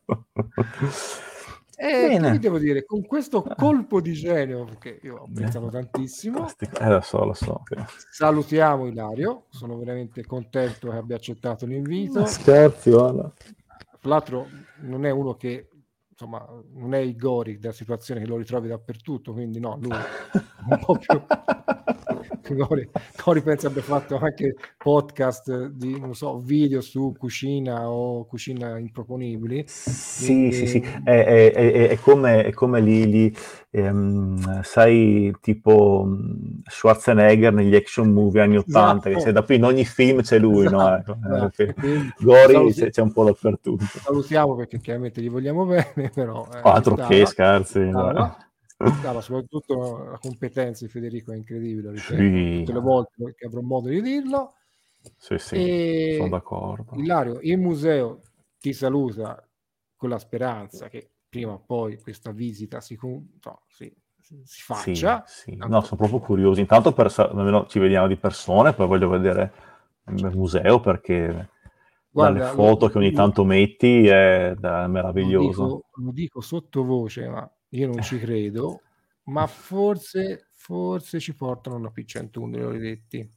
Che vi devo dire, con questo colpo di genio, perché io ho pensato tantissimo, lo so. salutiamo Ilario, sono veramente contento che abbia accettato l'invito. Scherzi, guarda. Tra l'altro non è uno che, insomma, non è il Gori della situazione che lo ritrovi dappertutto, quindi no, lui un po' più... Gori pensa abbia fatto anche podcast di, non so, video su cucina o cucina improponibili. Sì. È come lì sai, tipo Schwarzenegger negli action movie anni 80, che c'è in ogni film c'è lui, esatto. Gori c'è un po' dappertutto. Salutiamo perché chiaramente gli vogliamo bene, però altro che scherzi. Stava soprattutto la competenza di Federico è incredibile, ripeto, tutte le volte che avrò modo di dirlo. Sì, sono d'accordo. Ilario, il museo ti saluta con la speranza che prima o poi questa visita si faccia. Sì. No, sono proprio curioso. Intanto almeno ci vediamo di persone, poi voglio vedere il museo perché dalle foto che ogni tanto metti è meraviglioso. Lo dico sottovoce, ma io non ci credo, ma forse ci portano una P101 degli Olivetti.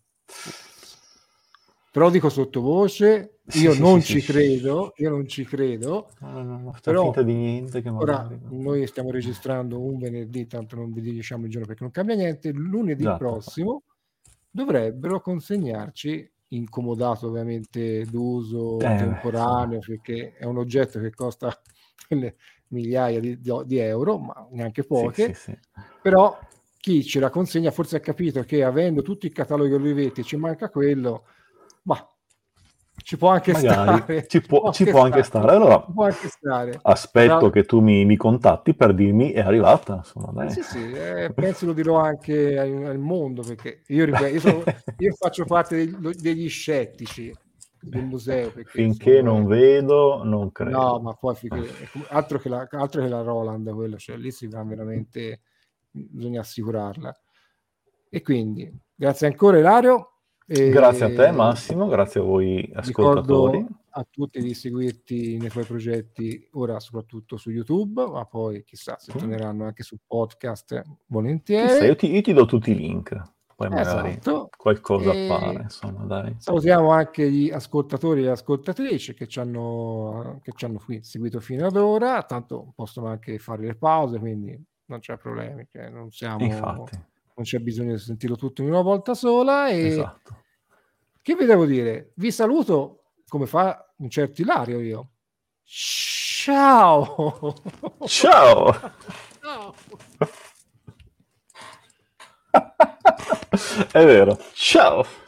Però dico sottovoce, io non ci credo. No, però finta di niente che ora noi stiamo registrando un venerdì, tanto non vi diciamo il giorno perché non cambia niente. Lunedì prossimo dovrebbero consegnarci, incomodato ovviamente d'uso temporaneo, perché è un oggetto che costa migliaia di euro, ma neanche poche. Sì. Però chi ce la consegna forse ha capito che avendo tutti i cataloghi Olivetti ci manca quello, ma ci può anche stare. Ci può anche stare. Allora, aspetto che tu mi contatti per dirmi è arrivata. Insomma, sì, penso lo dirò anche al mondo, perché io faccio parte degli scettici del museo. Perché, finché non vedo, non credo. No, ma poi altro che la Roland, quello, cioè lì si va veramente, bisogna assicurarla. E quindi, grazie ancora Ilario. Grazie a te Massimo, grazie a voi ascoltatori. Ricordo a tutti di seguirti nei tuoi progetti, ora soprattutto su YouTube, ma poi chissà se torneranno anche su podcast volentieri. Chissà, io ti do tutti i link, poi magari qualcosa appare, insomma, dai. Salutiamo anche gli ascoltatori e le ascoltatrici che ci hanno qui seguito fino ad ora, tanto possono anche fare le pause, quindi non c'è problemi, che non c'è bisogno di sentirlo tutto in una volta sola. Esatto. Che vi devo dire? Vi saluto come fa un certo Ilario io. Ciao! Ciao! È vero. Ciao!